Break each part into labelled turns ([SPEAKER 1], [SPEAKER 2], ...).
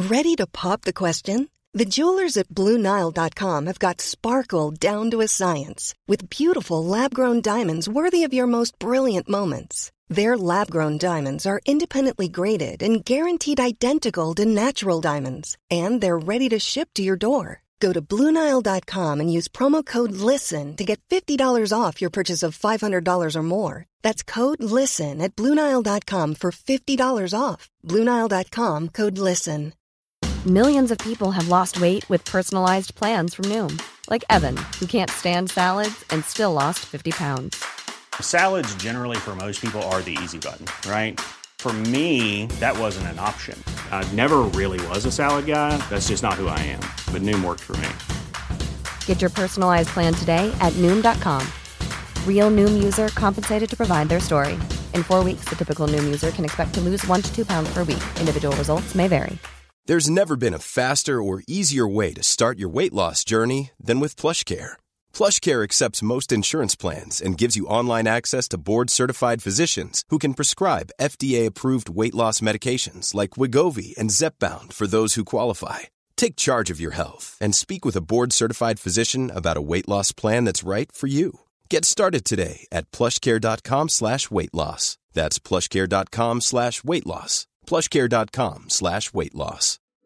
[SPEAKER 1] Ready to pop the question? The jewelers at BlueNile.com have got sparkle down to a science with beautiful lab-grown diamonds worthy of your most brilliant moments. Their lab-grown diamonds are independently graded and guaranteed identical to natural diamonds, and they're ready to ship to your door. Go to BlueNile.com and use promo code LISTEN to get $50 off your purchase of $500 or more. That's code LISTEN at BlueNile.com for $50 off. BlueNile.com, code LISTEN.
[SPEAKER 2] Millions of people have lost weight with personalized plans from Noom. Like Evan, who can't stand salads and still lost 50 pounds.
[SPEAKER 3] Salads generally for most people are the easy button, right? For me, that wasn't an option. I never really was a salad guy. That's just not who I am. But Noom worked for me.
[SPEAKER 2] Get your personalized plan today at Noom.com. Real Noom user compensated to provide their story. In 4 weeks, the typical Noom user can expect to lose 1 to 2 pounds per week. Individual results may vary.
[SPEAKER 4] There's never been a faster or easier way to start your weight loss journey than with PlushCare. PlushCare accepts most insurance plans and gives you online access to board-certified physicians who can prescribe FDA-approved weight loss medications like Wegovy and Zepbound for those who qualify. Take charge of your health and speak with a board-certified physician about a weight loss plan that's right for you. Get started today at plushcare.com/weightloss. That's plushcare.com/weightloss. plushcare.com/weightloss.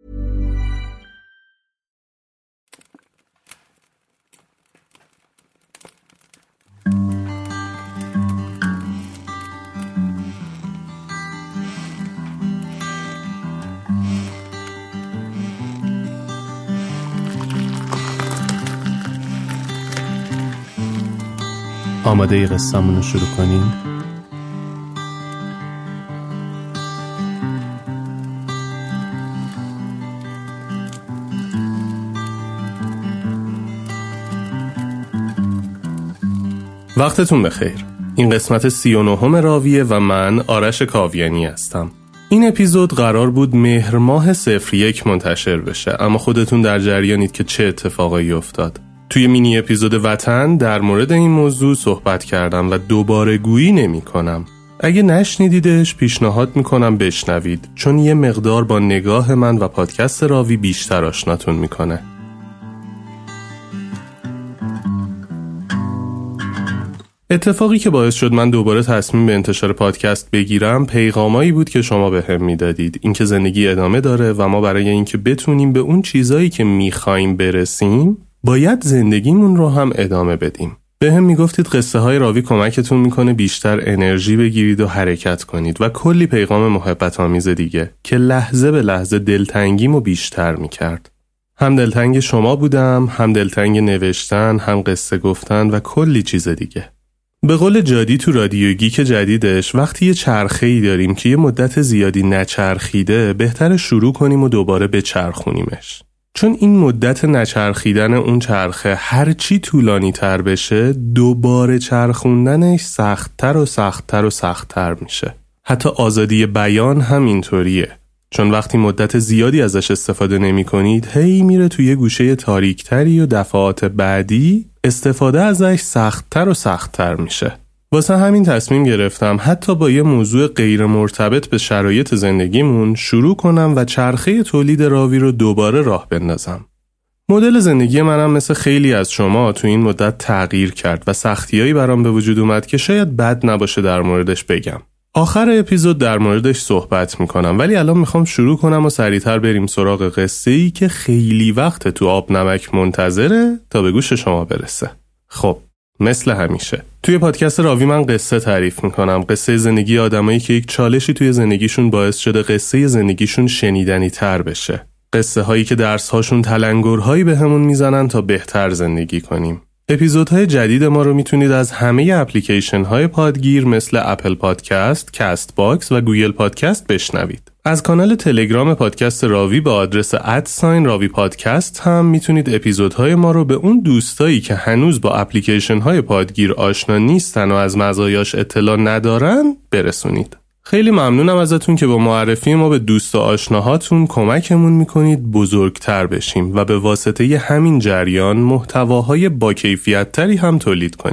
[SPEAKER 5] آماده ی قصه‌مون رو شروع کنیم؟ وقتتون بخیر. این قسمت 39 راویه و من آرش کاویانی هستم. این اپیزود قرار بود مهر ماه 01 منتشر بشه، اما خودتون در جریانید که چه اتفاقایی افتاد. توی مینی اپیزود وطن در مورد این موضوع صحبت کردم و دوباره گویی نمی کنم. اگه نشنیدیدش پیشنهاد میکنم بشنوید، چون یه مقدار با نگاه من و پادکست راوی بیشتر آشناتون میکنه. اتفاقی که باعث شد من دوباره تصمیم به انتشار پادکست بگیرم پیغامایی بود که شما بهم میدادید، اینکه زندگی ادامه داره و ما برای اینکه بتونیم به اون چیزایی که میخوایم برسیم باید زندگیمون رو هم ادامه بدیم. بهم میگفتید قصه های راوی کمکتون میکنه بیشتر انرژی بگیرید و حرکت کنید و کلی پیغام محبت آمیز دیگه که لحظه به لحظه دلتنگیمو بیشتر میکرد. هم دلتنگ شما بودم، هم دلتنگ نوشتن، هم قصه گفتن و کلی چیز دیگه. به قول جادی تو رادیو گیک جدیدش، وقتی یه چرخه‌ای داریم که یه مدت زیادی نچرخیده، بهتره شروع کنیم و دوباره بچرخونیمش. چون این مدت نچرخیدن اون چرخه هر چی طولانی تر بشه، دوباره چرخوندنش سخت‌تر و سخت‌تر و سخت‌تر میشه. حتی آزادی بیان هم اینطوریه. چون وقتی مدت زیادی ازش استفاده نمی کنید، هی میره توی گوشه تاریکتری و دفعات بعدی استفاده ازش سخت‌تر و سخت‌تر میشه. واسه همین تصمیم گرفتم حتی با یه موضوع غیر مرتبط به شرایط زندگیمون شروع کنم و چرخه تولید راوی رو دوباره راه بندازم. مدل زندگی منم مثل خیلی از شما تو این مدت تغییر کرد و سختیایی برام به وجود اومد که شاید بد نباشه در موردش بگم. آخر اپیزود در موردش صحبت میکنم، ولی الان میخوام شروع کنم و سریعتر بریم سراغ قصه‌ای که خیلی وقت تو آب نمک منتظره تا به گوش شما برسه. خب مثل همیشه توی پادکست راوی من قصه تعریف میکنم، قصه زندگی آدمایی که یک چالشی توی زندگیشون باعث شده قصه زندگیشون شنیدنی تر بشه، قصه هایی که درس هاشون تلنگرهایی به همون میزنن تا بهتر زندگی کنیم. اپیزودهای جدید ما رو میتونید از همه اپلیکیشن های پادگیر مثل اپل پادکست، کست باکس و گوگل پادکست بشنوید. از کانال تلگرام پادکست راوی با آدرس @راوی پادکست هم میتونید اپیزودهای ما رو به اون دوستایی که هنوز با اپلیکیشن های پادگیر آشنا نیستن و از مزایاش اطلاع ندارن برسونید. خیلی ممنونم ازتون که با معرفی ما به دوست و آشناهاتون کمکمون میکنید بزرگتر بشیم و به واسطه همین جریان محتواهای با کیفیت تری هم تولید کنیم.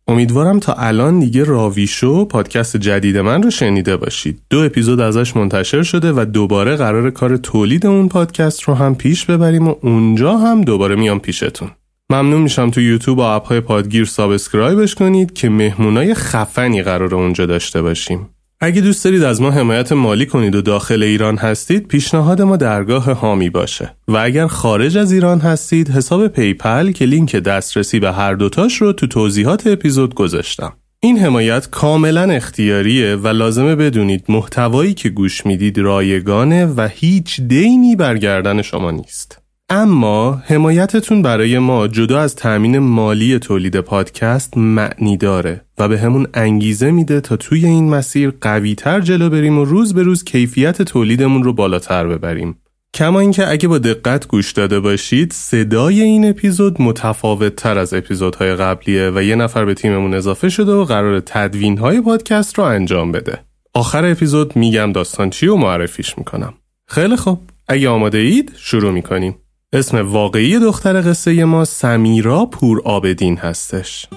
[SPEAKER 5] امیدوارم تا الان دیگه راویشو پادکست جدید من رو شنیده باشید. 2 اپیزود ازش منتشر شده و دوباره قرار کار تولید اون پادکست رو هم پیش ببریم و اونجا هم دوباره میام پیشتون. ممنون میشم تو یوتیوب و اپ‌های پادگیر سابسکرایبش کنید که مهمونای خفنی قراره اونجا داشته باشیم. اگه دوست دارید از ما حمایت مالی کنید و داخل ایران هستید، پیشنهاد ما درگاه حامی باشه و اگر خارج از ایران هستید حساب پیپل که لینک دسترسی به هر دوتاش رو تو توضیحات اپیزود گذاشتم. این حمایت کاملا اختیاریه و لازمه بدونید محتوایی که گوش میدید رایگانه و هیچ دینی بر گردن شما نیست. اما حمایتتون برای ما جدا از تأمین مالی تولید پادکست معنی داره و به همون انگیزه میده تا توی این مسیر قوی‌تر جلو بریم و روز به روز کیفیت تولیدمون رو بالاتر ببریم. کما اینکه اگه با دقت گوش داده باشید صدای این اپیزود متفاوت‌تر از اپیزودهای قبلیه و یه نفر به تیممون اضافه شده و قرار تدوین‌های پادکست رو انجام بده. آخر اپیزود میگم داستان چی و معرفیش میکنم. خیلی خوب، اگه آماده اید شروع میکنیم. اسم واقعی دختر قصه ما سمیرا پورعابدین هستش.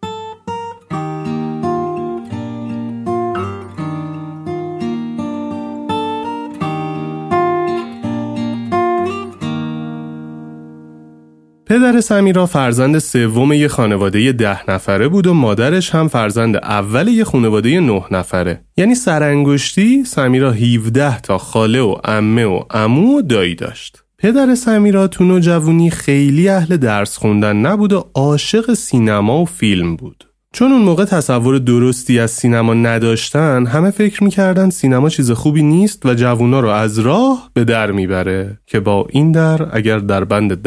[SPEAKER 5] پدر سمیرا فرزند سوم یه خانواده 10 نفره بود و مادرش هم فرزند اول یه خانواده 9 نفره. یعنی سرانگشتی سمیرا 17 تا خاله و عمه و عمو و دایی داشت. پدر سمیرا تو نوجوانی خیلی اهل درس خوندن نبود و عاشق سینما و فیلم بود. چون اون موقع تصور درستی از سینما نداشتن، همه فکر میکردن سینما چیز خوبی نیست و جوونا رو از راه به در میبره که با این در اگر در بند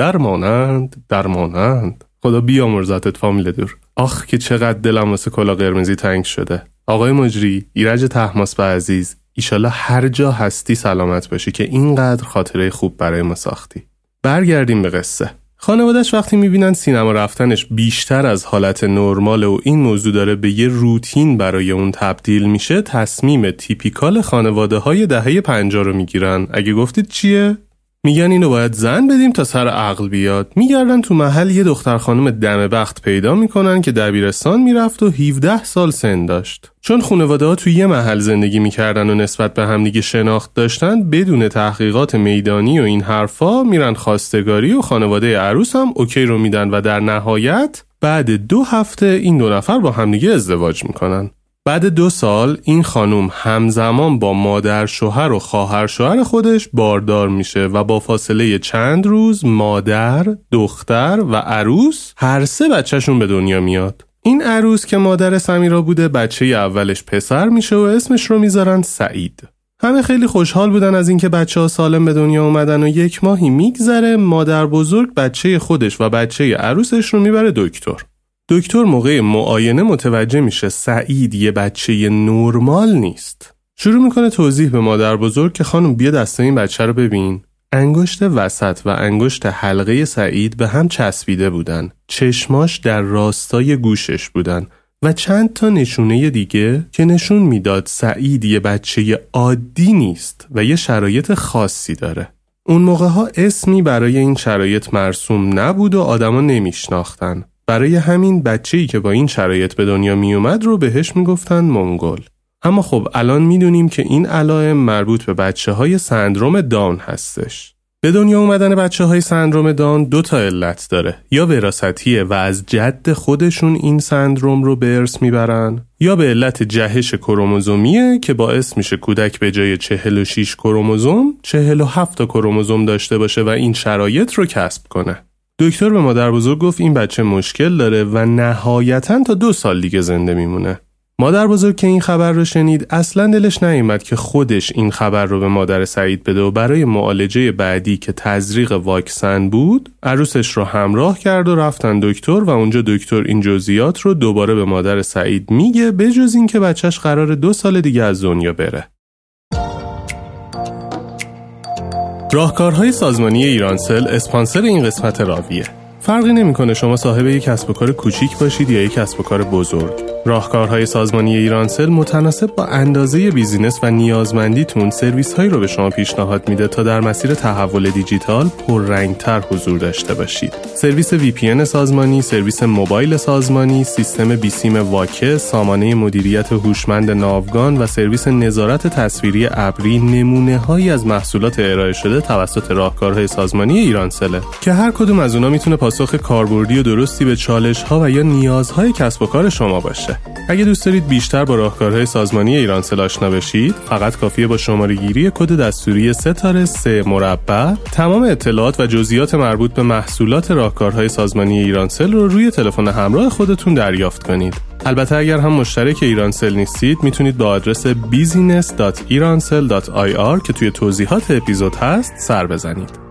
[SPEAKER 5] درمانند. خدا بیامرزتت فامیل دور. آخ که چقدر دلم واسه کلا قرمزی تنگ شده. آقای مجری، ایرج طهماسب عزیز، ایشالله هر جا هستی سلامت باشی که اینقدر خاطره خوب برای ما ساختی. برگردیم به قصه. خانواده‌اش وقتی میبینن سینما رفتنش بیشتر از حالت نرماله و این موضوع داره به یه روتین برای اون تبدیل میشه، تصمیم تیپیکال خانواده‌های دهه 50 رو میگیرن. اگه گفتید چیه؟ میگن اینو باید زن بدیم تا سر عقل بیاد. میگردن تو محل یه دختر خانم دم بخت پیدا میکنن که دبیرستان میرفت و 17 سال سن داشت. چون خانواده‌ها تو یه محل زندگی میکردن و نسبت به هم دیگه شناخت داشتن، بدون تحقیقات میدانی و این حرفا میرن خواستگاری و خانواده عروس هم اوکی رو میدن و در نهایت بعد 2 هفته این 2 نفر با هم دیگه ازدواج میکنن. بعد 2 سال این خانوم همزمان با مادر شوهر و خواهر شوهر خودش باردار میشه و با فاصله چند روز مادر، دختر و عروس هر 3 بچهشون به دنیا میاد. این عروس که مادر سمیرا بوده، بچه اولش پسر میشه و اسمش رو میذارن سعید. همه خیلی خوشحال بودن از اینکه بچه‌ها سالم به دنیا اومدن و 1 ماهی میگذره، مادر بزرگ بچه خودش و بچه عروسش رو میبره دکتر. دکتر موقع معاینه متوجه میشه سعید یه بچه نرمال نیست. شروع میکنه توضیح به مادر بزرگ که خانم بیا دسته این بچه رو ببین. انگشت وسط و انگشت حلقه سعید به هم چسبیده بودن. چشماش در راستای گوشش بودن و چند تا نشونه دیگه که نشون میداد سعید یه بچه عادی نیست و یه شرایط خاصی داره. اون موقع ها اسمی برای این شرایط مرسوم نبود و آدما نمیشناختن. برای همین بچه‌ای که با این شرایط به دنیا می اومد رو بهش میگفتن منگول. اما خب الان میدونیم که این علائم مربوط به بچه‌های سندروم داون هستش. به دنیا اومدن بچه‌های سندروم داون 2 تا علت داره. یا وراثتیه و از جد خودشون این سندروم رو به ارث میبرن، یا به علت جهش کروموزومیه که باعث میشه کودک به جای 46 کروموزوم 47 تا کروموزوم داشته باشه و این شرایط رو کسب کنه. دکتر به مادر بزرگ گفت این بچه مشکل داره و نهایتاً تا 2 سال دیگه زنده میمونه. مادر بزرگ که این خبر رو شنید اصلاً دلش نیامد که خودش این خبر رو به مادر سعید بده و برای معالجه بعدی که تزریق واکسن بود عروسش رو همراه کرد و رفتن دکتر و اونجا دکتر این جزئیات رو دوباره به مادر سعید میگه، بجز این که بچهش قراره 2 سال دیگه از دنیا بره. راهکارهای سازمانی ایرانسل اسپانسر این قسمت راویه. فرقی نمیکنه شما صاحب یک کسب و کار کوچیک باشید یا یک کسب و کار بزرگ. راهکارهای سازمانی ایرانسل متناسب با اندازه بیزینس و نیازمندیتون سرویس‌هایی رو به شما پیشنهاد میده تا در مسیر تحول دیجیتال پررنگ‌تر حضور داشته باشید. سرویس VPN سازمانی، سرویس موبایل سازمانی، سیستم بیسیم واکه، سامانه مدیریت هوشمند ناوگان و سرویس نظارت تصویری ابری نمونه‌هایی از محصولات ارائه شده توسط راهکارهای سازمانی ایرانسل که هر کدوم از اونها میتونه پاسخ کاربردی و درستی به چالش‌ها و یا نیازهای کسب و کار شما باشه. اگه دوست دارید بیشتر با راهکارهای سازمانی ایرانسل آشنا بشید، فقط کافیه با شماره‌گیری کد دستوری *3 تمام اطلاعات و جزئیات مربوط به محصولات راهکارهای سازمانی ایرانسل رو روی تلفن همراه خودتون دریافت کنید. البته اگر هم مشترک ایرانسل نیستید، میتونید با آدرس business.iransel.ir که توی توضیحات اپیزود هست سر بزنید.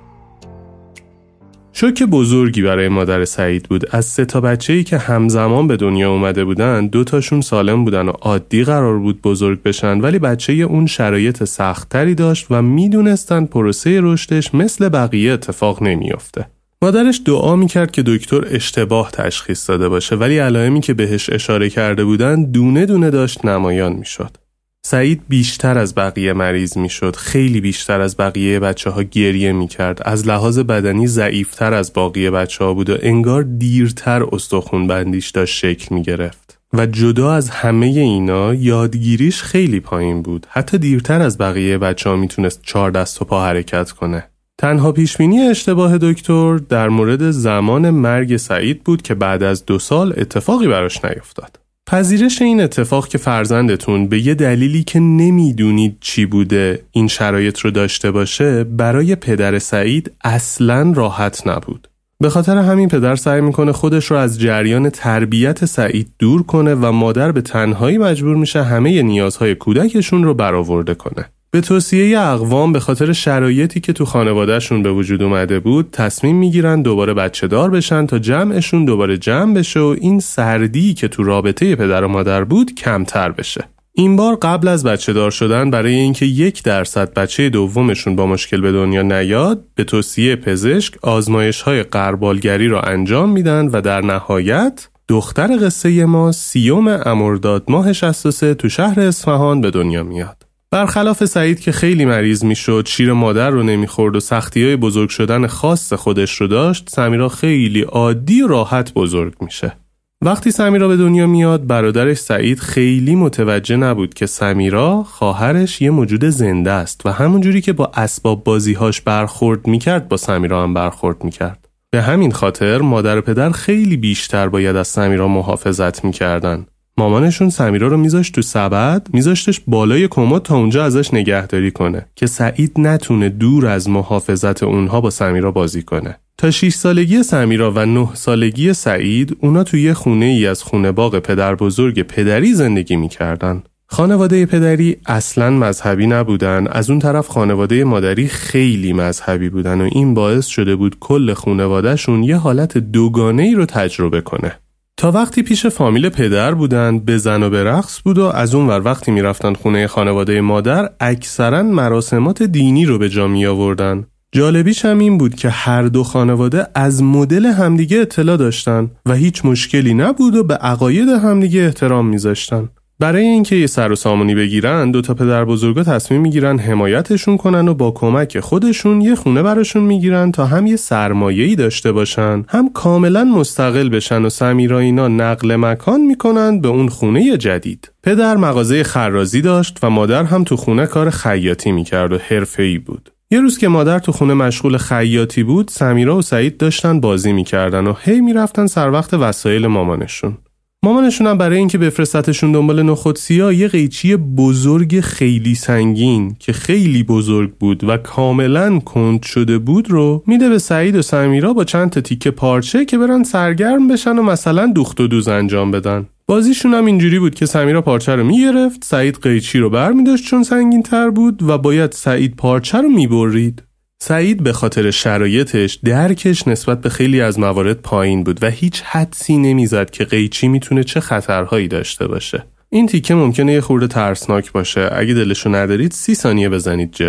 [SPEAKER 5] شوک بزرگی برای مادر سعید بود. از 3 بچه‌ای که همزمان به دنیا اومده بودن، 2 تاشون سالم بودن و عادی قرار بود بزرگ بشن، ولی بچه اون شرایط سخت‌تری داشت و میدونستن پروسه رشدش مثل بقیه اتفاق نمیافته. مادرش دعا میکرد که دکتر اشتباه تشخیص داده باشه، ولی علائمی که بهش اشاره کرده بودن دونه دونه داشت نمایان میشد. سعید بیشتر از بقیه مریض میشد، خیلی بیشتر از بقیه بچه‌ها گریه میکرد، از لحاظ بدنی ضعیفتر از باقی بچه‌ها بود و انگار دیرتر استخوان بندیش داشت شکل میگرفت. و جدا از همه اینا یادگیریش خیلی پایین بود، حتی دیرتر از بقیه بچه‌ها میتونست 4 دست و پا حرکت کنه. تنها پیشبینی اشتباه دکتر در مورد زمان مرگ سعید بود که بعد از 2 سال اتفاقی براش نیفتاد. پذیرش این اتفاق که فرزندتون به یه دلیلی که نمیدونید چی بوده این شرایط رو داشته باشه برای پدر سعید اصلاً راحت نبود. به خاطر همین پدر سعی میکنه خودش رو از جریان تربیت سعید دور کنه و مادر به تنهایی مجبور میشه همه نیازهای کودکشون رو برآورده کنه. به توصیه اقوام به خاطر شرایطی که تو خانوادهشون به وجود اومده بود تصمیم میگیرن دوباره بچه دار بشن تا جمعشون دوباره جمع بشه و این سردی که تو رابطه پدر و مادر بود کمتر بشه. این بار قبل از بچه دار شدن برای اینکه 1% بچه دومشون با مشکل به دنیا نیاد به توصیه پزشک آزمایش‌های غربالگری رو انجام میدن و در نهایت دختر قصه ما 30 مرداد ماه 63 تو شهر اصفهان به دنیا میاد. برخلاف سعید که خیلی مریض میشد، شیر مادر رو نمیخورد و سختی‌های بزرگ شدن خاص خودش رو داشت، سمیرا خیلی عادی و راحت بزرگ میشه. وقتی سمیرا به دنیا میاد، برادرش سعید خیلی متوجه نبود که سمیرا خواهرش یه موجود زنده است و همونجوری که با اسباب بازی‌هاش برخورد میکرد با سمیرا هم برخورد میکرد. به همین خاطر مادر و پدر خیلی بیشتر باید از سمیرا محافظت میکردن. مامانشون سمیرا رو میذاشت تو سبد، میذاشتش بالای کمد تا اونجا ازش نگهداری کنه که سعید نتونه دور از محافظت اونها با سمیرا بازی کنه. تا 6 سالگی سمیرا و 9 سالگی سعید اونا توی یه خونه ای از خونه باغ پدر بزرگ پدری زندگی میکردن. خانواده پدری اصلاً مذهبی نبودن، از اون طرف خانواده مادری خیلی مذهبی بودن و این باعث شده بود کل خانواده‌شون یه حالت دوگانه‌ای رو تجربه کنه. تا وقتی پیش فامیل پدر بودن بزن و به رقص بود و از اون ور وقتی میرفتن خونه خانواده مادر اکثرا مراسمات دینی رو به جا می آوردن. جالبیش هم این بود که هر دو خانواده از مدل همدیگه اطلاع داشتن و هیچ مشکلی نبود و به عقاید همدیگه احترام میذاشتن. برای اینکه یه سر و سامونی بگیرن 2 پدر بزرگا تصمیم میگیرن حمایتشون کنن و با کمک خودشون یه خونه براشون میگیرن تا هم یه سرمایه‌ای داشته باشن، هم کاملا مستقل بشن و سمیرا اینا نقل مکان میکنن به اون خونه جدید. پدر مغازه خرازی داشت و مادر هم تو خونه کار خیاطی میکرد و حرفه‌ای بود. یه روز که مادر تو خونه مشغول خیاطی بود، سمیرا و سعید داشتن بازی میکردن و هی میرفتن سر وقت وسایل مامانشون. مامانشون هم برای اینکه بفرستتشون دنبال نخود سیاه یه قیچی بزرگ خیلی سنگین که خیلی بزرگ بود و کاملا کند شده بود رو میده به سعید و سمیرا با چند تا تیکه پارچه که برن سرگرم بشن و مثلا دوخت و دوز انجام بدن. بازیشون هم اینجوری بود که سمیرا پارچه رو میگرفت، سعید قیچی رو برمی‌داشت چون سنگین تر بود و باید سعید پارچه رو میبرید. سعید به خاطر شرایطش درکش نسبت به خیلی از موارد پایین بود و هیچ حدسی نمیزد که قیچی میتونه چه خطرهایی داشته باشه. این تیکه ممکنه یه خورده ترسناک باشه، اگه دلشو ندارید 30 ثانیه بزنید جلو.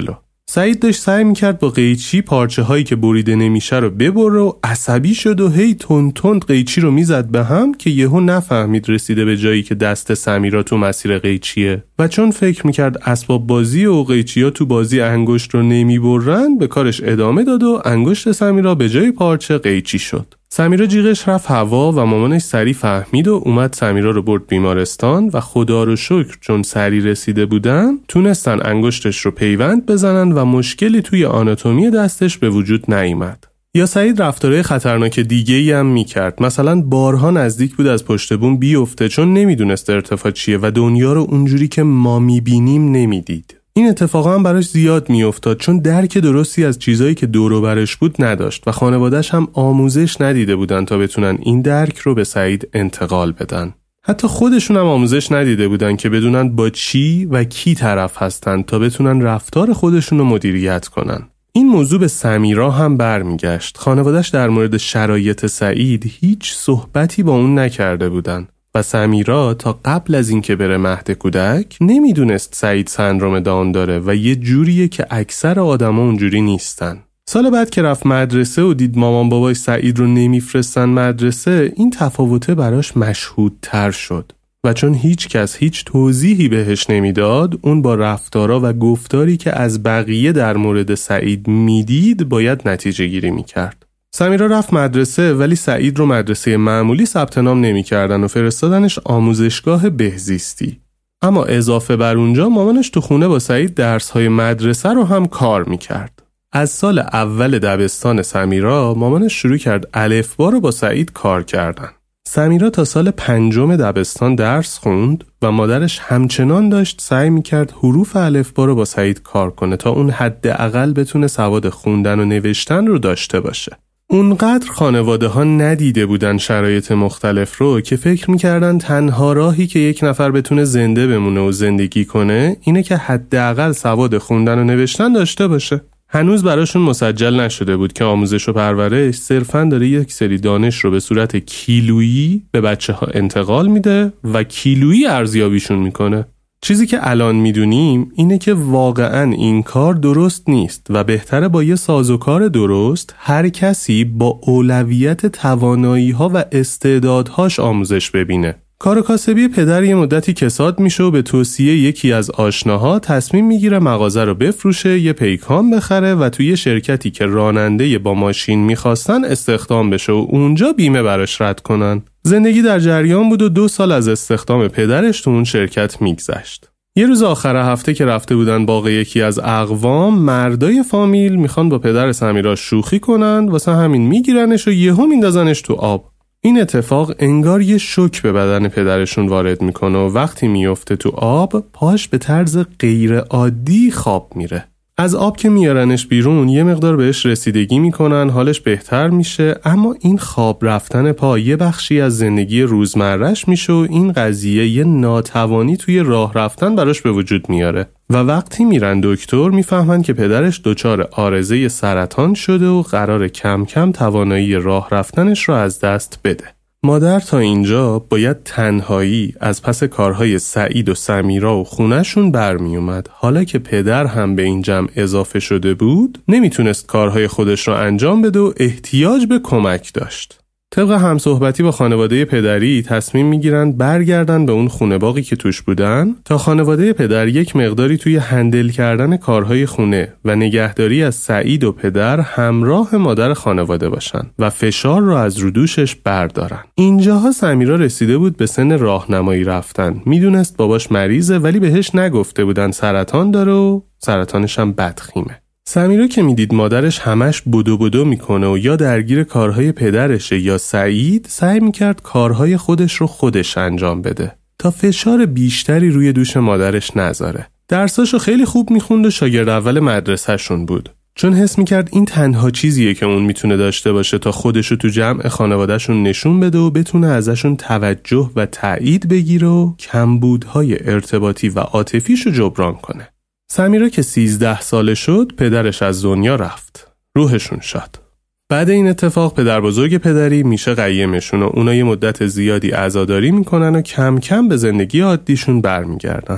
[SPEAKER 5] سعید داشت سعی میکرد با قیچی پارچه هایی که بریده نمیشه رو ببره و عصبی شد و هی تند قیچی رو میزد به هم که یهو نفهمید رسیده به جایی که دست سمیرا تو مسیر قیچیه و چون فکر میکرد اسباب بازی و قیچی ها تو بازی انگشت رو نمیبرن به کارش ادامه داد و انگشت سمیرا به جای پارچه قیچی شد. سمیرا جیغش رفت هوا و مامانش سریع فهمید و اومد سمیرا رو برد بیمارستان و خدا رو شکر چون سریع رسیده بودن تونستن انگشتش رو پیوند بزنن و مشکلی توی آناتومی دستش به وجود نیامد. یا سعید رفتارهای خطرناک دیگه‌ای هم میکرد. مثلا بارها نزدیک بود از پشت بوم بیفته چون نمیدونست ارتفاع چیه و دنیا رو اونجوری که ما میبینیم نمیدید. این اتفاقا هم براش زیاد میافتاد چون درک درستی از چیزایی که دور و برش بود نداشت و خانواده‌اش هم آموزش ندیده بودن تا بتونن این درک رو به سعید انتقال بدن. حتی خودشون هم آموزش ندیده بودن که بدونن با چی و کی طرف هستن تا بتونن رفتار خودشون رو مدیریت کنن. این موضوع به سمیرا هم برمیگشت. خانواده‌اش در مورد شرایط سعید هیچ صحبتی با اون نکرده بودن. و سمیرا تا قبل از اینکه بره مهد کودک نمیدونست سعید سندروم داون داره و یه جوریه که اکثر آدما اونجوری نیستن. سال بعد که رفت مدرسه و دید مامان بابای سعید رو نمیفرستن مدرسه، این تفاوته براش مشهودتر شد و چون هیچ کس هیچ توضیحی بهش نمیداد، اون با رفتارا و گفتاری که از بقیه در مورد سعید میدید باید نتیجه گیری میکرد. سمیرا رفت مدرسه ولی سعید رو مدرسه معمولی ثبت نام نمی‌کردن و فرستادنش آموزشگاه بهزیستی. اما اضافه بر اونجا مامانش تو خونه با سعید درس‌های مدرسه رو هم کار می‌کرد. از سال اول دبستان سمیرا مامانش شروع کرد الفبا رو با سعید کار کردن. سمیرا تا سال 5 دبستان درس خوند و مادرش همچنان داشت سعی می‌کرد حروف الفبا رو با سعید کار کنه تا اون حداقل بتونه سواد خوندن و نوشتن رو داشته باشه. اونقدر خانواده ها ندیده بودن شرایط مختلف رو که فکر میکردن تنها راهی که یک نفر بتونه زنده بمونه و زندگی کنه اینه که حداقل سواد خوندن و نوشتن داشته باشه. هنوز براشون مسجل نشده بود که آموزش و پرورش صرفاً داره یک سری دانش رو به صورت کیلویی به بچه ها انتقال میده و کیلویی ارزیابیشون میکنه. چیزی که الان میدونیم اینه که واقعاً این کار درست نیست و بهتره با یه سازوکار درست هر کسی با اولویت توانایی‌ها و استعدادهاش آموزش ببینه. کار کاسبی پدر یه مدتی کساد میشه و به توصیه یکی از آشناها تصمیم میگیره مغازه رو بفروشه، یه پیکان بخره و توی شرکتی که راننده با ماشین میخواستن استخدام بشه و اونجا بیمه براش رد کنن. زندگی در جریان بود و 2 سال از استخدام پدرش تو اون شرکت میگذشت. یه روز آخر هفته که رفته بودن باغ یکی از اقوام، مردای فامیل میخوان با پدر سمیرا شوخی کنن، واسه همین میگیرنش و یهو میندازنش تو آب. این اتفاق انگار یه شوک به بدن پدرشون وارد میکنه و وقتی میفته تو آب پاش به طرز غیر عادی خواب میره. از آب که میارنش بیرون یه مقدار بهش رسیدگی میکنن، حالش بهتر میشه، اما این خواب رفتن پا یه بخشی از زندگی روزمرهش میشه و این قضیه یه ناتوانی توی راه رفتن براش به وجود میاره و وقتی میرن دکتر میفهمن که پدرش دچار عارضه سرطان شده و قرار کم کم توانایی راه رفتنش رو از دست بده. مادر تا اینجا باید تنهایی از پس کارهای سعید و سمیرا و خونه‌شون برمی اومد. حالا که پدر هم به این جمع اضافه شده بود نمیتونست کارهای خودش رو انجام بده و احتیاج به کمک داشت. طبق همصحبتی با خانواده پدری تصمیم میگیرن برگردن به اون خونه باقی که توش بودن تا خانواده پدر یک مقداری توی هندل کردن کارهای خونه و نگهداری از سعید و پدر همراه مادر خانواده باشن و فشار رو از رو دوشش بردارن. اینجاها سمیرا رسیده بود به سن راهنمایی رفتن. میدونست باباش مریضه ولی بهش نگفته بودن سرطان داره و سرطانش هم بدخیمه. سمیرا که میدید مادرش همش بدو میکنه و یا درگیر کارهای پدرشه یا سعید، سعی میکرد کارهای خودش رو خودش انجام بده تا فشار بیشتری روی دوش مادرش نذاره. درساشو خیلی خوب میخوند و شاگرد اول مدرسه‌شون بود، چون حس میکرد این تنها چیزیه که اون میتونه داشته باشه تا خودشو تو جمع خانواده‌شون نشون بده و بتونه ازشون توجه و تایید بگیره و کمبودهای ارتباطی و عاطفیشو جبران کنه. سمیرا که 13 ساله شد پدرش از دنیا رفت. روحشون شاد. بعد این اتفاق پدر بزرگ پدری میشه قیمشون و اونا یه مدت زیادی عزاداری میکنن و کم کم به زندگی عادیشون برمیگردن.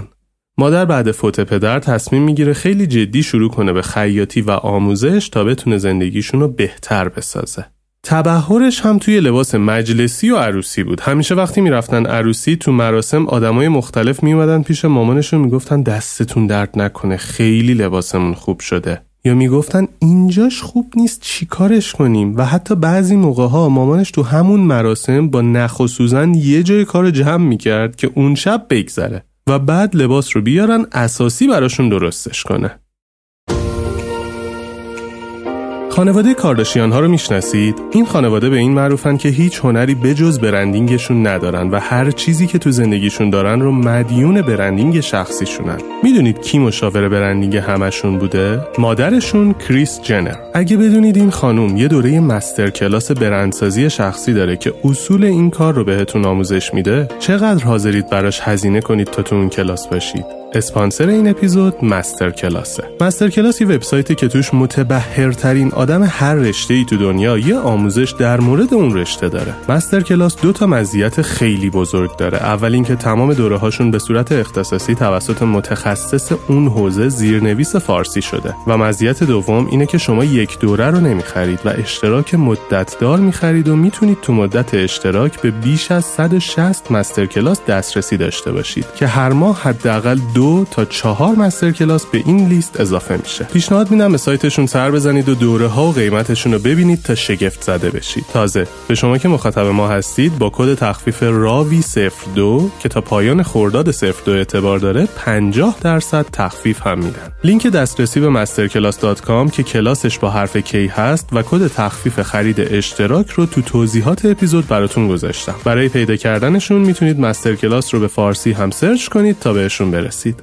[SPEAKER 5] مادر بعد فوت پدر تصمیم میگیره خیلی جدی شروع کنه به خیاطی و آموزش تا بتونه زندگیشون رو بهتر بسازه. تبحرش هم توی لباس مجلسی و عروسی بود. همیشه وقتی میرفتن عروسی تو مراسم آدمای مختلف میومدن پیش مامانش و میگفتن دستتون درد نکنه، خیلی لباسمون خوب شده. یا میگفتن اینجاش خوب نیست چی کارش کنیم. و حتی بعضی موقعها مامانش تو همون مراسم با نخ و سوزن یه جای کار جمع میکرد که اون شب بگذره و بعد لباس رو بیارن اساسی براشون درستش کنه. خانواده کارداشیان ها رو میشناسید؟ این خانواده به این معروفن که هیچ هنری بجز برندینگشون ندارن و هر چیزی که تو زندگیشون دارن رو مدیون برندینگ شخصیشونن. میدونید کی مشاور برندینگ همشون بوده؟ مادرشون کریس جنر. اگه بدونید این خانوم یه دوره مستر کلاس برندسازی شخصی داره که اصول این کار رو بهتون آموزش میده، چقدر حاضرید براش هزینه کنید تا تو اون کلاس باشید؟ اسپانسر این اپیزود مستر کلاسه. مستر کلاس یه وبسایتی که توش متبحرترین آدم هر رشته‌ای تو دنیا یه آموزش در مورد اون رشته داره. مستر کلاس 2 تا مزیت خیلی بزرگ داره. اول اینکه تمام دوره‌هاشون به صورت اختصاصی توسط متخصص اون حوزه زیرنویس فارسی شده و مزیت دوم اینه که شما یک دوره رو نمیخرید و اشتراک مدت‌دار میخرید و میتونید تو مدت اشتراک به بیش از 160 مستر کلاس دسترسی داشته باشید که هر ماه حداقل 2 تا 4 مستر کلاس به این لیست اضافه میشه. پیشنهاد میدم به سایتشون سر بزنید و دوره ها و قیمتشون رو ببینید تا شگفت زده بشید. تازه به شما که مخاطب ما هستید با کد تخفیف راوی 02 که تا پایان خرداد 02 اعتبار داره 50% تخفیف هم میدن. لینک دسترسی به masterclass.com که کلاسش با حرف K هست و کد تخفیف خرید اشتراک رو تو توضیحات اپیزود براتون گذاشتم. برای پیدا کردنشون میتونید مستر کلاس رو به فارسی هم سرچ کنید تا بهشون برسید.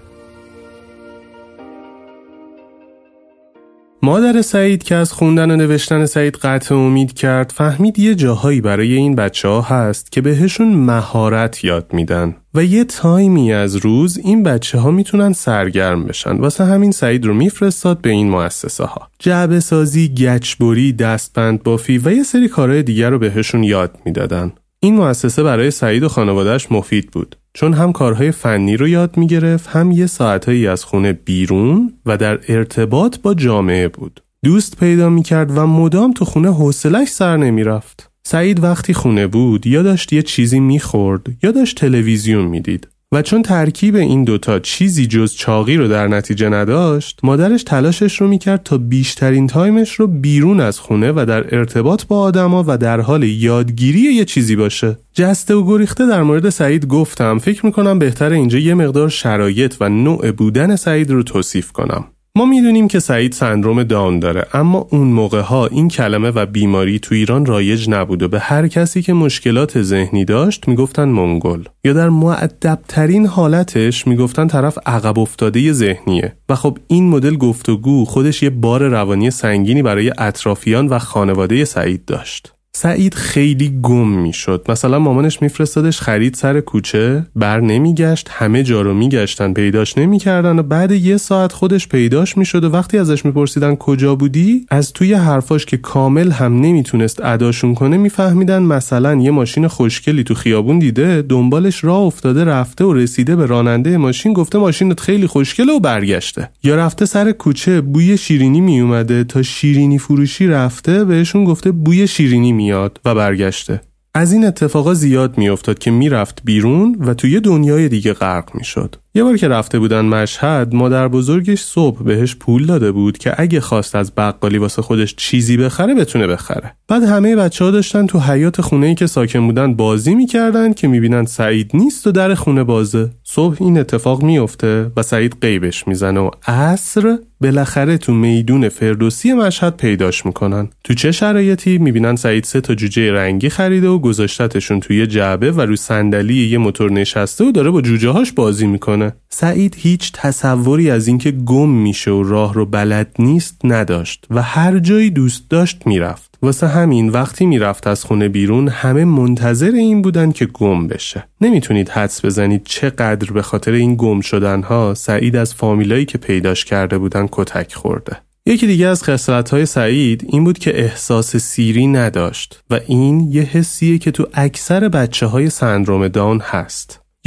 [SPEAKER 5] مادر سعید که از خوندن و نوشتن سعید قطع امید کرد، فهمید یه جاهایی برای این بچه‌ها هست که بهشون مهارت یاد میدن و یه تایمی از روز این بچه‌ها میتونن سرگرم بشن. واسه همین سعید رو میفرستاد به این مؤسسه ها. جعبه سازی، گچبری، دستبند بافی و یه سری کارهای دیگر رو بهشون یاد میدادن. این مؤسسه برای سعید و خانواده‌اش مفید بود، چون هم کارهای فنی رو یاد می‌گرفت، هم یه ساعتایی از خونه بیرون و در ارتباط با جامعه بود. دوست پیدا می‌کرد و مدام تو خونه حوصله‌اش سر نمی‌رفت. سعید وقتی خونه بود یا داشت یه چیزی می‌خورد یا داشت تلویزیون می‌دید. و چون ترکیب این دوتا چیزی جز چاقی رو در نتیجه نداشت، مادرش تلاشش رو میکرد تا بیشترین تایمش رو بیرون از خونه و در ارتباط با آدما و در حال یادگیری یه چیزی باشه. جسته و گریخته در مورد سعید گفتم. فکر میکنم بهتره اینجا یه مقدار شرایط و نوع بودن سعید رو توصیف کنم. ما میدونیم که سعید سندروم داون داره، اما اون موقع‌ها این کلمه و بیماری تو ایران رایج نبود و به هر کسی که مشکلات ذهنی داشت میگفتن منگول، یا در مؤدب‌ترین حالتش میگفتن طرف عقب افتاده ذهنیه. و خب این مدل گفتگو خودش یه بار روانی سنگینی برای اطرافیان و خانواده سعید داشت. سعید خیلی گم میشد. مثلا مامانش میفرستادش خرید سر کوچه، بر نمیگشت، همه جا رو میگشتن پیداش نمیکردن و بعد یه ساعت خودش پیداش میشد و وقتی ازش میپرسیدن کجا بودی، از توی حرفاش که کامل هم نمیتونست اداشون کنه میفهمیدن مثلا یه ماشین خوشگلی تو خیابون دیده، دنبالش راه افتاده، رفته و رسیده به راننده ماشین، گفته ماشینت خیلی خوشگله و برگشته. یا رفته سر کوچه بوی شیرینی میومده، تا شیرینی فروشی رفته بهشون گفته بوی شیرینی میاد و برگشته. از این اتفاقا زیاد میافتاد که میرفت بیرون و توی دنیای دیگه غرق میشد. یه بار که رفته بودن مشهد، مادر بزرگش صبح بهش پول داده بود که اگه خواست از بقالی واسه خودش چیزی بخره بتونه بخره. بعد همه بچه‌ها داشتن تو حیاط خونه‌ای که ساکن بودن بازی میکردن که میبینن سعید نیست و در خونه بازه. صبح این اتفاق میفته و سعید غیبش میزنه و عصر بالاخره تو میدون فردوسی مشهد پیداش میکنن. تو چه شرایطی؟ میبینن سعید 3 تا جوجه رنگی خریده و گذاشتتشون توی جعبه و رو صندلی یه موتور نشسته و داره با جوجه هاش بازی میکنه. سعید هیچ تصوری از اینکه گم میشه و راه رو بلد نیست نداشت و هر جایی دوست داشت میرفت. واسه همین وقتی میرفت از خونه بیرون همه منتظر این بودن که گم بشه. نمیتونید حدس بزنید چقدر به خاطر این گم شدنها سعید از فامیلایی که پیداش کرده بودن کتک خورده. یکی دیگه از خصلت‌های سعید این بود که احساس سیری نداشت و این یه حسیه که تو اکثر بچه‌های سندروم داون هست.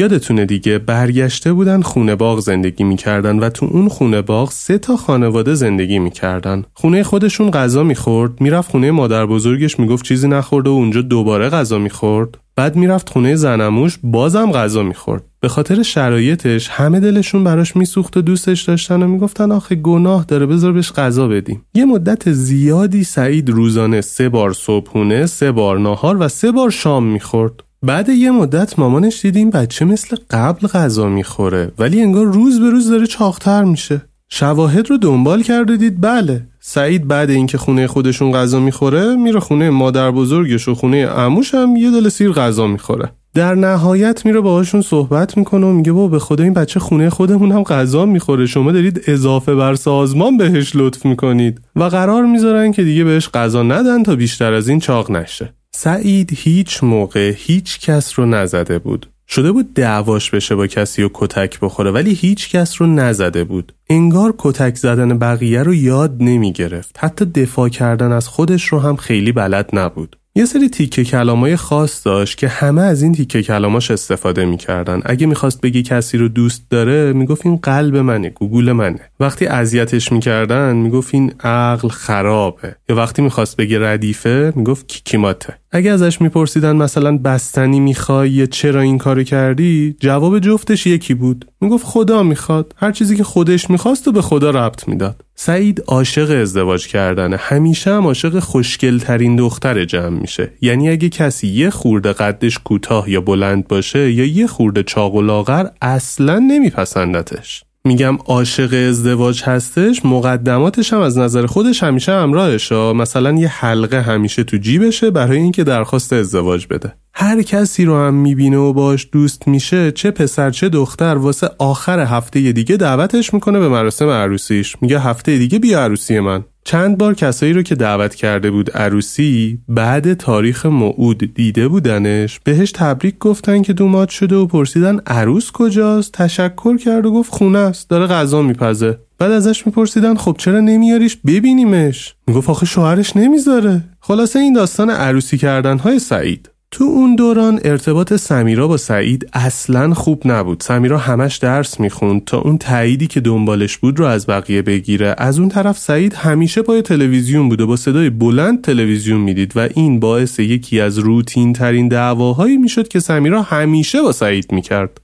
[SPEAKER 5] یادتونه دیگه، برگشته بودن خونه باغ زندگی میکردن و تو اون خونه باغ 3 خانواده زندگی میکردن. خونه خودشون غذا میخورد، میرفت خونه مادر بزرگش میگفت چیزی نخورده و اونجا دوباره غذا میخورد. بعد میرفت خونه زنموش، بازم غذا میخورد. به خاطر شرایطش همه دلشون براش میسوخت و دوستش داشتن و میگفتن آخه گناه داره، بذار بهش غذا بدیم. یه مدت زیادی سعید روزانه 3 بار صبحونه، 3 بار ناهار و 3 بار شام میخورد. بعد یه مدت مامانش دید این بچه مثل قبل غذا میخوره ولی انگار روز به روز داره چاق‌تر میشه. شواهد رو دنبال کرد و دید بله، سعید بعد اینکه خونه خودشون غذا میخوره میره خونه مادر بزرگش و خونه عموش هم یه دل سیر غذا میخوره. در نهایت میره باهاشون صحبت میکنه و میگه بابا به خدا این بچه خونه خودمون هم غذا میخوره، شما دارید اضافه بر سازمان بهش لطف میکنید. و قرار میذارن که دیگه بهش غذا ندن تا بیشتر از این چاق نشه. سعید هیچ موقع هیچ کس رو نزده بود. شده بود دعواش بشه با کسی و کتک بخوره ولی هیچ کس رو نزده بود. انگار کتک زدن بقیه رو یاد نمی گرفت. حتی دفاع کردن از خودش رو هم خیلی بلد نبود. یه سری تیکه کلامای خاص داشت که همه از این تیکه کلاماش استفاده می‌کردن. اگه می‌خواست بگی کسی رو دوست داره میگفت این قلب منه، گوگل منه. وقتی اذیتش می‌کردن میگفت این عقل خرابه. یا وقتی می‌خواست بگی ردیفه میگفت کیکیماته. اگه ازش میپرسیدن مثلا بستنی می‌خوای یا چرا این کارو کردی، جواب جفتش یکی بود. میگفت خدا می‌خواد. هر چیزی که خودش می‌خواست و به خدا ربط میداد. سعید عاشق ازدواج کردنه. همیشه هم عاشق خوشگل‌ترین دختر جمع میشه. یعنی اگه کسی یه خورده قدش کوتاه یا بلند باشه یا یه خورده چاق و لاغر اصلاً نمیپسندتش. میگم عاشق ازدواج هستش، مقدماتش هم از نظر خودش همیشه همراهشه. مثلا یه حلقه همیشه تو جیبشه برای اینکه درخواست ازدواج بده. هر کسی رو هم میبینه و باش دوست میشه، چه پسر چه دختر، واسه آخر هفته دیگه دعوتش میکنه به مراسم عروسیش. میگه هفته دیگه بیا عروسی من. چند بار کسایی رو که دعوت کرده بود عروسی بعد تاریخ موعود دیده بودنش، بهش تبریک گفتن که دوماد شده و پرسیدن عروس کجاست، تشکر کرد و گفت خونه است، داره غذا میپزه. بعد ازش میپرسیدن خب چرا نمیاریش ببینیمش؟ میگفت آخه شوهرش نمیذاره. خلاصه این داستان عروسی کردن‌های سعید. تو اون دوران ارتباط سمیرا با سعید اصلاً خوب نبود. سمیرا همش درس میخوند تا اون تاییدی که دنبالش بود رو از بقیه بگیره. از اون طرف سعید همیشه پای تلویزیون بود و با صدای بلند تلویزیون میدید و این باعث یکی از روتین ترین دعواهایی میشد که سمیرا همیشه با سعید میکرد.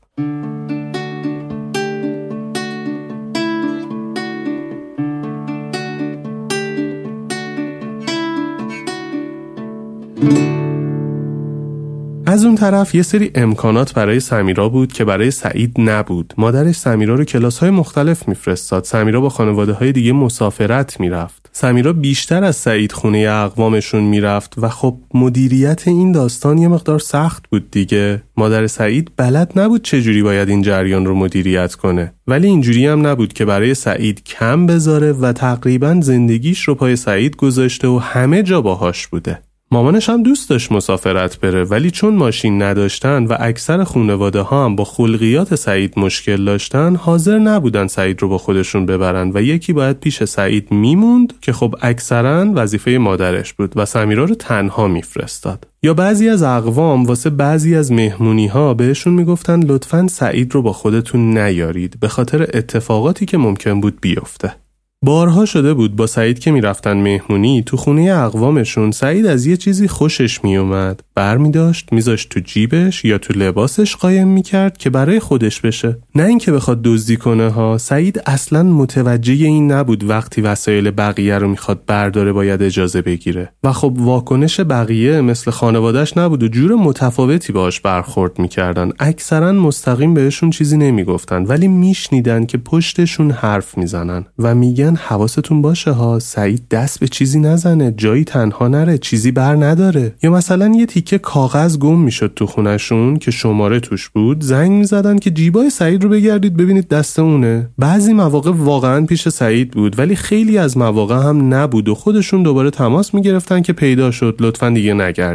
[SPEAKER 5] از اون طرف یه سری امکانات برای سمیرا بود که برای سعید نبود. مادرش سمیرا رو کلاس‌های مختلف میفرستاد. سمیرا با خانواده‌های دیگه مسافرت میرفت. سمیرا بیشتر از سعید خونه اقوامشون میرفت و خب مدیریت این داستان یه مقدار سخت بود دیگه. مادر سعید بلد نبود چجوری باید این جریان رو مدیریت کنه. ولی اینجوری هم نبود که برای سعید کم بذاره و تقریباً زندگیش رو پای سعید گذاشته و همه جا باهاش بوده. مامانش هم دوست داشت مسافرت بره ولی چون ماشین نداشتن و اکثر خانواده ها هم با خلقیات سعید مشکل داشتن، حاضر نبودن سعید رو با خودشون ببرن و یکی باید پیش سعید میموند که خب اکثرا وظیفه مادرش بود و سمیرا رو تنها میفرستاد. یا بعضی از اقوام واسه بعضی از مهمونی ها بهشون میگفتن لطفاً سعید رو با خودتون نیارید به خاطر اتفاقاتی که ممکن بود بیفته. بارها شده بود با سعید که میرفتن مهمونی تو خونه اقوامشون، سعید از یه چیزی خوشش میومد، برمی داشت میذاشت تو جیبش یا تو لباسش قایم میکرد که برای خودش بشه، نه اینکه بخواد دزدی کنه ها. سعید اصلاً متوجه این نبود وقتی وسایل بقیه رو میخواد برداره باید اجازه بگیره و خب واکنش بقیه مثل خانواده‌اش نبود و جور متفاوتی باهاش برخورد میکردن. اکثرا مستقیم بهشون چیزی نمیگفتن ولی میشنیدن که پشتشون حرف میزنن و میگن حواستون باشه ها، سعید دست به چیزی نزنه، جایی تنها نره، چیزی بر نداره. یا مثلا یه تیکه کاغذ گم میشد تو خونشون که شماره توش بود، زنگ میزدن که جیبای سعید رو بگردید ببینید دست اونه. بعضی مواقع واقعا پیش سعید بود ولی خیلی از مواقع هم نبود و خودشون دوباره تماس میگرفتن که پیدا شد لطفاً دیگه نگردید.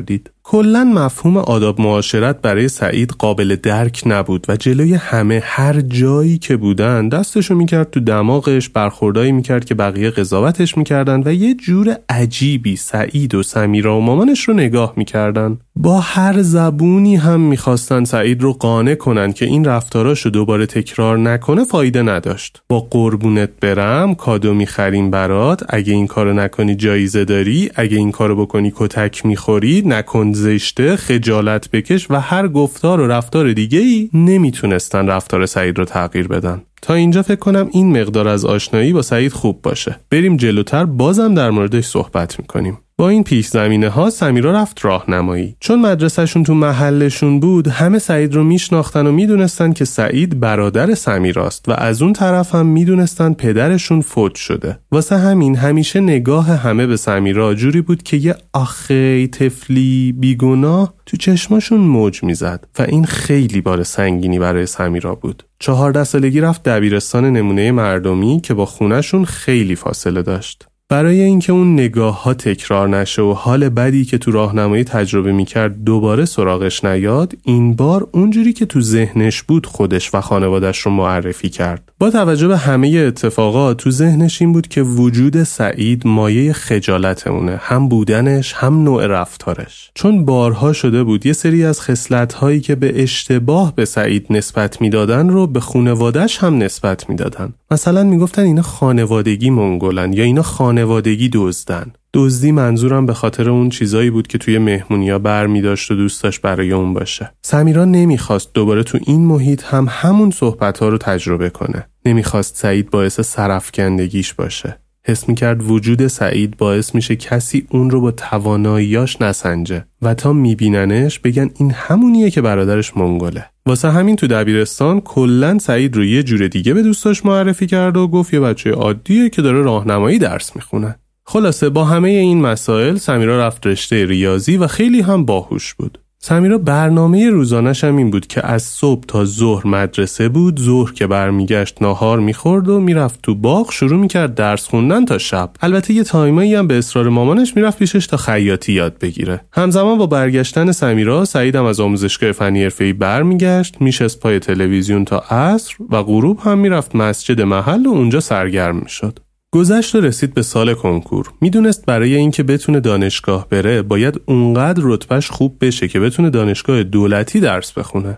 [SPEAKER 5] کلاً مفهوم آداب معاشرت برای سعید قابل درک نبود و جلوی همه هر جایی که بودن دستشو میکرد تو دماغش، برخوردایی میکرد که بقیه قضاوتش میکردن و یه جور عجیبی سعید و سمیرا و مامانش رو نگاه میکردن. با هر زبونی هم میخواستن سعید رو قانع کنن که این رفتاراشو دوباره تکرار نکنه فایده نداشت. با قربونت برم، کادو میخریم برات، اگه این کارو نکنی جایزه داری، اگه این کارو بکنی کتک میخوری، نکن زشته، خجالت بکش و هر گفتار و رفتار دیگه‌ای نمیتونستن رفتار سعید رو تغییر بدن. تا اینجا فکر کنم این مقدار از آشنایی با سعید خوب باشه. بریم جلوتر، بازم در موردش صحبت میکنیم. با این پیش زمینه ها سمیرا رفت راهنمایی. چون مدرسهشون تو محلشون بود، همه سعید رو میشناختن و میدونستن که سعید برادر سمیراست و از اون طرف هم میدونستن پدرشون فوت شده. واسه همین همیشه نگاه همه به سمیرا جوری بود که یه آخی طفلی بیگناه تو چشماشون موج میزد و این خیلی بار سنگینی برای سمیرا بود. 14 سالگی رفت دبیرستان نمونه مردمی که با خونهشون خیلی فاصله داشت. برای اینکه اون نگاه ها تکرار نشه و حال بدی که تو راهنمایی تجربه میکرد دوباره سراغش نیاد، این بار اونجوری که تو ذهنش بود خودش و خانوادش رو معرفی کرد. با توجه به همه اتفاقات تو ذهنش این بود که وجود سعید مایه خجالت اونه، هم بودنش هم نوع رفتارش. چون بارها شده بود یه سری از خصلت‌هایی که به اشتباه به سعید نسبت میدادن رو به خانواده‌اش هم نسبت میدادن. مثلا میگفتن اینا خانوادگی منگولن یا اینا خانوادگی دزدن. دزدی منظورم به خاطر اون چیزایی بود که توی مهمونی‌ها برمی‌داشت و دوست داشت برای اون باشه. سمیرا نمیخواست دوباره تو این محیط هم همون صحبت‌ها رو تجربه کنه. نمیخواست سعید باعث سرفکندگیش باشه. حس می‌کرد وجود سعید باعث میشه کسی اون رو با تواناییاش نسنجه و تا میبیننش بگن این همونیه که برادرش منگوله. واسه همین تو دبیرستان کلاً سعید رو یه جور دیگه به دوستاش معرفی کرد و گفت یه بچه عادیه که داره راهنمایی درس میخونه. خلاصه با همه این مسائل سمیرا رفت رشته ریاضی و خیلی هم باهوش بود. سمیرا برنامه روزانش هم این بود که از صبح تا ظهر مدرسه بود، ظهر که برمیگشت ناهار میخورد و میرفت تو باغ شروع میکرد درس خوندن تا شب. البته یه تایمایی هم به اصرار مامانش میرفت پیشش تا خیاطی یاد بگیره. همزمان با برگشتن سمیرا، سعید هم از آموزشگاه فنی حرفه‌ای برمیگشت، میشست پای تلویزیون تا عصر و غروب هم میرفت مسجد محل و اونجا سرگرم میشد. گذشت و رسید به سال کنکور. میدونست برای اینکه بتونه دانشگاه بره باید اونقدر رتبهش خوب بشه که بتونه دانشگاه دولتی درس بخونه.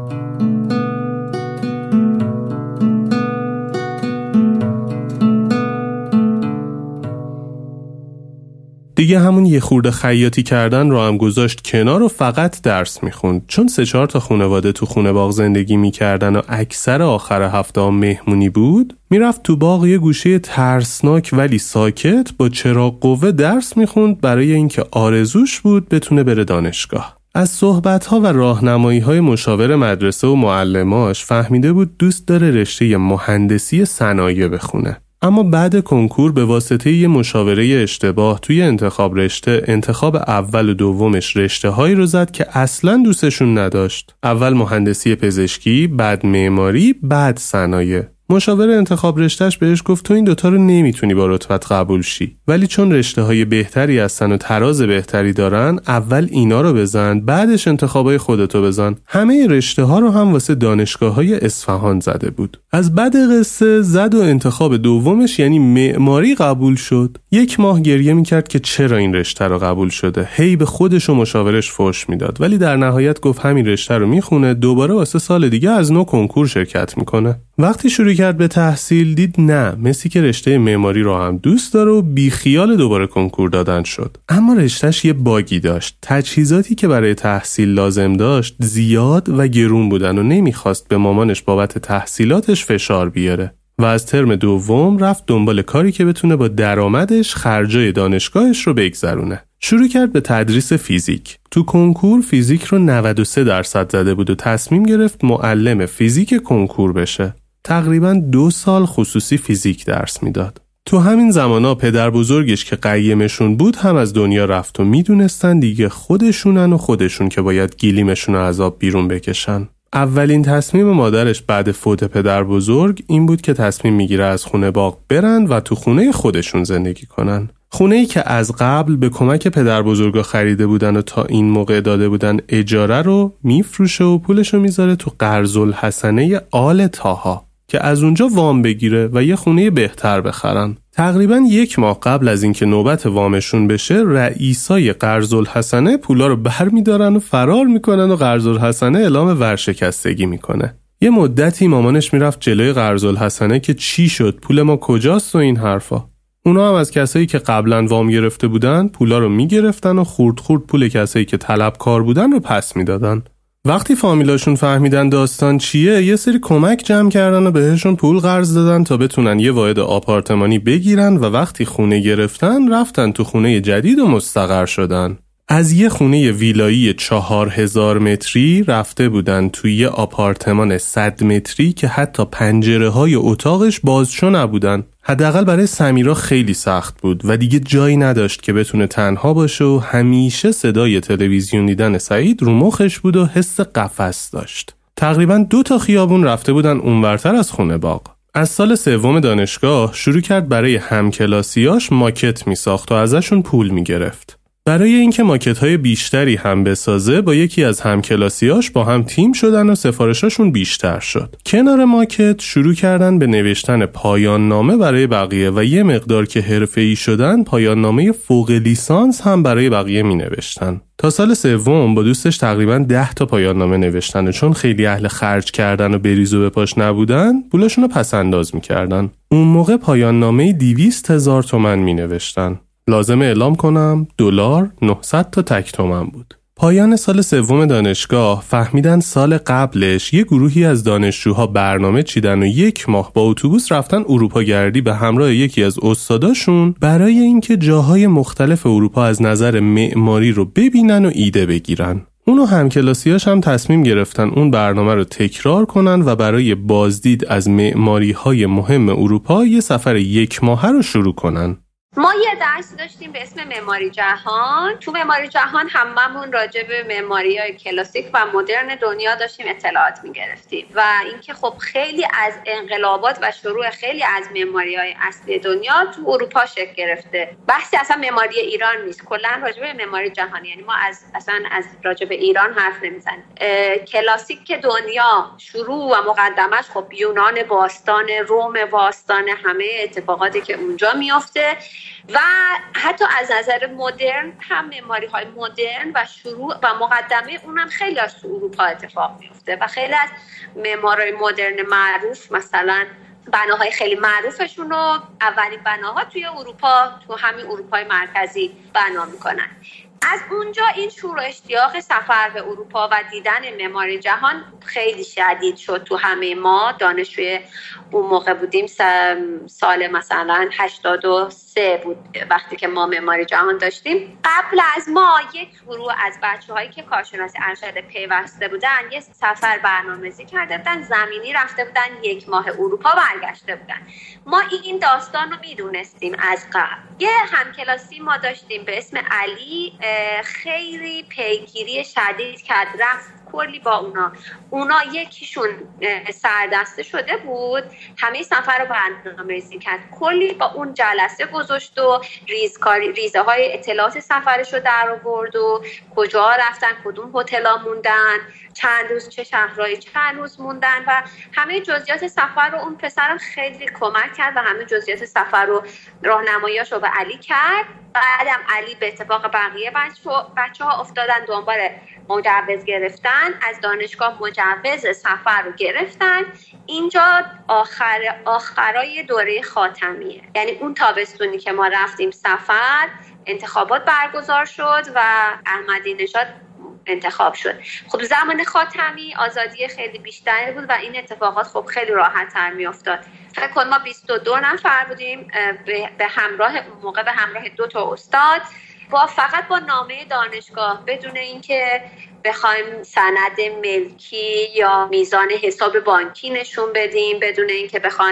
[SPEAKER 5] دیگه همون یه خورده خیاطی کردن رو هم گذاشت کنار و فقط درس میخوند. چون 3-4 تا خانواده تو خونه باغ زندگی میکردن و اکثر آخر هفته ها مهمونی بود، میرفت تو باغ یه گوشه ترسناک ولی ساکت با چراغ قوه درس میخوند برای اینکه آرزوش بود بتونه بره دانشگاه. از صحبت‌ها و راهنمایی‌های مشاور مدرسه و معلماش فهمیده بود دوست داره رشته مهندسی صنایع بخونه. اما بعد کنکور به واسطه یه مشاوره اشتباه توی انتخاب رشته، انتخاب اول و دومش رشته‌هایی رو زد که اصلاً دوستشون نداشت. اول مهندسی پزشکی، بعد معماری، بعد صنایع. مشاور انتخاب رشتهش بهش گفت تو این دوتا رو نمیتونی با رتبت قبول شی، ولی چون رشته‌های بهتری هستن و تراز بهتری دارن، اول اینا رو بزن، بعدش انتخابای خودتو بزن. همه رشته‌ها رو هم واسه دانشگاه‌های اصفهان زده بود. از بعد قصه زد و انتخاب دومش یعنی معماری قبول شد. 1 ماه گریه میکرد که چرا این رشته رو قبول شده. هی به خودش و مشاورش فحش میداد، ولی در نهایت گفت همین رشته رو میخونه، دوباره واسه سال دیگه از نو کنکور شرکت میکنه. وقتی شروع کرد به تحصیل دید نه، مسی که رشته معماری رو هم دوست داره و بی خیال دوباره کنکور دادن شد. اما رشتهش یه باگی داشت. تجهیزاتی که برای تحصیل لازم داشت زیاد و گرون بودن و نمیخواست به مامانش بابت تحصیلاتش فشار بیاره. و از ترم دوم رفت دنبال کاری که بتونه با درآمدش خرجای دانشگاهش رو بگذرونه. شروع کرد به تدریس فیزیک. تو کنکور فیزیک رو 93% زده بود و تصمیم گرفت معلم فیزیک کنکور بشه. تقریباً 2 سال خصوصی فیزیک درس میداد. تو همین زمانا پدر بزرگش که قیمشون بود هم از دنیا رفت و میدونستن دیگه خودشونن و خودشون که باید گلیمشون رو از آب بیرون بکشن. اولین تصمیم مادرش بعد فوت پدر بزرگ این بود که تصمیم میگیره از خونه باغ برن و تو خونه خودشون زندگی کنن. خونه‌ای که از قبل به کمک پدر بزرگا خریده بودن و تا این موقع داده بودن اجاره رو میفروشه و پولشو میذاره تو قرض‌الحسنه آل طاها که از اونجا وام بگیره و یه خونه بهتر بخرن. تقریباً 1 ماه قبل از اینکه نوبت وامشون بشه، رئیسای قرض‌الحسنه پولا رو برمی‌دارن و فرار میکنن و قرض‌الحسنه اعلام ورشکستگی میکنه. یه مدتی مامانش میرفت جلوی قرض‌الحسنه که چی شد، پول ما کجاست و این حرفا. اونا هم از کسایی که قبلاً وام گرفته بودن پولا رو میگرفتن و خورد خورد پول کسایی که طلبکار بودن رو پس میدادن. وقتی فامیلاشون فهمیدن داستان چیه، یه سری کمک جمع کردن و بهشون پول قرض دادن تا بتونن یه واحد آپارتمانی بگیرن و وقتی خونه گرفتن رفتن تو خونه جدید و مستقر شدن. از یه خونه ویلایی 4000 متری رفته بودن توی یه آپارتمان 100 متری که حتی پنجره‌های اتاقش بازشو نبودن. حداقل برای سمیرا خیلی سخت بود و دیگه جایی نداشت که بتونه تنها باشه و همیشه صدای تلویزیون دیدن سعید رو مخش بود و حس قفس داشت. تقریباً 2 خیابون رفته بودن اونورتر از خونه باغ. از سال 3 دانشگاه شروع کرد برای همکلاسیاش ماکت میساخت و ازشون پول میگرفت. برای اینکه ماکت‌های بیشتری هم بسازه با یکی از همکلاسیاش با هم تیم شدن و سفارشاشون بیشتر شد. کنار ماکت شروع کردن به نوشتن پایان نامه برای بقیه و یه مقدار که حرفه‌ای شدن پایان نامه فوق لیسانس هم برای بقیه می نوشتن. تا سال 3 با دوستش تقریباً 10 پایان نامه نوشتن و چون خیلی اهل خرج کردن و بریز و بپاش نبودن پولاشون رو پس انداز می کردن. اون موقع پایان نامه 200,000 تومان می نوشتن. لازم اعلام کنم $900 تا تک تومن بود. پایان سال 3 دانشگاه فهمیدن سال قبلش یه گروهی از دانشجوها برنامه چیدن و 1 ماه با اتوبوس رفتن اروپا گردی به همراه یکی از استاداشون برای اینکه جاهای مختلف اروپا از نظر معماری رو ببینن و ایده بگیرن. اونو همکلاسیاش هم تصمیم گرفتن اون برنامه رو تکرار کنن و برای بازدید از معماری‌های مهم اروپا یه سفر 1 ماهه رو شروع کنن.
[SPEAKER 6] ما یه درسی داشتیم به اسم معماری جهان. تو معماری جهان هممون راجع به معماری‌های کلاسیک و مدرن دنیا داشتیم اطلاعات می‌گرفتیم و اینکه خب خیلی از انقلابات و شروع خیلی از معماری‌های اصلی دنیا تو اروپا شکل گرفته. بحثی اصلا معماری ایران نیست، کلاً راجع به معماری جهانی، یعنی ما اصلا از راجع به ایران حرف نمی‌زنیم. کلاسیک دنیا شروع و مقدمش خب یونان باستان، روم باستان، همه اتفاقاتی که اونجا میفته و حتی از نظر مدرن هم معماری‌های مدرن و شروع و مقدمه اونم خیلی از تو اروپا اتفاق میفته و خیلی از معمارای مدرن معروف مثلا بناهای خیلی معروفشون رو اولین بناها توی اروپا، تو همین اروپای مرکزی بنا میکنن. از اونجا این شور و اشتیاق سفر به اروپا و دیدن معماری جهان خیلی شدید شد تو همه ما. دانشجوی اون موقع بودیم، سال مثلا 83 بود وقتی که ما معماری جهان داشتیم. قبل از ما یک گروه از بچه‌هایی که کارشناسی ارشد پیوسته بودن یه سفر برنامه‌ریزی کرده بودن، زمینی رفته بودن 1 ماه اروپا برگشته بودن. ما این داستان رو میدونستیم از قبل. یه همکلاسی ما داشتیم به اسم علی، خیلی پیگیری شدید کرد، رفت کلی با اونا یکیشون سردسته شده بود، همه سفر رو برنامه‌ریزی کرد، کلی با اون جلسه گذاشت و ریزه های اطلاعات سفرش رو در آورد و کجا رفتن، کدوم هتل‌ها موندن، چند روز چه شهرهای چند روز موندن و همه جزئیات سفر رو اون پسرم خیلی کمک کرد و همه جزئیات سفر رو راهنمایی‌اش رو به علی کرد. بعدم علی به اتفاق بقیه بچه‌ها افتادن دنبال مجوز گرفتن، از دانشگاه مجوز سفر رو گرفتن. اینجا آخرای دوره خاتمیه، یعنی اون تابستونی که ما رفتیم سفر، انتخابات برگزار شد و احمدی نژاد انتخاب شد. خب زمان خاتمی آزادی خیلی بیشتری بود و این اتفاقات خب خیلی راحت تر می افتاد. فکر کنم ما 22 نفر بودیم به همراه 2 تا استاد، فقط با نامه دانشگاه، بدون اینکه بخوایم سند ملکی یا میزان حساب بانکی نشون بدیم، بدون اینکه بخوایم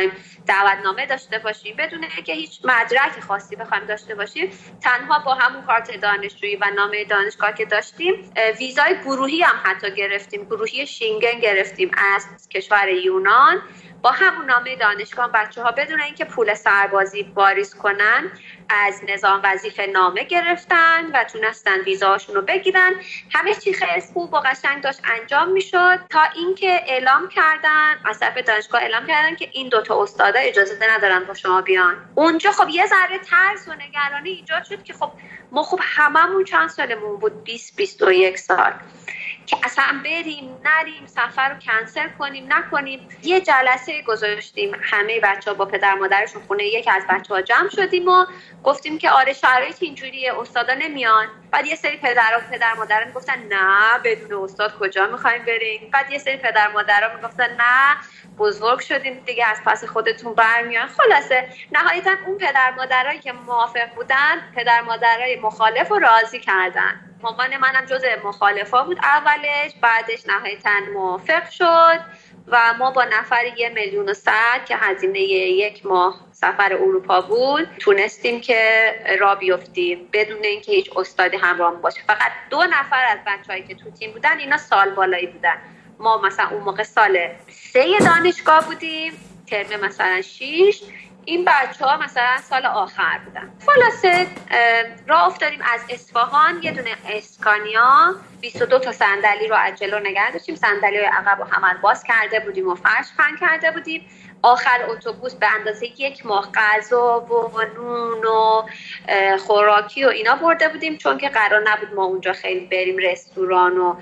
[SPEAKER 6] دعوتنامه داشته باشیم، بدون اینکه هیچ مدرک خاصی بخوایم داشته باشیم، تنها با همون کارت دانشجویی و نامه دانشگاه که داشتیم، ویزای گروهی هم حتی گرفتیم، گروهی شینگن گرفتیم از کشور یونان. با همون نامه دانشگاه بچه‌ها بدون اینکه پول سربازی واریز کنن از نظام وظیفه نامه گرفتن و تونستن ویزاشون رو بگیرن. همه چی خیلی خوب و قشنگ داشت انجام میشد تا اینکه اعلام کردن، از طرف دانشگاه اعلام کردن که این دوتا استادا اجازه ندارن با شما بیان. اونجا خب یه ذره ترس و نگرانی ایجاد شد که خب ما خب هممون چند سالمون بود، 20-21 سال، که اصلا بریم نریم، سفر رو کنسل کنیم نکنیم. یه جلسه گذاشتیم، همه بچه‌ها با پدر مادرشون خونه یکی از بچه‌ها جمع شدیم و گفتیم که آره شرایط اینجوریه، استادا نمیان. بعد یه سری پدر مادران گفتن نه بدون استاد کجا می‌خوایم بریم. بعد یه سری پدر مادرها میگفتن نه بزرگ شدین دیگه، از پس خودتون برمیان. خلاصه نهایتا اون پدر مادرایی که موافق بودن پدر مادرای مخالف رو راضی کردن. مامان منم جز مخالفا بود اولش، بعدش نهایتا موافق شد و ما با نفر 1,100,000 که هزینه 1 ماه سفر اروپا بود تونستیم که راه بیفتیم بدون اینکه هیچ استادی همراهم باشه. فقط 2 نفر از بچه‌هایی که تو تیم بودن اینا سال بالایی بودن. ما مثلا اون موقع سال 3 دانشگاه بودیم، ترم مثلا 6، این بچه‌ها مثلا سال آخر بودن. خلاصه راه افتادیم از اصفهان، یه دونه اسکانیا، 22 تا صندلی رو از جلو نگه داشتیم، صندلی‌های عقب رو همه باز کرده بودیم و فرش پهن کرده بودیم. آخر اتوبوس به اندازه 1 ماه غذا و نون و خوراکی و اینا برده بودیم، چون که قرار نبود ما اونجا خیلی بریم رستوران و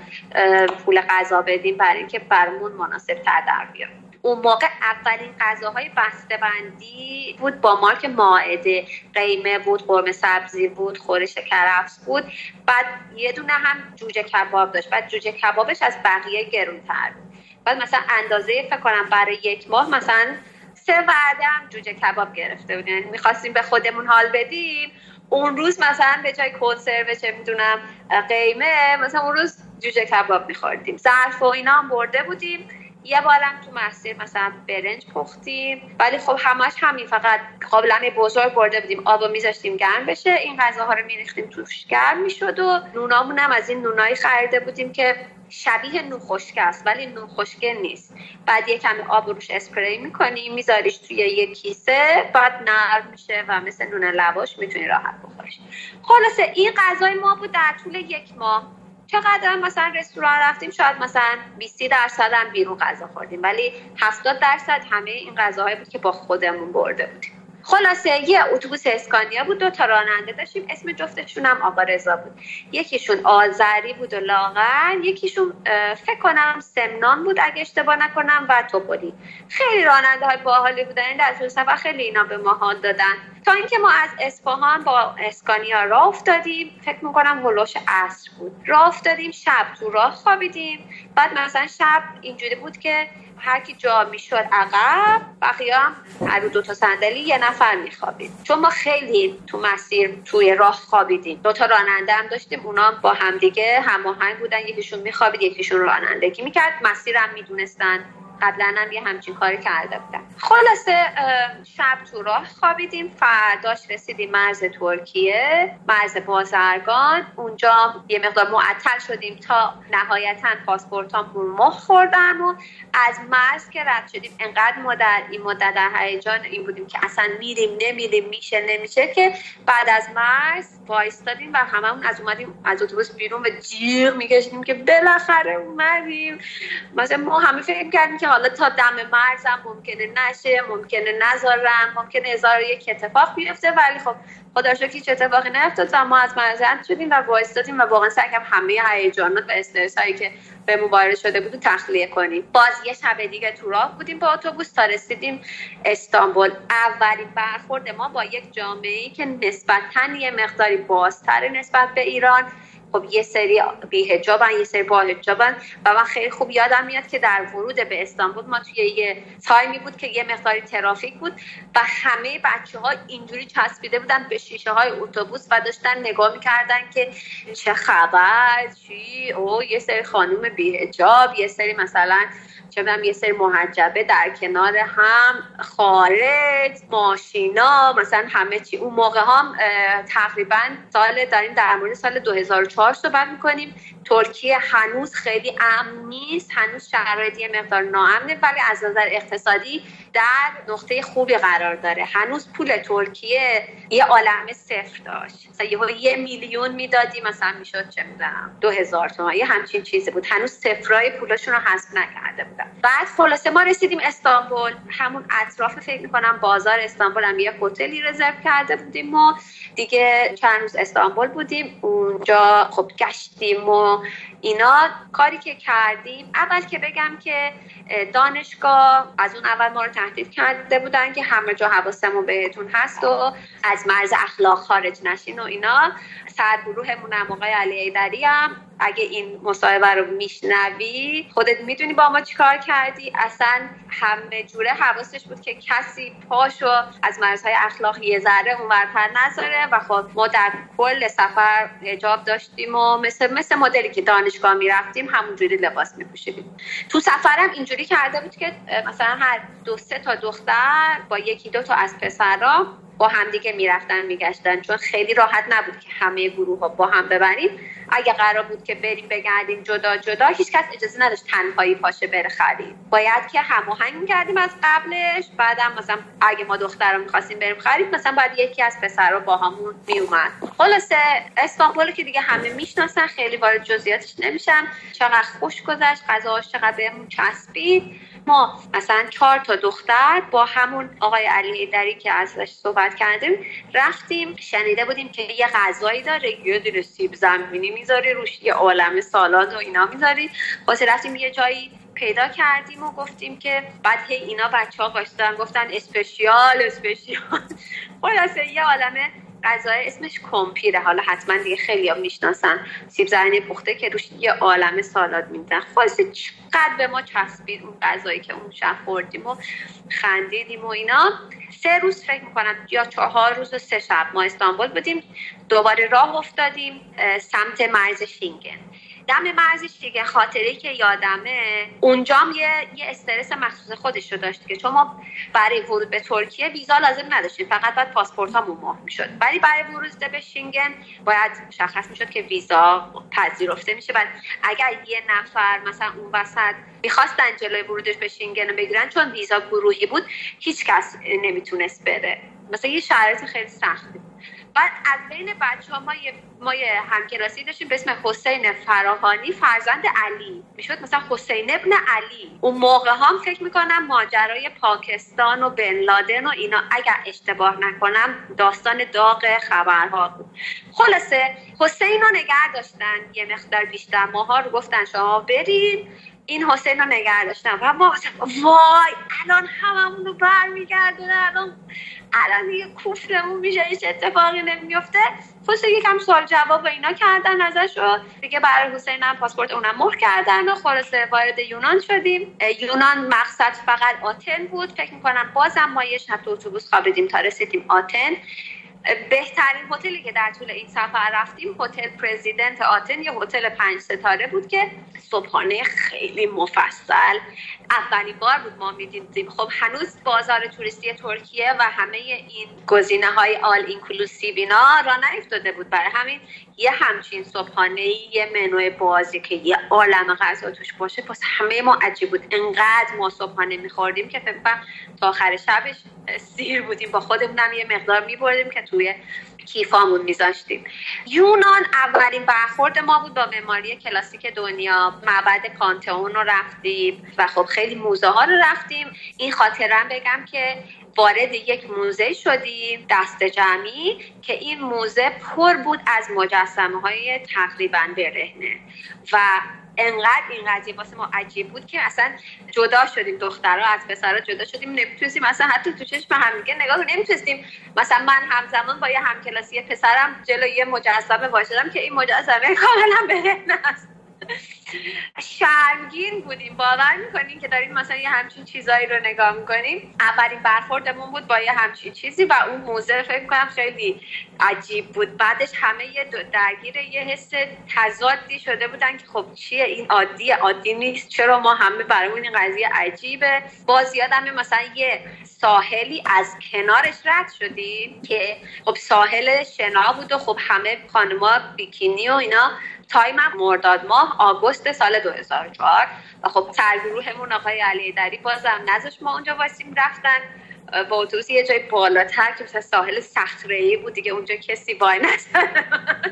[SPEAKER 6] پول غذا بدیم برای اینکه برامون مناسب‌تر در بیاد. اون موقع اولین غذاهای بسته‌بندی بود با مارک مائده، قیمه بود، قرمه سبزی بود، خورش کرفس بود. بعد یه دونه هم جوجه کباب داشت، بعد جوجه کبابش از بقیه گرون‌تر بود. بعد مثلا اندازه فکر کنم برای 1 ماه مثلا 3 وعده هم جوجه کباب گرفته بودیم. یعنی می‌خواستیم به خودمون حال بدیم، اون روز مثلا به جای کنسرو چه می‌دونم قیمه، مثلا اون روز جوجه کباب می‌خوردیم. ظرف و اینا هم برده بودیم. یه بارم تو مسیر مثلا برنج پختیم، ولی خب همش همین، فقط قابلمه بزرگ برده بودیم، آبو میذاشتیم گرم بشه، این غذاها رو میریختیم توش گرم میشد و نونامون هم از این نونایی خریده بودیم که شبیه نون خشک است ولی نون خشک نیست. بعد یه کمی آب روش اسپری میکنی، میذاریش توی یه کیسه، بعد نرم میشه و مثل نون لواش میتونی راحت بخوریش. خلاصه این غذای ما بود در طول 1 ماه. چقدر مثلا رستوران رفتیم، شاید مثلا 20% هم بیرون غذا خوردیم، ولی 70% همه این غذاهایی بود که با خودمون برده بودیم. خلاصه یه اتوبوس اسکانیا بود، 2 تا راننده داشتیم، اسم جفتشون هم آقا رضا بود. یکیشون آذری بود و لاغر، یکیشون فکر کنم سمنان بود اگه اشتباه نکنم و توپلی. خیلی راننده های باحالی بودن، در طول سفر خیلی اینا به ما حال دادن. تا اینکه ما از اصفهان با اسکانیا راه افتادیم، فکر میکنم هولوش عصر بود. راه افتادیم، شب تو راه خوابیدیم. بعد مثلا شب اینجوری بود که هر کی جا میشد عقب، بقیه هم هر 2 تا صندلی 1 نفر میخوابید، چون ما خیلی تو مسیر توی راه خوابیدیم. 2 تا راننده هم داشتیم، اونا با همدیگه هماهنگ بودن، یکیشون میخوابید یکیشون رانندگی میکرد، مسیرم میدونستن، قبلا هم یه همچین کاری کرده بودن. خلاصه شب تو راه خوابیدیم. فرداش رسیدیم مرز ترکیه، مرز بازرگان. اونجا یه مقدار معطل شدیم تا نهایتاً پاسپورتامون مهر خوردن و از مرز که رد شدیم انقدر این مدت در هیجان این بودیم که اصلا میریم نمیریم، میشه نمیشه، که بعد از مرز وایستادیم و هممون اومدیم از اتوبوس بیرون و جیغ میکشیدیم که بالاخره اومدیم. مثلا ما همه فکر کردیم که حالا تا دم مرزم ممکنه نشه، ممکنه نذارن، ممکنه 1001 اتفاق بیفته، ولی خب خدا رو شکر هیچ اتفاقی نیفتاد و ما از مرز رد شدیم و وایستادیم و واقعا سعی کردیم همه هیجانات و استرسایی که به وارد شده بود تخلیه کنیم. باز یه شب دیگه تو راه بودیم با اتوبوس تا رسیدیم استانبول. اولین برخورد ما با یک جامعه‌ای که نسبتاً یه مقداری بازتر نسبت به ایران، خب یه سری بی‌حجابن یه سری باحجابن و من خیلی خوب یادم میاد که در ورود به استانبول ما توی یه تایمی بود که یه مقداری ترافیک بود و همه بچه‌ها اینجوری چسبیده بودن به شیشه‌های اتوبوس و داشتن نگاه می‌کردن که چه خبر، چی، یه سری خانم بی‌حجاب، یه سری مثلا چه می‌دونم یه سری محجبه در کنار هم، خارج، ماشینا، مثلا همه چی. اون موقع هم تقریبا داریم در مورد سال 2004 صحبت می‌کنیم. ترکیه هنوز خیلی امن نیست، هنوز شرایط یه مقدار ناامنه، ولی از نظر اقتصادی در نقطه خوبی قرار داره. هنوز پول ترکیه یه عالمه صفر داشت، مثلا 1 میلیون میدادی مثلا میشد چه میدونم 2000 تومان، یه همچین چیزی بود. هنوز صفرای پولاشون رو حذف نکرده بودن. بعد خلاصه ما رسیدیم استانبول، همون اطراف فکر میکنم بازار استانبول هم یه هتلی رزرو کرده بودیم و دیگه چند روز استانبول بودیم. اونجا خب گشتیم و اینا. کاری که کردیم، اول که بگم که دانشگاه از اون اول ما رو تهدید کرده بودن که همه جا حواسمون بهتون هست و از مرز اخلاق خارج نشین و اینا. سرگروهمون هم آقای علی ایدری هم، اگه این مصاحبه رو میشنوی خودت میدونی با ما چیکار کردی. اصلا همه جوره حواسش بود که کسی پاشو از مرزهای اخلاق یه ذره اونورتر نذاره و خب ما در کل سفر حجاب داشتیم و مثل مدلی که دانشگاه میرفتیم همونجوری لباس میپوشیدیم. تو سفرم اینجوری کرده بود که مثلا هر 2-3 تا دختر با 1-2 تا از پسرا با هم دیگه میرفتن میگشتن، چون خیلی راحت نبود که همه گروه ها با هم ببریم. اگه قرار بود که بریم بگردیم جدا جدا، هیچ کس اجازه نداشت تنهایی پاشه بره خرید. باید که هماهنگ می‌کردیم از قبلش. بعدم مثلا اگه ما دخترا می‌خواستیم بریم خرید، مثلا باید یکی از پسرا با همون میومد. خلاصه استانبول که دیگه همه میشناسن، خیلی وارد جزئیاتش نمیشم. چقدر خوش گذشت، غذاش چقدر بهمون چسبید. ما مثلا 4 تا دختر با همون آقای علی ایدری که ازش صحبت کردیم رفتیم. شنیده بودیم که یه غذایی داره، یه دونه سیب زمینی میذاری روش، یه عالمه سالاد و اینا میذاری. واسه رفتیم یه جایی پیدا کردیم و گفتیم که بعد که اینا بچه‌ها واسطن گفتن اسپشیال. خلاصه یه عالمه غذای اسمش کمپیره، حالا حتما دیگه خیلی‌ها میشناسن، سیب زمینی پخته که روش یه عالمه سالاد میدن. خلاصه چقدر به ما چسبید اون غذایی که اون شب خوردیم و خندیدیم و اینا. 3 روز فکر میکنم یا 4 روز و 3 شب ما استانبول بودیم. دوباره راه افتادیم سمت مرز شینگن. دم مرز شینگن خاطری که یادمه، اونجام یه استرس مخصوص خودش رو داشت که چون ما برای ورود به ترکیه ویزا لازم نداشتیم، فقط باید پاسپورتامون مهر میشد. ولی برای ورود به شینگن باید مشخص میشد که ویزا پذیرفته میشه. بعد اگر یه نفر مثلا اون وسط میخواستن جلوی ورودش به شینگن رو بگیرن، چون ویزا گروهی بود هیچ کس نمیتونست بره. مثلا یه شرایط خیلی سختی. بعد از بین بچه‌ها ما یه همکلاسی داشتیم به اسم حسین فراهانی، فرزند علی، میشد مثلا حسین ابن علی. اون موقع هم فکر میکنم ماجرای پاکستان و بن لادن و اینا اگر اشتباه نکنم داستان داغ خبرها بود. خلاصه حسین رو نگه داشتن یه مقدار بیشتر، ماها رو گفتن شما برید. این حسین رو نگه داشتم و ما وای الان هممون رو برمیگردونه، الان دیگه کوفتمون میشه، هیچ اتفاقی نمیفته. خلاصه یکم سوال جواب و اینا کردن ازش و دیگه برای حسین هم پاسپورت اونم مهر کردن و خلاصه وارد یونان شدیم. یونان مقصد فقط آتن بود. فکر میکنم بازم ما یه شب تو اتوبوس خوابیدیم تا رسیدیم آتن. بهترین هتلی که در طول این سفر رفتیم هتل پرزیدنت آتن، یه هتل 5 ستاره بود که صبحانه خیلی مفصل. اولین بار بود ما می‌دیدیم. خب هنوز بازار توریستی ترکیه و همه این گزینه‌های آل اینکلوسیو اینا را نیفتاده بود، برای همین یه همچین صبحانه یه منوی بازی که یه عالمه غذا توش باشه واسه همه ما عجیب بود. انقدر ما صبحانه می‌خوردیم که فکر کنم تا آخر شبش سیر بودیم، با خودمونم یه مقدار می‌بردیم که توی کیفامون میذاشتیم. یونان اولین برخورد ما بود با معماری کلاسیک دنیا. معبد پانتئون رو رفتیم و خب خیلی موزه ها رو رفتیم. این خاطرم بگم که وارد یک موزه شدیم دست جمعی که این موزه پر بود از مجسمه های تقریبا برهنه و انقدر این قضیه واسه ما عجیب بود که اصلا جدا شدیم، دخترها از پسرها جدا شدیم، نمیتونستیم اصلا حتی تو چشم همدیگه نگاه کنیم. نمیتونستیم مثلا من همزمان با یه همکلاسی پسرم جلوی یه مجسمه وایسادم که این مجسمه کاملا برهنه است. شرمگین بودیم. باور میکنین که داریم مثلا یه همچین چیزایی رو نگاه میکنیم؟ اولین برخوردمون بود با یه همچین چیزی و اون موزه فکر کنم خیلی عجیب بود. بعدش همه درگیر یه حس تضادی شده بودن که خب چیه این، عادی نیست، چرا ما همه برامون این قضیه عجیبه. باز یادمه مثلا یه ساحلی از کنارش رد شدیم که خب ساحل شنا بود و خب همه خانم‌ها بیکینی و اینا. تایم مرداد ماه آگوست سال 2004 و خب سرگروهمون آقای علی دری بازم نذاشت ما اونجا واسیم، رفتن با اتوبوس یه جای بالاتر که مثلا ساحل صخره‌ای بود دیگه، اونجا کسی وای نزد.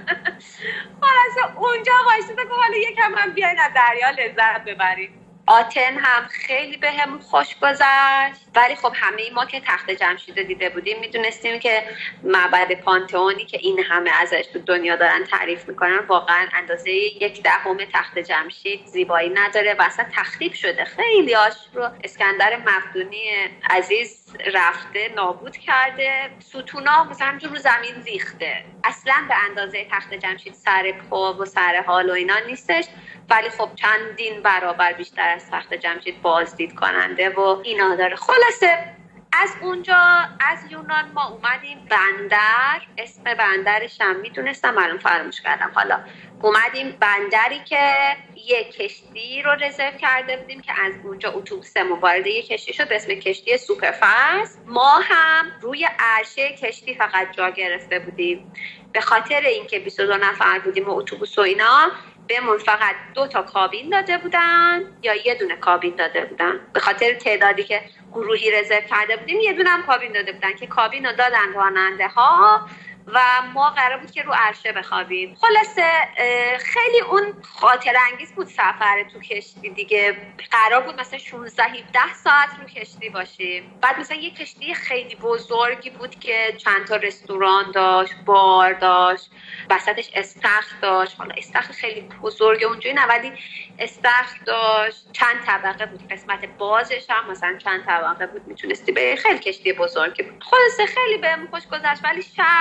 [SPEAKER 6] خلاص اونجا وایساده که حالا یکم هم بیاین از دریا لذت ببرید. آتن هم خیلی بهمون خوش گذشت، ولی خب همه ما که تخت جمشید رو دیده بودیم میدونستیم که معبد پانتئونی که این همه ازش تو دنیا دارن تعریف میکنن واقعا اندازه 1/10 تخت جمشید زیبایی نداره و اصلا تخریب شده. خیلی هاش رو اسکندر مقدونی عزیز رفته نابود کرده، ستونا مثلا همجور رو زمین ریخته. اصلا به اندازه تخت جمشید سر پا و سر حال و اینا نیستش، ولی خب چندین برابر بیشتر از تخت جمشید بازدید کننده و اینا داره. خلاصه از اونجا از یونان ما اومدیم بندر، اسم بندرش هم میدونستم الان فراموش کردم. حالا اومدیم بندری که یک کشتی رو رزرو کرده بودیم که از اونجا اتوبوسمون وارد یک کشتی شد به اسم کشتی سوپرفاست. ما هم روی عرشه کشتی فقط جا گرفته بودیم به خاطر اینکه 22 نفر بودیم و اتوبوس و اینا. بهمون فقط 2 تا کابین داده بودن یا یه دونه کابین داده بودن، به خاطر تعدادی که گروهی رزرو کرده بودیم یه دونه هم کابین داده بودن که کابین رو دادن راننده ها و ما قرار بود که رو عرشه بخوابیم. خلاصه خیلی اون خاطر انگیز بود سفر تو کشتی دیگه. قرار بود مثلا 16-17 ساعت رو کشتی باشیم. بعد مثلا یه کشتی خیلی بزرگی بود که چند تا رستوران داشت، بار داشت، وسطش استخر داشت. حالا استخر خیلی بزرگه اونجوری نه، ولی استخر داشت، چند طبقه بود، قسمت بازش هم مثلا چند طبقه بود، میتونستی بری. خیلی کشتی بزرگی بود. خلاصه خیلی بهم خوش گذشت، ولی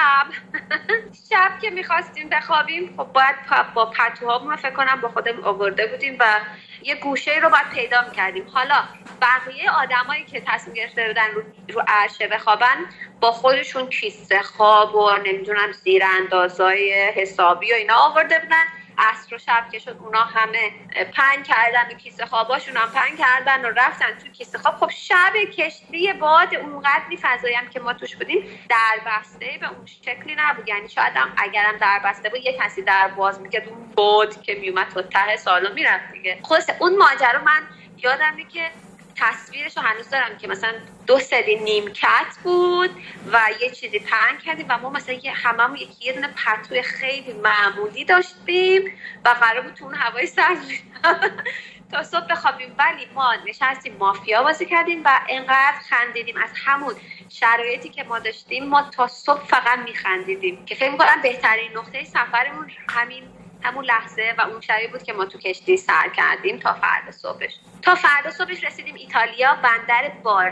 [SPEAKER 6] شب که میخواستیم بخوابیم خب باید با پتوهامون رو فکر کنم با خودمون آورده بودیم و یه گوشه رو باید پیدا میکردیم. حالا بقیه آدمایی که تصمیم گرفته بودن رو عرشه بخوابن با خودشون کیسه خواب و نمیدونم زیراندازای حسابی و اینا آورده بودن. عصر و شب که شد اونا همه پن کردن و کیسه خواباشون هم پن کردن و رفتن تو کیسه خواب. خب شب کشتی باد اونقدری فضایی هم که ما توش بودیم در بسته به اون شکلی نبود، یعنی شاید هم اگرم در بسته بود یه کسی در باز میکرد اون باد که میومد تا ته سالن میرفت دیگه. خلاصه اون ماجرا من یادمه که تصویرش رو هنوز دارم که مثلا 2 سری نیمکت بود و یه چیزی پهن کردیم و ما مثلا هممون یه دونه پتوی خیلی معمولی داشتیم و قرار بود تو اون هوای سرد تا صبح بخوابیم. ولی ما نشستیم مافیا بازی کردیم و انقدر خندیدیم از همون شرایطی که ما داشتیم. ما تا صبح فقط میخندیدیم که فکر می‌کنم بهترین نقطه سفرمون همون لحظه و اون شبی بود که ما تو کشتی سر کردیم تا فردا صبحش رسیدیم ایتالیا، بندر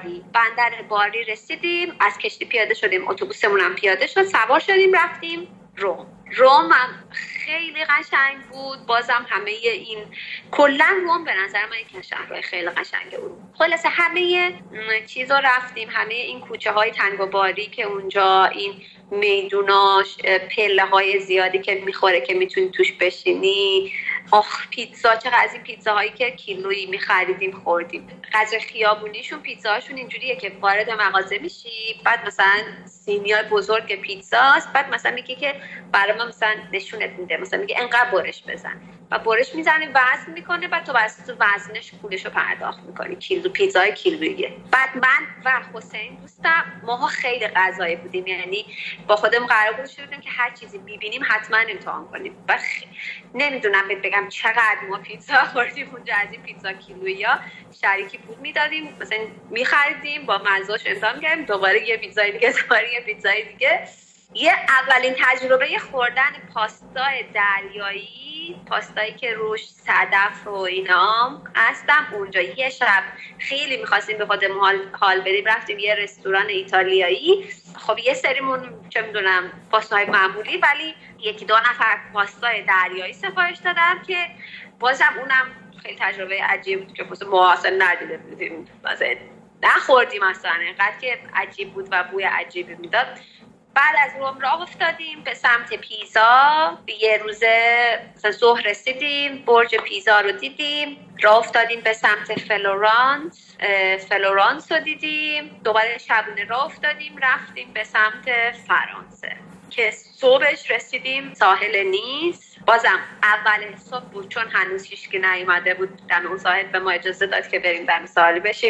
[SPEAKER 6] باری رسیدیم، از کشتی پیاده شدیم، اتوبوسمون هم پیاده شد، سوار شدیم رفتیم روم هم خیلی قشنگ بود. بازم همه این کلا روم به نظر من یک شهر خیلی قشنگه. خلاصه همه چیز رو رفتیم، همه این کوچه های تنگ و باریک که اونجا، این میدوناش، پله های زیادی که میخوره که میتونی توش بشینی. پیتزا، چقدر از این پیتزاهایی که کیلویی میخریدیم خوردیم. غذای خیابونیشون پیتزاهاشون اینجوریه که وارد مغازه میشی، بعد مثلا سینیای بزرگ پیتزاست، بعد مثلا میگه که برای من مثلا نشونت میده، مثلا میگه انقدر برش بزن و برش میزنی، وزن میکنه، بعد تو واسه وزنش پولشو پرداخت میکنی. کیلو پیتزای کیلوییه. بعد من و حسین دوستم ماها خیلی غذایی بودیم، یعنی با خودمون قرار گذاشته که هر چیزی میبینیم حتما امتحان کنیم. و نمیدونم بگم چقدر ما پیتزا خوردیم اونجا. از این پیتزا کیلویی‌ها شریکی پول میدادیم، مثلا میخریدیم با مزه‌اش امتحان می‌کردیم، دوباره یه پیتزای دیگه، دوباره یه پیتزای دیگه. یه اولین تجربه خوردن پاستای دریایی، پاستایی که روش صدف و اینا هستم اونجا. یه شب خیلی می‌خواستیم به خودمون حال بدیم، رفتیم یه رستوران ایتالیایی. خب یه سریمون چه می‌دونم پاستای معمولی، ولی یکی دو نفر پاستای دریایی سفارش دادم که بازم اونم خیلی تجربه عجیب بود که ما اصلا ندیده بودیم، مثلا نخوردیم اصلا، اینقدر که عجیب بود و بوی عجیبی میداد. بعد از روم راه افتادیم به سمت پیزا. یه روزه ظهر رسیدیم، برج پیزا رو دیدیم، راه افتادیم به سمت فلورانس رو دیدیم، دوباره شبونه راه افتادیم رفتیم به سمت فرانسه که صبحش رسیدیم ساحل نیس. بازم اول صبح بود چون هنوز هیچکی نیومده بود، دم اون ساحل به ما اجازه داد که بریم دم ساحل بشیم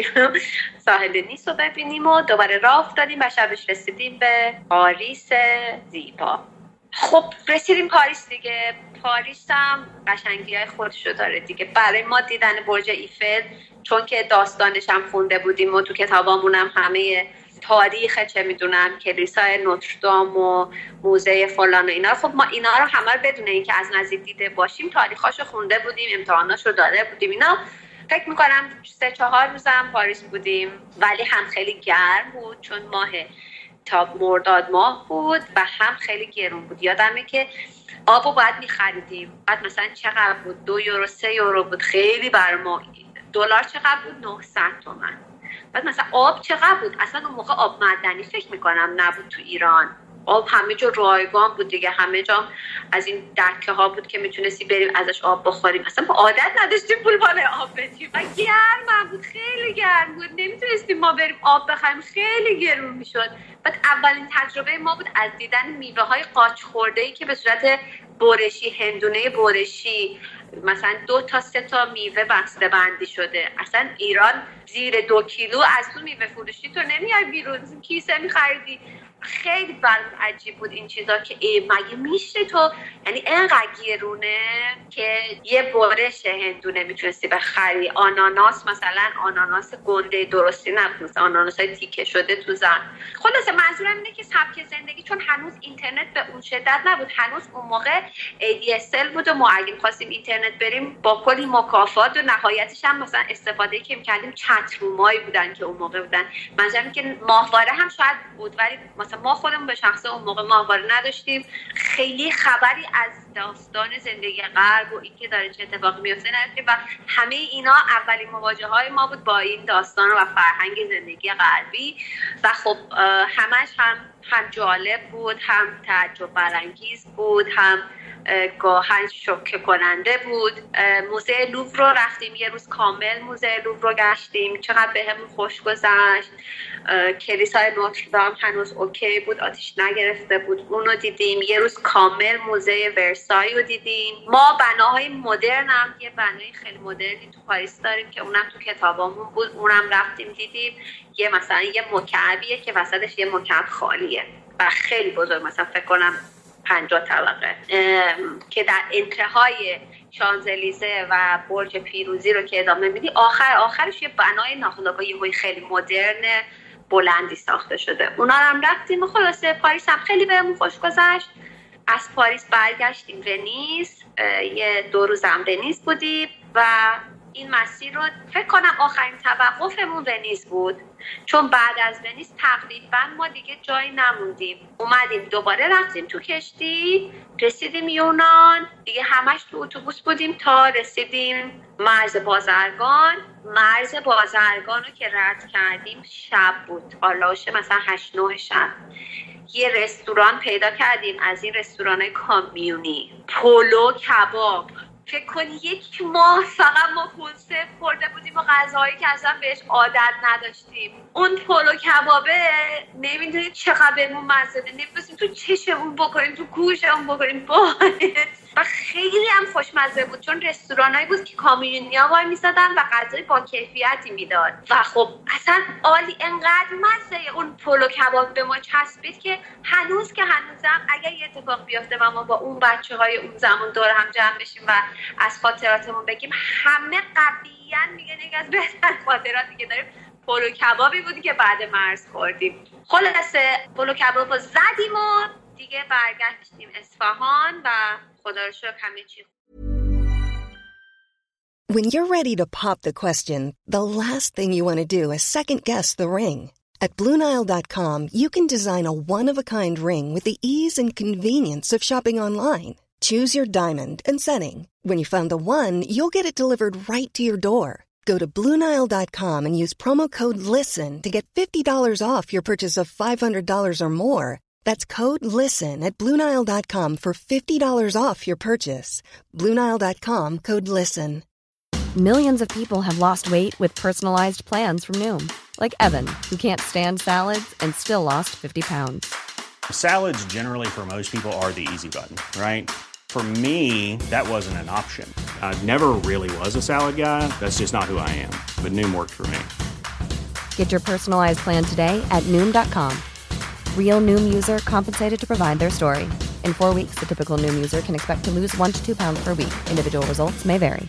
[SPEAKER 6] ساحل نیس رو ببینیم و دوباره راه افتادیم و شبش رسیدیم به پاریس زیبا. خب رسیدیم پاریس دیگه. پاریس هم قشنگی‌های خودشو داره دیگه. برای ما دیدن برج ایفل، چون که داستانش هم خونده بودیم و تو کتابامون هم همه تاریخ چه میدونم کلیسای نوتردام و موزه فلان و اینا، خب ما اینا رو همه رو بدون اینکه از نزدیک دیده باشیم تاریخاشو خونده بودیم، امتحاناشو داده بودیم اینا. فکر میکنم 3-4 روزم پاریس بودیم، ولی هم خیلی گرم بود چون ماه تا مرداد ماه بود و هم خیلی گرون بود. یادمه که آبو باید میخریدیم، بعد مثلا چقدر بود؟ 2 یورو 3 یورو بود، خیلی بر ما. دلار چقدر بود؟ 900 تومان. بعد مثلا آب چقدر بود؟ اصلا اون موقع آب معدنی فکر میکنم نبود تو ایران، آب همه جا رایگان بود دیگه، همه جا از این دکه ها بود که میتونستی بریم ازش آب بخوریم. اصلا ما عادت نداشتیم پول بالای آب بدیم و گرم بود، خیلی گرم بود، نمیتونستیم ما بریم آب بخریم، خیلی گرون میشد. بعد اولین تجربه ما بود از دیدن میوه های قاچ خورده‌ای که به صورت برشی، هندونه برشی، مثلا 2 تا 3 تا میوه بسته بندی شده. اصلا ایران زیر 2 کیلو از تو میوه فروشی تو نمیای بیرون، کیسه میخریدی. خیلی برام عجیب بود این چیزا که مگه میشه تو، یعنی اینقدر گرونه که یه برش هندونه میتونستی بخری. آناناس مثلا، آناناس گنده درستی نبود، مثلا آناناسای تیکه شده تو زن. خلاصه منظورم اینه که سبک زندگی، چون هنوز اینترنت به اون شدت نبود، هنوز اون موقع ADSL بود و ما اگه می‌خواستیم اینترنت بریم با کلی مکافات و نهایتش هم مثلا استفاده که می‌کردیم چت رومایی بودن که اون موقع بودن. منظورم که ماهواره هم شاید بود، ولی مثلا ما خودمون به شخصه اون موقع ماهواره نداشتیم، خیلی خبری از داستان زندگی غرب و اینکه داره چه اتفاقی میفته نداشتیم و همه اینا اولین مواجهه‌های ما بود با این داستان و فرهنگ زندگی غربی. و خب همش هم جالب بود، هم تعجب برانگیز بود، هم گاهن شوکه کننده بود. موزه لوور رو رفتیم، یه روز کامل موزه لوور رو گشتیم، چقدر بهمون خوش گذشت. کلیسای نوتردام هنوز اوکی بود، آتش نگرفته بود، اونو دیدیم. یه روز کامل موزه ورسای رو دیدیم. ما بناهای مدرن هم، یه بنای خیلی مدرنی تو پاریس داریم که اونم تو کتابامون بود، اونم رفتیم دیدیم. یه مثلا یه مکعبیه که وسطش یه مکعب خالیه و خیلی بزرگ، مثلا فکر کنم 50 طبقه، که در انتهای شانزلیزه و برج پیروزی رو که ادامه میدی آخرش یه بنای ناخودآگاه خیلی مدرن بلندی ساخته شده. اونا هم رفتیم و خلاصه پاریس هم خیلی بهمون خوش گذشت. از پاریس برگشتیم ونیز، یه 2 روز هم ونیز بودیم و این مسیر رو فکر کنم آخرین توقفمون ونیز بود، چون بعد از ونیز تقریبا ما دیگه جایی نموندیم. اومدیم دوباره رفتیم تو کشتی، رسیدیم یونان دیگه، همش تو اتوبوس بودیم تا رسیدیم مرز بازرگان. مرز بازرگان رو که رد کردیم شب بود، آلاشه مثلا 8-9 شب. یه رستوران پیدا کردیم از این رستوران‌های کامیونی، پولو کباب. فکر کنی 1 ماه فقط ما کنسرو خورده بودیم و غذاهایی که اصلا بهش عادت نداشتیم. اون پولو کبابه نمیدونید چقدر بهمون مزه بده، نمیدونیم تو چشمون بکنیم، تو گوشمون بکنیم و خیلی هم خوشمزه بود، چون رستورانایی بود که کامیونیا وای میسادن و غذای با کیفیتی میداد و خب اصلا عالی. انقدر مزه اون پولو کباب به ما چسبید که هنوزم اگر یه اتفاق بیفته و ما با اون بچه‌های اون زمان دور هم جمع بشیم و از خاطراتمون بگیم، همه قطعاً میگن یکی از بهترین خاطراتی که داریم پولو کبابی بودی که بعد مرز خوردیم. خلاصه پولو کبابو زدیم و دیگه برگشتیم اصفهان و خدا رو شکر همه چی.
[SPEAKER 1] When you're ready to pop the question, the last thing you want to do is second-guess the ring. At BlueNile.com, you can design a one-of-a-kind ring with the ease and convenience of shopping online. Choose your diamond and setting. When you find the one, you'll get it delivered right to your door. Go to BlueNile.com and use promo code LISTEN to get $50 off your purchase of $500 or more. That's code LISTEN at BlueNile.com for $50 off your purchase. BlueNile.com, code LISTEN.
[SPEAKER 2] Millions of people have lost weight with personalized plans from Noom. Like Evan, who can't stand salads and still lost 50 pounds.
[SPEAKER 3] Salads generally for most people are the easy button, right? For me, that wasn't an option. I never really was a salad guy. That's just not who I am. But Noom worked for me.
[SPEAKER 2] Get your personalized plan today at Noom.com. Real Noom user compensated to provide their story. In 4 weeks, the typical Noom user can expect to lose 1 to 2 pounds per week. Individual results may vary.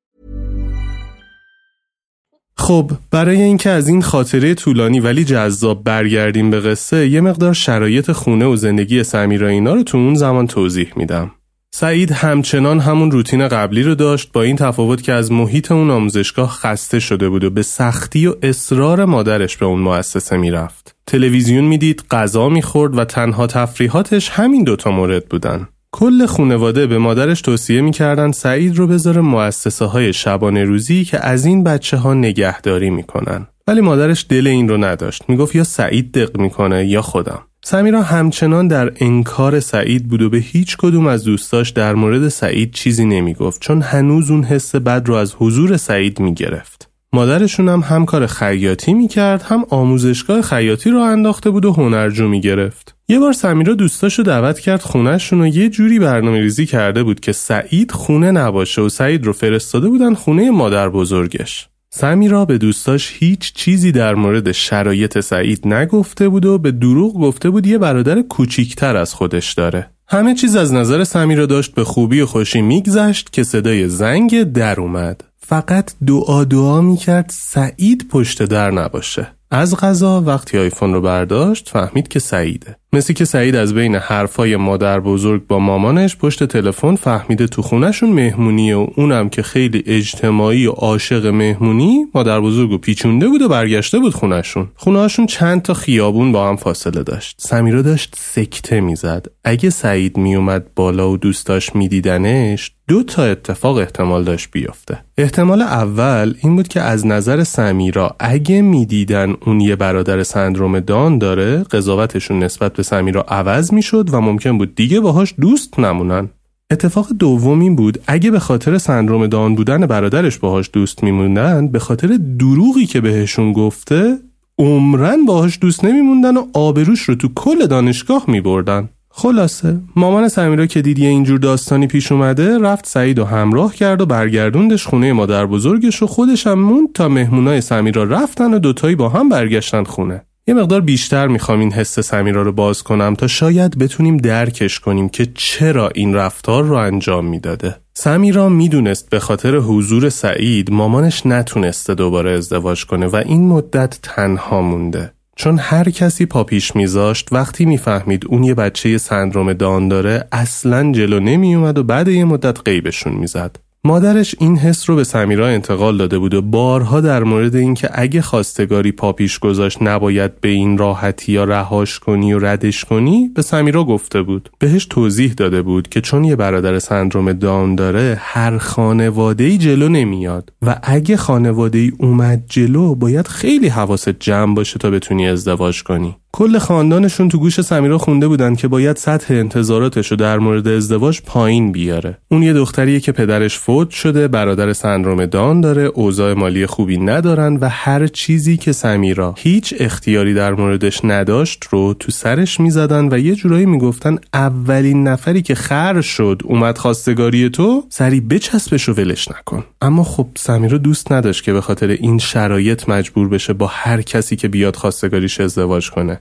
[SPEAKER 5] خب برای اینکه از این خاطره طولانی ولی جذاب برگردیم به قصه، یه مقدار شرایط خونه و زندگی سمیرا اینا رو تو اون زمان توضیح میدم. سعید همچنان همون روتین قبلی رو داشت، با این تفاوت که از محیط اون آموزشگاه خسته شده بود و به سختی و اصرار مادرش به اون مؤسسه میرفت. تلویزیون میدید، غذا میخورد و تنها تفریحاتش همین دوتا مورد بودن. کل خانواده به مادرش توصیه میکردن سعید رو بذاره مؤسسه های شبانه روزی که از این بچه ها نگهداری میکنن. ولی مادرش دل این رو نداشت. میگفت یا سعید دق میکنه یا خودم. سمیرا همچنان در انکار سعید بود و به هیچ کدوم از دوستاش در مورد سعید چیزی نمیگفت، چون هنوز اون حس بد رو از حضور سعید میگرفت. مادرشون هم کار خیاطی میکرد، هم آموزشگاه خیاطی رو انداخته بود و هنرجو میگرفت. یه بار سمیرا دوستاشو دعوت کرد خونه‌شون و یه جوری برنامه‌ریزی کرده بود که سعید خونه نباشه و سعید رو فرستاده بودن خونه مادر بزرگش. سمیرا به دوستاش هیچ چیزی در مورد شرایط سعید نگفته بود و به دروغ گفته بود یه برادر کوچیکتر از خودش داره. همه چیز از نظر سمیرا داشت به خوبی و خوشی میگذشت که صدای زنگ در اومد. فقط دعا میکرد سعید پشت در نباشه. از قضا وقتی آیفون رو برداشت فهمید که سعیده. مثل که سعید از بین حرفای مادر بزرگ با مامانش پشت تلفن فهمیده تو خونهشون مهمونیه و اونم که خیلی اجتماعی و عاشق مهمونی مادر بزرگو پیچونده بود و برگشته بود خونهشون. خونهشون چند تا خیابون با هم فاصله داشت. سمیرا داشت سکته میزد. اگه سعید میومد بالا و دوستاش میدیدنش 2 تا اتفاق احتمال داشت بیفته. احتمال اول این بود که از نظر سمیرا اگه میدیدن اون یه برادر سندروم دان داره، قضاوتشون نسبت به سمیرا عوض میشد و ممکن بود دیگه باهاش دوست نمونن. اتفاق دوم این بود اگه به خاطر سندروم دان بودن برادرش باهاش دوست میموندن، به خاطر دروغی که بهشون گفته عمرن باهاش دوست نمیموندن و آبروش رو تو کل دانشگاه میبردن. خلاصه مامان سمیرا که دید یه اینجور داستانی پیش اومده، رفت سعید رو همراه کرد و برگردوندش خونه مادر بزرگش و خودش هم موند تا مهمونای سمیرا رفتن و دوتایی با هم برگشتن خونه. یه مقدار بیشتر میخوام این حس سمیرا رو باز کنم تا شاید بتونیم درکش کنیم که چرا این رفتار رو انجام میداده. سمیرا میدونست به خاطر حضور سعید مامانش نتونسته دوباره ازدواج کنه و این مدت تنها مونده. چون هر کسی پا پیش میذاشت وقتی میفهمید اون یه بچه سندروم دان داره اصلاً جلو نمیومد و بعد یه مدت غیبشون میزد. مادرش این حس رو به سمیرا انتقال داده بود و بارها در مورد این که اگه خواستگاری پا پیش گذاشت نباید به این راحتی یا رهاش کنی و ردش کنی به سمیرا گفته بود. بهش توضیح داده بود که چون یه برادر سندروم داون داره هر خانواده‌ای جلو نمیاد و اگه خانواده‌ای اومد جلو باید خیلی حواست جمع باشه تا بتونی ازدواج کنی. کل خاندانشون تو گوش سمیرا خونده بودن که باید سطح انتظاراتش رو در مورد ازدواج پایین بیاره. اون یه دختریه که پدرش فوت شده، برادر سندروم دان داره، اوضاع مالی خوبی ندارن و هر چیزی که سمیرا هیچ اختیاری در موردش نداشت رو تو سرش میزدن و یه جورایی میگفتن اولین نفری که خر شد اومد خواستگاری تو، سری بچسبش و ولش نکن. اما خب سمیرا دوست نداشت که به خاطر این شرایط مجبور بشه با هر کسی که بیاد خواستگاریش ازدواج کنه.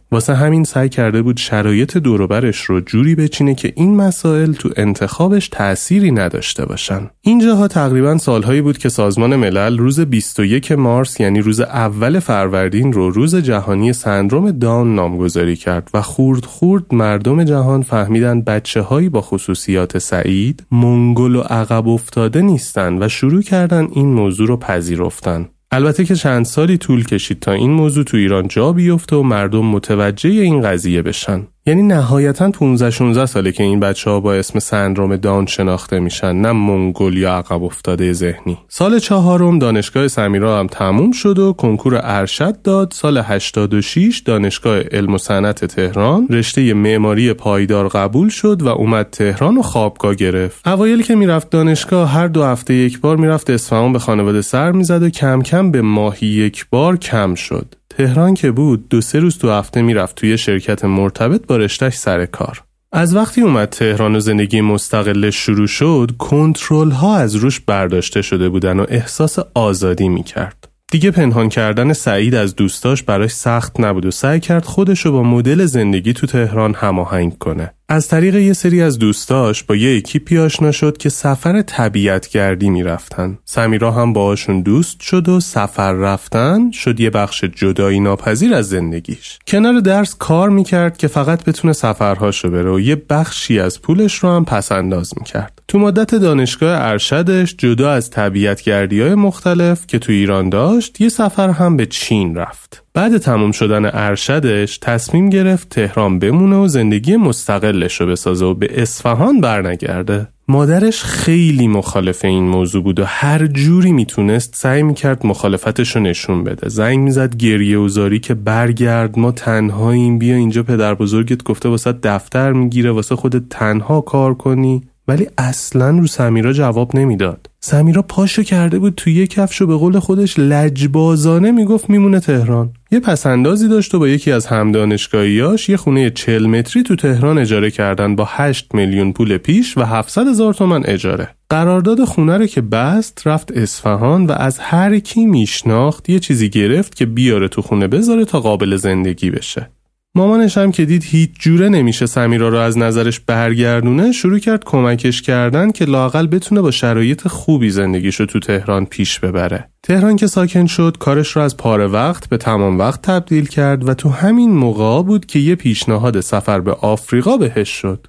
[SPEAKER 5] واسه همین سعی کرده بود شرایط دور و برش رو جوری بچینه که این مسائل تو انتخابش تأثیری نداشته باشن. اینجاها تقریباً سالهایی بود که سازمان ملل روز 21 مارس یعنی روز اول فروردین رو روز جهانی سندرم داون نامگذاری کرد و خورد مردم جهان فهمیدن بچه‌هایی با خصوصیات سعید منگول و عقب افتاده نیستن و شروع کردن این موضوع رو پذیرفتن. البته که چند سالی طول کشید تا این موضوع تو ایران جا بیفته و مردم متوجه این قضیه بشن. یعنی نهایتاً 15-16 ساله که این بچه‌ها با اسم سندرم داون شناخته میشن، نه منگول یا عقب افتاده ذهنی. سال 4 دانشگاه سمیرا هم تموم شد و کنکور ارشد داد. سال 86 دانشگاه علم و صنعت تهران رشته معماری پایدار قبول شد و اومد تهران و خوابگاه گرفت. اوایل که میرفت دانشگاه هر 2 هفته یک بار میرفت اصفهان به خانواده سر میزد و کم کم به ماهی یک بار کم شد. تهران که بود 2-3 روز تو هفته میرفت توی شرکت مرتبط با رشته‌اش سر کار. از وقتی اومد تهران و زندگی مستقلش شروع شد، کنترل ها از روش برداشته شده بودن و احساس آزادی میکرد. دیگه پنهان کردن سعید از دوستاش براش سخت نبود و سعی کرد خودشو با مدل زندگی تو تهران هماهنگ کنه. از طریق یه سری از دوستاش با یه اکیپی آشنا شد که سفر طبیعتگردی میرفتن. سمیرا هم باهاشون دوست شد و سفر رفتن شد یه بخش جدایی ناپذیر از زندگیش. کنار درس کار میکرد که فقط بتونه سفرهاشو بره و یه بخشی از پولش رو هم پس انداز میکرد. تو مدت دانشگاه ارشدش جدا از طبیعتگردی‌های مختلف که تو ایران داشت، یه سفر هم به چین رفت. بعد تموم شدن ارشدش تصمیم گرفت تهران بمونه و زندگی مستقلش رو بسازه و به اصفهان برنگرده. مادرش خیلی مخالف این موضوع بود و هر جوری میتونست سعی میکرد مخالفتش رو نشون بده. زنگ میزد گریه و زاری که برگرد، ما تنهاییم، بیا اینجا پدر بزرگت گفته واسه دفتر میگیره، واسه خودت تنها کار کنی. ولی اصلاً رو سمیرا جواب نمیداد. سمیرا پاشو کرده بود توی یه کفشو به قول خودش لجبازانه میگفت میمونه تهران. یه پسندازی داشت و با یکی از همدانشگاهیاش یه خونه 40 متری تو تهران اجاره کردن با 8 میلیون پول پیش و 700,000 تومان اجاره. قرارداد خونه رو که بست رفت اصفهان و از هر کی میشناخت یه چیزی گرفت که بیاره تو خونه بذاره تا قابل زندگی بشه. مامانش هم که دید هیچ جوره نمیشه سمیرا رو از نظرش برگردونه، شروع کرد کمکش کردن که لااقل بتونه با شرایط خوبی زندگیشو تو تهران پیش ببره. تهران که ساکن شد کارش رو از پاره وقت به تمام وقت تبدیل کرد و تو همین موقع بود که یه پیشنهاد سفر به آفریقا بهش شد.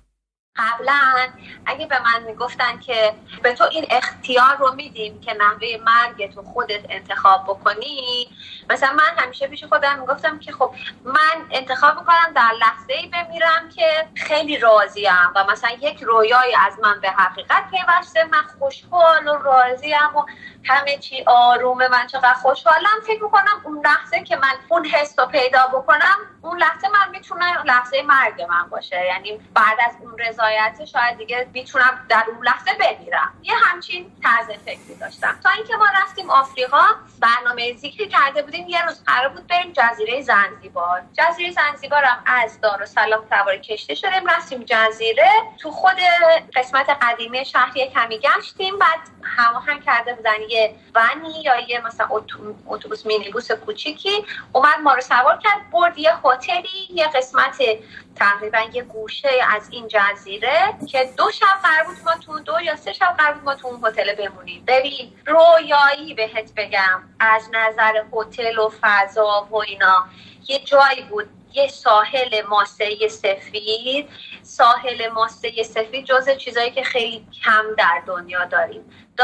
[SPEAKER 6] قبلا اگه به من میگفتن که به تو این اختیار رو میدیم که نحوه مرگ تو خودت انتخاب بکنی، مثلا من همیشه پیش خودم میگفتم که خب من انتخاب میکنم در لحظه‌ای بمیرم که خیلی راضیم و مثلا یک رویای از من به حقیقت پیوسته، من خوشحال و راضیم و همه چی آرومه، من چقدر خوشحالم. فکر میکنم اون لحظه که من اون حس رو پیدا بکنم، اون لحظه من میتونه لحظه مرگ من باشه. یعنی بعد از اون رضایت شاید دیگه میتونم در اون لحظه بمیرم. یه همچین طرز فکری داشتم تا اینکه ما رفتیم آفریقا. برنامه ذکری کرده بودیم یه روز قرار بود بریم جزیره زنزیبار. جزیره زنزیبارم از دارالسلام سوار کشتی شدیم رفتیم جزیره. تو خود قسمت قدیمی شهر کمی گشتیم، بعد هماهنگ کرده بودن یه ونی یا یه مثلا اتوبوس مینیبوس کوچیکی اومد ما رو سوار کرد، برد یه هتلی، یه قسمت تقریبا یه گوشه از این جزیره که 2 شب قرار بود ما تو 2 یا 3 شب قرار بود ما تو اون هتل بمونیم. ببین رویایی بهت بگم از نظر هتل و فضا و اینا. یه جایی بود، یه ساحل ماسه سفید. ساحل ماسه سفید جزء چیزایی که خیلی کم در دنیا داریم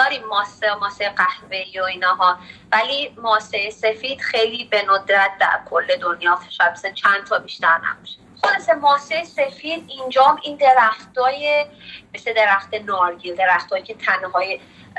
[SPEAKER 6] ماسه قهوه‌ای و ایناها، ولی ماسه سفید خیلی به ندرت در کل دنیا، شاید مثلا چند تا بیشتر نمیشه. خلاصه ماسه سفید اینجام این درختای مثل درخت نارگیل، درختایی که تنهای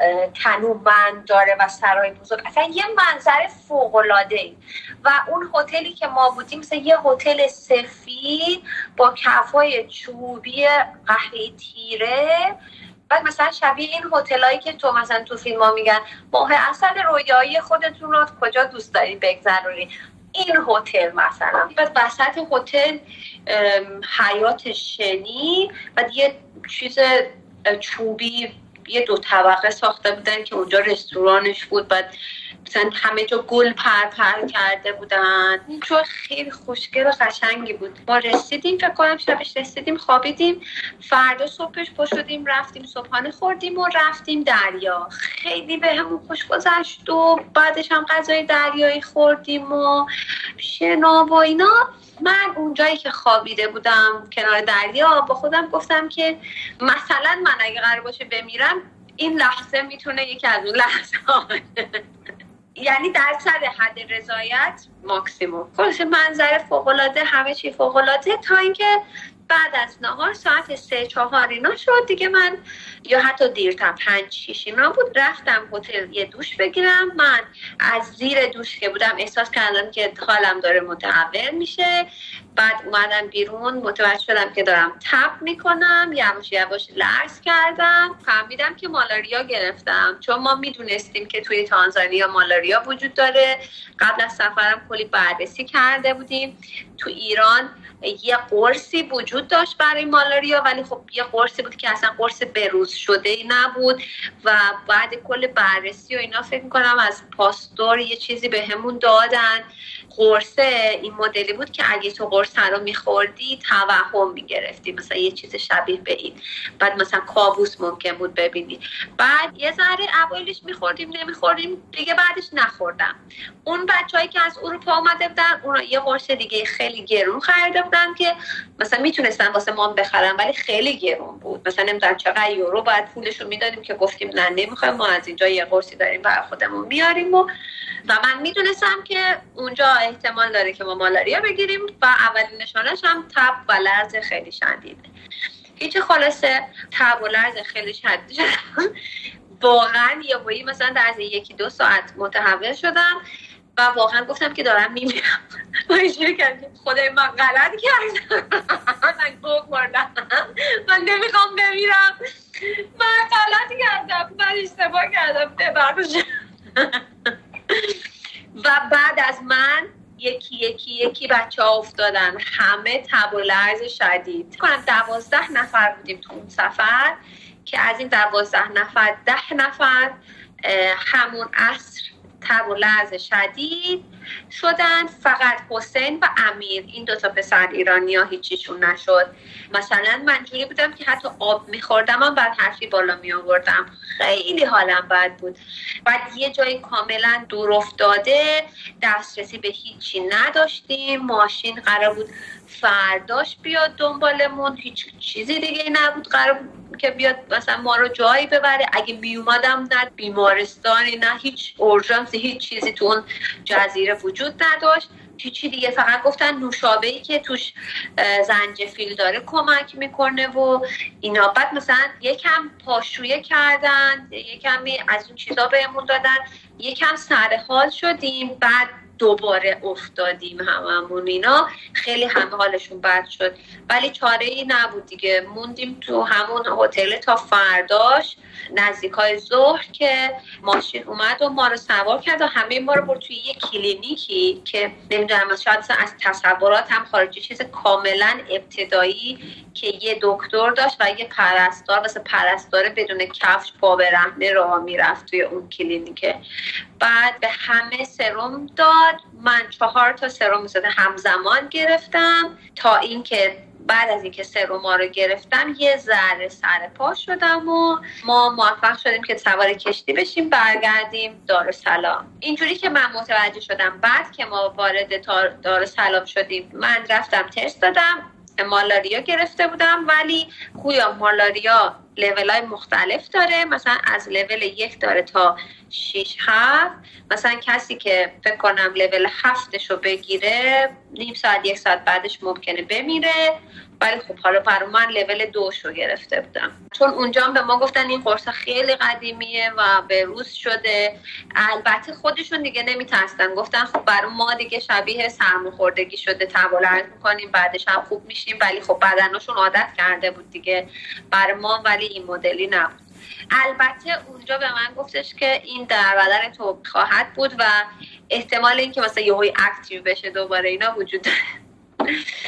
[SPEAKER 6] تنومند داره و سرای بزرگ، اصلا یه منظر فوق‌العاده‌ای. و اون هتلی که ما بودیم مثلا یه هتل سفید با کفای چوبی قهوه‌ای تیره. بعد مثلا شبیه این هتلایی که تو مثلا تو فیلم‌ها میگن ماه عسل رویایی خودتون رو کجا دوست داری بگذرونی، این هتل مثلا. بعد وسط هتل حیاط شنی و یه چیز چوبی یه 2 طبقه ساخته بودن که اونجا رستورانش بود، بعد مثلا همه جا گل پر کرده بودن. اینجا خیلی خوشگل و قشنگی بود. ما رسیدیم، فکر کنم شبش رسیدیم، خوابیدیم، فردا صبحش پا شدیم رفتیم صبحانه خوردیم و رفتیم دریا. خیلی بهمون خوش گذشت و بعدش هم غذای دریایی خوردیم و شنا و اینا. من اونجایی که خوابیده بودم کنار دریا با خودم گفتم که مثلا من اگه قرار باشه بمیرم این لحظه میتونه یکی از اون لحظه یعنی درصد حد رضایت ماکسیموم. خلاص منظر فوق‌العاده، همه چی فوق‌العاده، تا اینکه بعد از نهار ساعت 3-4 اینا شد دیگه، من یا حتی دیرتر 5-6 اینا بود، رفتم هتل یه دوش بگیرم. من از زیر دوش که بودم احساس کردم که حالم داره متحول میشه. بعد اومدم بیرون، متوجه شدم که دارم تب میکنم، یواش یواش لرز کردم، فهمیدم که مالاریا گرفتم. چون ما میدونستیم که توی تانزانیا مالاریا وجود داره، قبل از سفرم کلی بررسی کرده بودیم. تو ایران یه قرصی وجود داشت برای مالاریا، ولی خب یه قرصی بود که اصلا قرص بروز شده ای نبود و بعد کل بررسی و اینا فکر میکنم از پاستور یه چیزی به همون دادن. قرصه این مدلی بود که اگه تو قرص رو میخوردی توهم میگرفتی، مثلا یه چیز شبیه به این، بعد مثلا کابوس ممکن بود ببینی. بعد یه ذره اوایلش میخوردیم نمیخوردیم دیگه، بعدش نخوردم. اون بچه‌هایی که از اروپا اومده بودن اونا یه قرص دیگه خیلی گرون خریده بودن که مثلا میتونستن واسه ما بخرن ولی خیلی گرون بود، مثلا نمیدونم چقدر یورو بعد پولشو میدادیم که گفتیم نه نمیخوایم، ما از اینجا یه قرصی داریم برای خودمون میاریم. و من میدونستم که اونجا احتمال داره که ما مالاریا بگیریم و اولین نشانش هم تب و لرز خیلی شدیده. هیچ خلاصه تب و لرز خیلی شدید شدم واقعا. یه بایی مثلا در 1-2 ساعت متحول شدم و واقعا گفتم که دارم میمیرم. اینجوری کردم خدای من غلط کردم، من گوه خوردم، من نمیخوام بمیرم، من غلط کردم، من اشتباه کردم، ببخش. و بعد از من یکی بچه ها افتادن، همه تب و لرز شدید. کنم 12 نفر بودیم تو اون سفر که از این 12 نفر 10 نفر همون عصر تب و لرز شدید شدن. فقط حسین و امیر، این 2 پسر ایرانی ها هیچیشون نشد. مثلا من جوری بودم که حتی آب میخوردم هم بعد حرفی بالا می آوردم، خیلی حالم بد بود. بعد یه جایی کاملا دور افتاده، دسترسی به هیچی نداشتیم، ماشین قرار بود فرداش بیاد دنبالمون، هیچ چیزی دیگه نبود قرار بود که بیاد مثلا ما رو جایی ببره. اگه می اومدم نه بیمارستانی نه هیچ اورژانسی، هیچ چیزی تو اون جزیره وجود نداشت، هیچی دیگه. فقط گفتن نوشابه‌ای که توش زنجفیل داره کمک میکنه و اینا. بعد مثلا یکم پاشویه کردن، یکمی از اون چیزا بهمون دادن، یکم سرحال شدیم، بعد دوباره افتادیم هممون. اینا خیلی همه حالشون بد شد ولی چاره ای نبود دیگه. موندیم تو همون هتل تا فرداش نزدیکای ظهر که ماشین اومد و ما رو سوار کرد و همه ما رو برد توی یه کلینیکی که نمیدونم شاید از تصورات هم خارجی، چیز کاملا ابتدایی که یه دکتر داشت و یه پرستار، واسه پرستاره بدون کفش پا برهنه راه میرفت توی اون کلینیکه. بعد به همه سرم داد، من 4 تا سرم همزمان گرفتم تا اینکه بعد از اینکه سرما رو گرفتم یه ذره سر پا شدم و ما موفق شدیم که سوار کشتی بشیم برگردیم دارالسلام. اینجوری که من متوجه شدم بعد که ما وارد دارالسلام شدیم، من رفتم تست دادم، مالاریا گرفته بودم. ولی گویا مالاریا لیولای مختلف داره، مثلا از لیول 1 داره تا 6-7. مثلا کسی که فکر کنم لیول 7 رو بگیره نیم ساعت 1 ساعت بعدش ممکنه بمیره، ولی خب حالا برای من لیول 2 رو گرفته بودم. چون اونجا به ما گفتن این قرص خیلی قدیمیه و بروز شده. البته خودشون دیگه نمیترسن، گفتن خب برای ما دیگه شبیه سرماخوردگی شده، تب و لرز میکنیم بعدش هم خوب میشیم، ولی خب بدنشون عادت کرده بود دیگه. برای ما ولی این مدلی نبود. البته اونجا به من گفتش که این در بدن تو خواهد بود و احتمال این که مثلا یهویی اکتیو بشه دوباره اینا وجود داره.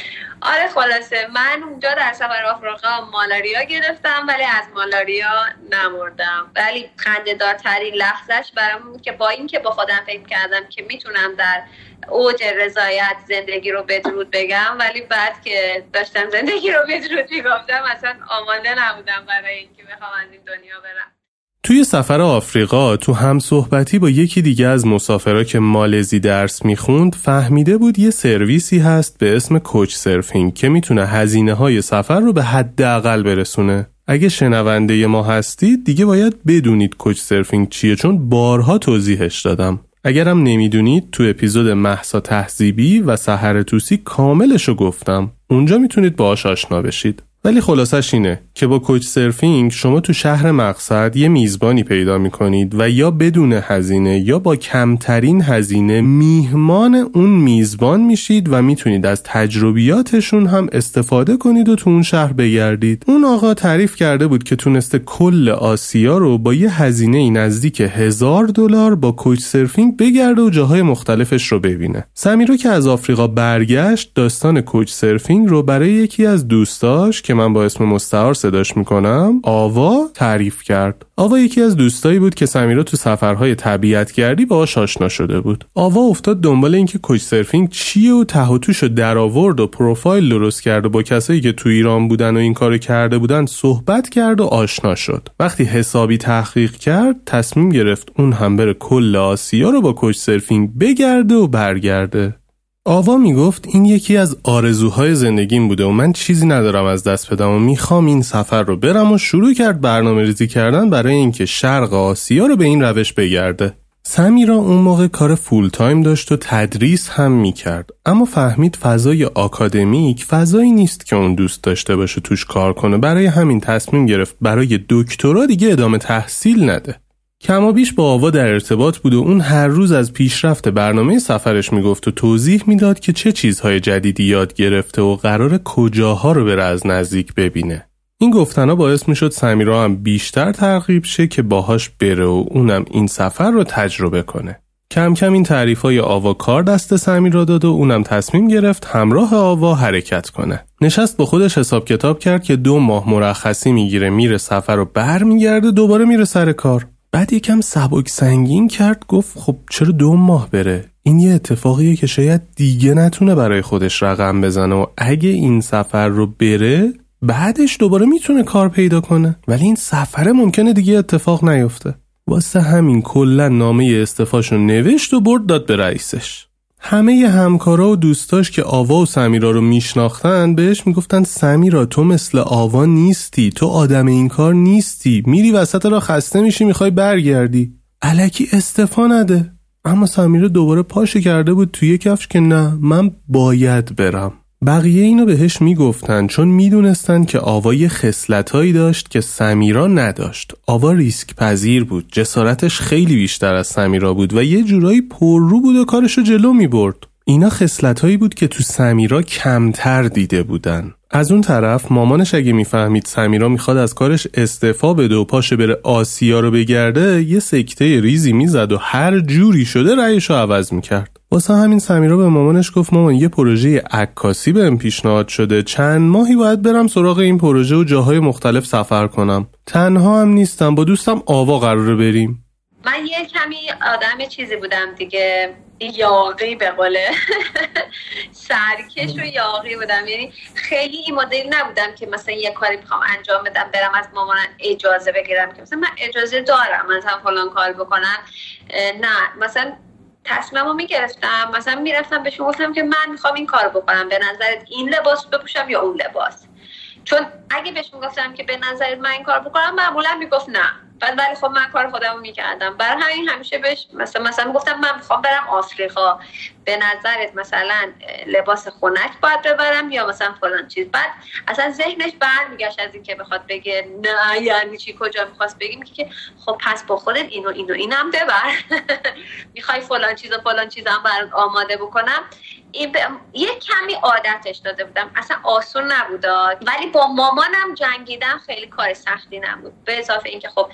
[SPEAKER 6] آره خلاصه من اونجا در سفر آفریقا مالاریا گرفتم ولی از مالاریا نمردم. ولی خنده‌دارترین لحظهش برام بود که با اینکه با خودم فکر کردم که میتونم در اوج رضایت زندگی رو بدرود بگم، ولی بعد که داشتم زندگی رو بدرود میگفتم اصلا آماده نبودم برای اینکه بخوام از این دنیا برم.
[SPEAKER 5] توی سفر آفریقا تو هم صحبتی با یکی دیگه از مسافرها که مالزی درس میخوند فهمیده بود یه سرویسی هست به اسم کوچ سرفینگ که میتونه هزینه‌های سفر رو به حداقل برسونه. اگه شنونده ما هستید دیگه باید بدونید کوچ سرفینگ چیه، چون بارها توضیحش دادم. اگرم نمیدونید تو اپیزود مهسا تهذیبی و سحر طوسی کاملشو گفتم، اونجا میتونید باهاش آشنا بشید. ولی خلاصش اینه که با کوچ سرفینگ شما تو شهر مقصد یه میزبانی پیدا میکنید و یا بدون هزینه یا با کمترین هزینه میهمان اون میزبان میشید و میتونید از تجربیاتشون هم استفاده کنید و تو اون شهر بگردید. اون آقا تعریف کرده بود که تونسته کل آسیا رو با یه هزینه نزدیک $1000 با کوچ سرفینگ بگرده و جاهای مختلفش رو ببینه. سمیرا که از آفریقا برگشت داستان کوچ سرفینگ رو برای یکی از دوستاش که من با اسم مستعار صداش میکنم آوا تعریف کرد. آوا یکی از دوستایی بود که سمیرا تو سفرهای طبیعتگردی باهاش آشنا شده بود. آوا افتاد دنبال اینکه کوچ سرفینگ چیه و ته و توشو درآورد و پروفایل درست کرد و با کسایی که تو ایران بودن و این کارو کرده بودن صحبت کرد و آشنا شد. وقتی حسابی تحقیق کرد تصمیم گرفت اون هم بره کل آسیا رو با کوچ سرفینگ بگرده و برگرده. آوا میگفت این یکی از آرزوهای زندگیم بوده و من چیزی ندارم از دست بدم و میخوام این سفر رو برم و شروع کرد برنامه ریزی کردن برای اینکه شرق آسیا رو به این روش بگرده. سمیرا اون موقع کار فول تایم داشت و تدریس هم میکرد، اما فهمید فضای آکادمیک فضایی نیست که اون دوست داشته باشه توش کار کنه. برای همین تصمیم گرفت برای دکترا دیگه ادامه تحصیل نده. کما بیش با آوا در ارتباط بود و اون هر روز از پیشرفت برنامه سفرش میگفت و توضیح میداد که چه چیزهای جدیدی یاد گرفته و قراره کجاها رو بره از نزدیک ببینه. این گفتنا باعث میشد سمیرا هم بیشتر ترغیب شه که باهاش بره و اونم این سفر رو تجربه کنه. کم کم این تعریفای آوا کار دست سمیرا داد و اونم تصمیم گرفت همراه آوا حرکت کنه. نشست با خودش حساب کتاب کرد که 2 ماه مرخصی میگیره، میره سفر و برمیگرده دوباره میره سر کار. بعد یکم سبک سنگین کرد، گفت خب چرا 2 ماه بره؟ این یه اتفاقیه که شاید دیگه نتونه برای خودش رقم بزنه و اگه این سفر رو بره بعدش دوباره میتونه کار پیدا کنه، ولی این سفره ممکنه دیگه اتفاق نیفته. واسه همین کلا نامه استعفاشو نوشت و برد داد به رئیسش. همه همکارا و دوستاش که آوا و سمیرا رو میشناختن بهش میگفتن سمیرا تو مثل آوا نیستی، تو آدم این کار نیستی، میری وسط را خسته میشی میخوای برگردی، الکی استعفا نده. اما سمیرا دوباره پاشه کرده بود توی کفش که نه من باید برم. بقیه اینو بهش میگفتن چون میدونستن که آوا یه خصلتایی داشت که سمیرا نداشت. آوا ریسک پذیر بود، جسارتش خیلی بیشتر از سمیرا بود و یه جورایی پررو بود و کارشو جلو میبرد. اینا خصلتایی بود که تو سمیرا کمتر دیده بودن. از اون طرف مامانش اگه میفهمید سمیرا میخواد از کارش استعفا بده و پاشه بره آسیا رو بگرده یه سکته ریزی میزد و هر جوری شده رأیشو عوض میکرد. واسه همین سمیرا به مامانش گفت مامان یه پروژه عکاسی بهم پیشنهاد شده، چند ماهی باید برم سراغ این پروژه و جاهای مختلف سفر کنم. تنها هم نیستم، با دوستم آوا قراره بریم.
[SPEAKER 6] من یه کمی آدم چیزی بودم دیگه، یاغی به قوله سرکش و یاغی بودم، یعنی خیلی این مدلی نبودم که مثلا یه کاری بخوام انجام بدم برم از مامانم اجازه بگیرم که مثلا من اجازه دارم مثلا فلان کار بکنم. نه، مثلا تصمیمو میگرفتم، مثلا میرفتم بهش گفتم که من میخوام این کارو بکنم، به نظرت این لباس بپوشم یا اون لباس؟ چون اگه بهش میگفتم که به نظرت من این کار بکنم معمولا میگفت نه، ولی خب من کار خودمو میکردم. برای همین همیشه بهش مثلا میگفتم من میخوام برم آفریقا، به نظرت مثلا لباس خنک باید ببرم یا مثلا فلان چیز؟ بعد اصلا ذهنش برمیگشت از این که بخواد بگه نه یعنی چی، کجا میخواست بگیم که خب پس با خودت اینو اینم ببر میخوای فلان چیز و فلان چیزم برات آماده بکنم. یه کمی عادتش داده بودم، اصلا آسون نبود، ولی با مامانم جنگیدن خیلی کار سختی نبود. به اضافه اینکه خب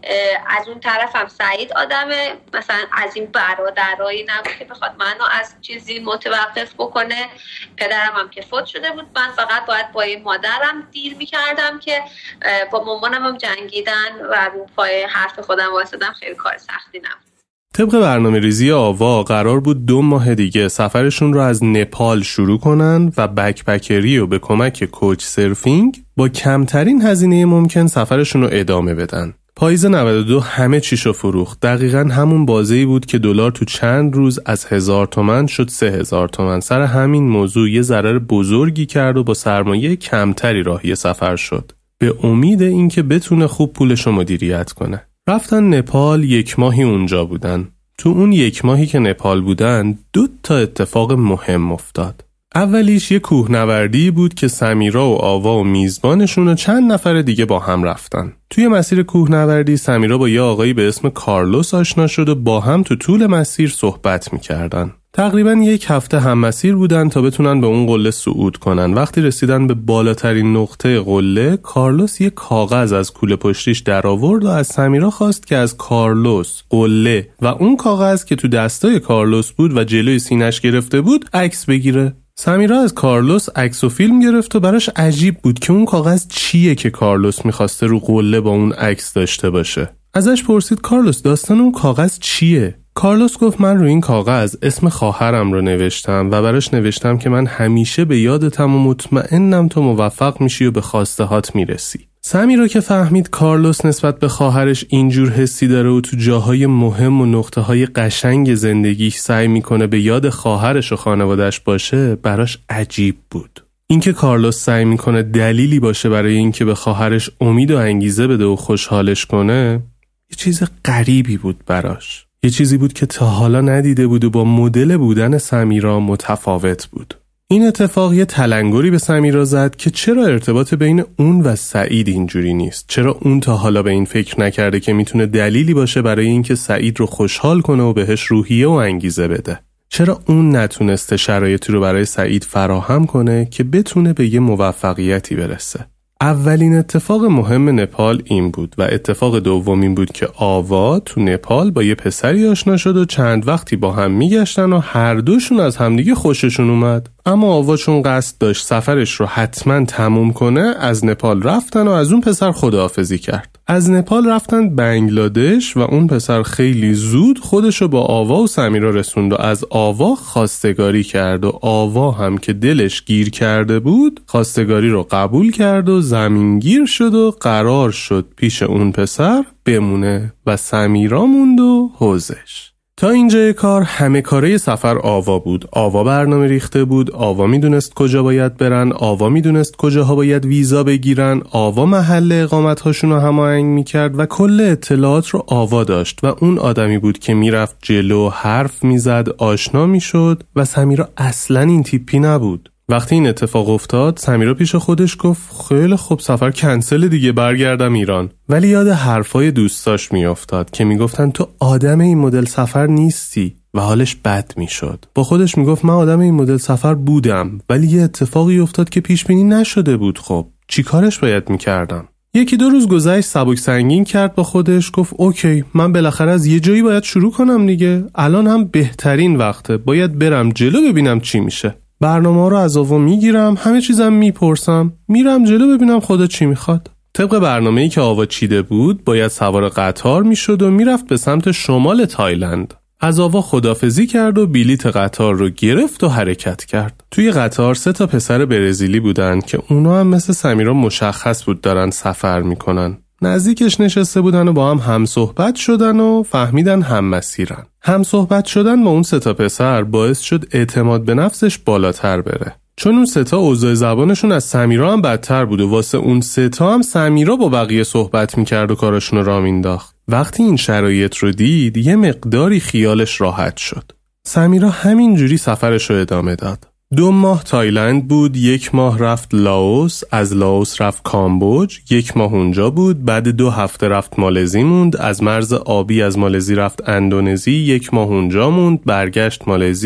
[SPEAKER 6] از اون طرفم سعید آدمه مثلا از این برادرایی نبود که بخواد منو از چیزی متوقف بکنه. پدرم هم که فوت شده بود، من فقط باید با این مادرم دیر میکردم که با مامانم هم جنگیدن و رو پای حرف خودم واسدم، خیلی کار سختی نبود.
[SPEAKER 5] طبق برنامه ریزی آوا قرار بود 2 ماه دیگه سفرشون رو از نپال شروع کنن و بکپکری و به کمک کوچ سرفینگ با کمترین هزینه ممکن سفرشون رو ادامه بدن. پاییز 92 همه چیشو فروخت. دقیقاً همون بازه‌ای بود که دلار تو چند روز از 1000 تومان شد 3000 تومان. سر همین موضوع یه ضرر بزرگی کرد و با سرمایه کمتری راهی سفر شد، به امید اینکه بتونه خوب پولشو مدیریت کنه. رفتن نپال، 1 ماهی اونجا بودن. تو اون 1 ماهی که نپال بودن 2 تا اتفاق مهم افتاد. اولیش یه کوهنوردی بود که سمیرا و آوا و میزبانشون و چند نفر دیگه با هم رفتن. توی مسیر کوهنوردی سمیرا با یه آقایی به اسم کارلوس آشنا شد و با هم تو طول مسیر صحبت میکردن. تقریباً 1 هفته هم مسیر بودن تا بتونن به اون قله صعود کنن. وقتی رسیدن به بالاترین نقطه قله، کارلوس یه کاغذ از کوله پشتیش در آورد و از سمیرا خواست که از کارلوس، قله و اون کاغذ که تو دستای کارلوس بود و جلوی سینش گرفته بود عکس بگیره. سمیرا از کارلوس عکس و فیلم گرفت و براش عجیب بود که اون کاغذ چیه که کارلوس میخواسته رو قله با اون عکس داشته باشه. ازش پرسید کارلوس داستان اون کاغذ چیه؟ کارلوس گفت من رو این کاغذ اسم خواهرم رو نوشتم و براش نوشتم که من همیشه به یادتم و مطمئنم تو موفق میشی و به خواسته هات میرسی. سمیرا که فهمید کارلوس نسبت به خواهرش اینجور حسی داره و تو جاهای مهم و نقطه‌های قشنگ زندگیش سعی میکنه به یاد خواهرش و خانواده‌اش باشه، براش عجیب بود. اینکه کارلوس سعی میکنه دلیلی باشه برای اینکه به خواهرش امید و انگیزه بده و خوشحالش کنه، یه چیز غریبی بود براش. یه چیزی بود که تا حالا ندیده بود و با مدل بودن سمیرا متفاوت بود. این اتفاق یه تلنگری به سمیرا زد که چرا ارتباط بین اون و سعید اینجوری نیست؟ چرا اون تا حالا به این فکر نکرده که میتونه دلیلی باشه برای اینکه سعید رو خوشحال کنه و بهش روحیه و انگیزه بده؟ چرا اون نتونسته شرایطی رو برای سعید فراهم کنه که بتونه به یه موفقیتی برسه؟ اولین اتفاق مهم نپال این بود و اتفاق دوم این بود که آوا تو نپال با یه پسری آشنا شد و چند وقتی با هم میگشتن و هر دوشون از همدیگه خوششون اومد. اما آوا چون قصد داشت سفرش رو حتما تموم کنه، از نپال رفتن و از اون پسر خداحافظی کرد. از نپال رفتن بنگلادش و اون پسر خیلی زود خودش رو با آوا و سمیرا رسوند و از آوا خواستگاری کرد و آوا هم که دلش گیر کرده بود خواستگاری رو قبول کرد و زمینگیر شد و قرار شد پیش اون پسر بمونه و سمیرا موند و حوزش. تا اینجای کار همه کاره سفر آوا بود. آوا برنامه ریخته بود، آوا میدونست کجا باید برن، آوا میدونست کجاها باید ویزا بگیرن، آوا محل اقامت هاشون رو هماهنگ میکرد و کل اطلاعات رو آوا داشت و اون آدمی بود که میرفت جلو، حرف میزد، آشنا میشد و سمیرا اصلا این تیپی نبود. وقتی این اتفاق افتاد سمیرا پیش خودش گفت خیلی خوب سفر کنسل دیگه، برگردم ایران. ولی یاد حرفای دوستاش میافتاد که میگفتن تو آدم این مدل سفر نیستی و حالش بد میشد. با خودش میگفت من آدم این مدل سفر بودم ولی یه اتفاقی افتاد که پیش بینی نشده بود. خب چی کارش باید میکردم؟ 1-2 روز گذشت، سبک سنگین کرد با خودش، گفت اوکی من بالاخره از یه جایی باید شروع کنم دیگه. الان هم بهترین وقته، باید برم جلو ببینم چی میشه. برنامه رو از آوا میگیرم، همه چیزم میپرسم، میرم جلو ببینم خدا چی میخواد. طبق برنامه‌ای که آوا چیده بود باید سوار قطار میشد و میرفت به سمت شمال تایلند. از آوا خدافزی کرد و بلیت قطار رو گرفت و حرکت کرد. توی قطار 3 تا پسر برزیلی بودن که اونا هم مثل سمیرا مشخص بود دارن سفر میکنن. نزدیکش نشسته بودن و با هم صحبت شدن و فهمیدن هم مسیرن. هم صحبت شدن با اون 3 تا پسر باعث شد اعتماد به نفسش بالاتر بره. چون اون 3 تا اوضاع زبانشون از سمیرا هم بدتر بود و واسه اون 3 تا هم سمیرا با بقیه صحبت میکرد و کاراشون رو راه مینداخت. وقتی این شرایط رو دید یه مقداری خیالش راحت شد. سمیرا همینجوری سفرش رو ادامه داد. 2 ماه تایلند بود، 1 ماه رفت لاوس، از لاوس رفت کامبوج، 1 ماه اونجا بود، بعد 2 هفته رفت مالزی موند، از مرز آبی از مالزی رفت اندونزی، 1 ماه اونجا موند، برگشت مالزی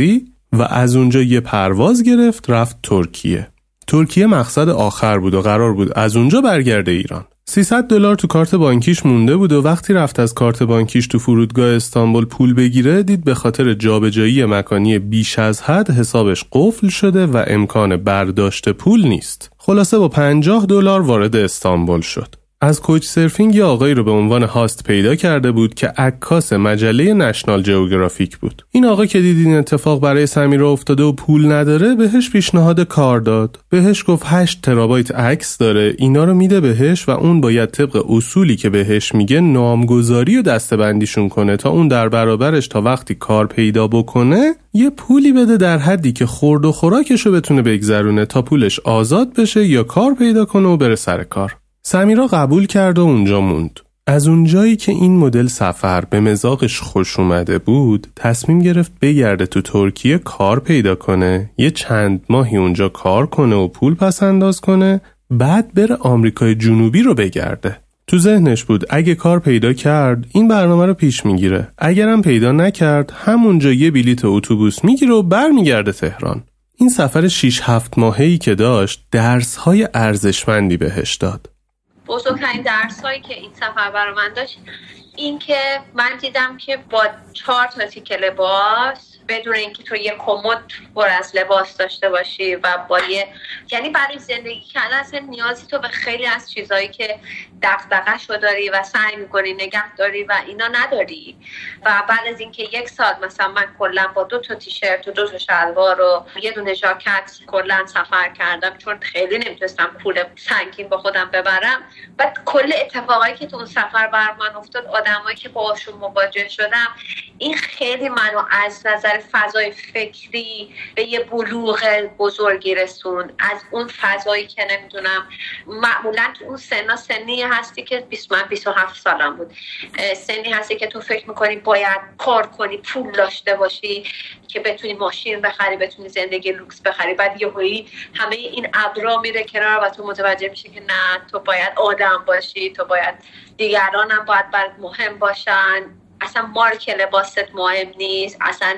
[SPEAKER 5] و از اونجا یه پرواز گرفت رفت ترکیه. ترکیه مقصد آخر بود و قرار بود از اونجا برگرده ایران. $300 تو کارت بانکیش مونده بود و وقتی رفت از کارت بانکیش تو فرودگاه استانبول پول بگیره دید به خاطر جابجایی مکانی بیش از حد حسابش قفل شده و امکان برداشت پول نیست. خلاصه با $50 وارد استانبول شد. از کوچ سرفینگ یه آقایی رو به عنوان هاست پیدا کرده بود که عکاس مجله نشنال جئوگرافیک بود. این آقا که دید این اتفاق برای سمیرا افتاده و پول نداره بهش پیشنهاد کار داد. بهش گفت 8 ترابایت عکس داره، اینا رو میده بهش و اون باید طبق اصولی که بهش میگه نامگذاری و دسته‌بندیشون کنه تا اون در برابرش تا وقتی کار پیدا بکنه یه پولی بده در حدی که خورد و خوراکشو بتونه بگذرونه تا پولش آزاد بشه یا کار پیدا کنه و بره سر کار. سمیرا قبول کرد و اونجا موند. از اونجایی که این مدل سفر به مزاقش خوش اومده بود تصمیم گرفت بگرده تو ترکیه کار پیدا کنه، یه چند ماهی اونجا کار کنه و پول پس انداز کنه، بعد بره آمریکای جنوبی رو بگرده. تو ذهنش بود اگه کار پیدا کرد این برنامه رو پیش میگیره، اگرم پیدا نکرد همونجا یه بلیت اتوبوس میگیره و برمیگرده تهران. این سفر 6-7 ماهه‌ای که داشت درس‌های ارزشمندی بهش داد.
[SPEAKER 6] بزرگترین درسایی که این سفر برای من داشت این که من دیدم که با 4 تا تیکه لباس بدون اینکه تو یه کمد پر از لباس داشته باشی و با یعنی برای زندگی کردن اصلا نیازی تو به خیلی از چیزایی که دغدغه‌شو داری و سعی می‌کنی نگه داری و اینا نداری. و بعد از اینکه 1 ساعت مثلا من کلا با 2 تا تیشرت و 2 تا شلوار و یه دونه ژاکت کلا سفر کردم چون خیلی نمیتونستم پول سنگین با خودم ببرم. بعد کل اتفاقایی که تو اون سفر بر من افتاد، آدمایی که باهاشون مواجه شدم، این خیلی منو از نظر فضای فکری به یه بلوغ بزرگی رسون. از اون فضایی که نمیدونم معمولا تو اون سنی هستی که 27 سالم بود، سنی هستی که تو فکر میکنی باید کار کنی، پول داشته باشی که بتونی ماشین بخری، بتونی زندگی لوکس بخری. بعد یهویی همه این ابرا میره کنار و تو متوجه میشی که نه، تو باید آدم باشی، تو باید دیگران هم باید مهم باشن. اصلا مارک لباست مهم نیست، اصلا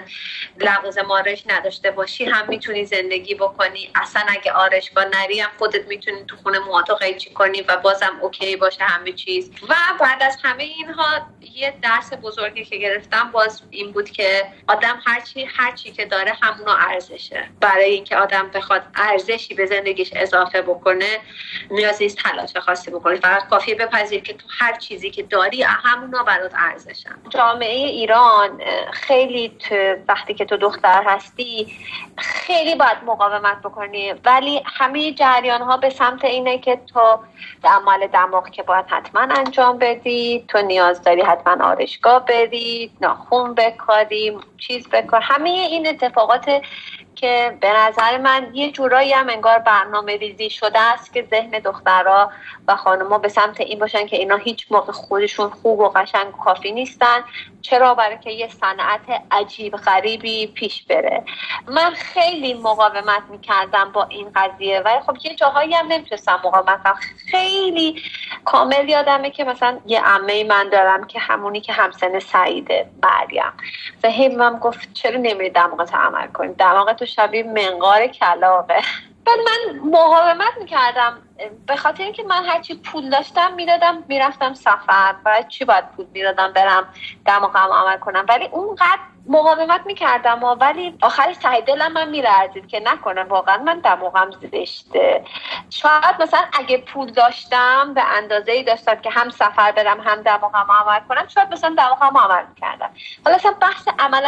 [SPEAKER 6] لوازم آرایش نداشته باشی هم میتونی زندگی بکنی، اصلا اگه آرایشگاه نری هم خودت میتونی تو خونه موهاتو قیچی کنی و بازم اوکی باشه همه چیز. و بعد از همه اینها یه درس بزرگی که گرفتم باز این بود که آدم هرچی که داره همونو ارزشه. برای اینکه آدم بخواد ارزشی به زندگیش اضافه بکنه نیازی نیست تلاش خاصی بکنی، فقط کافیه بپذیر که تو هر چیزی که داری همونو برات ارزشه. جامعه ایران خیلی وقتی که تو دختر هستی خیلی باید مقاومت بکنی، ولی همه جریان ها به سمت اینه که تو عمل دماغ که باید حتما انجام بدی، تو نیاز داری حتما آرایشگاه بری، ناخن بکاری، چیز بکار. همه این اتفاقات که به نظر من یه جورایی هم انگار برنامه ریزی شده است که ذهن دخترها و خانم‌ها به سمت این باشن که اینا هیچ موقع خودشون خوب و قشنگ و کافی نیستن. چرا؟ برای که یه صنعت عجیب غریبی پیش بره. من خیلی مقاومت میکردم با این قضیه، ولی خب یه جاهایی هم نمیتونستم مقاومت کنم. خیلی کامل یادمه که مثلا یه عمه من دارم که همونی که همسن سعیده، مریم، و هم گفت چرا نمیری دماغت عمل کنی؟ دماغت شبیه منقار کلاغه. بعد من مقاومت میکردم به خاطر اینکه من هرچی پول داشتم میدادم میرفتم سفر و چی باید پول میدادم برم دماغم عمل کنم، ولی اونقدر مقاومت میکردم ولی آخرش ته دلم من میلرزید که نکنه واقعا من دماغم زشته. شاید مثلا اگه پول داشتم به اندازه‌ای داشتم که هم سفر برم هم دماغم عمل کنم، شاید مثلا دماغم عمل میکردم. حالا اصلا بحث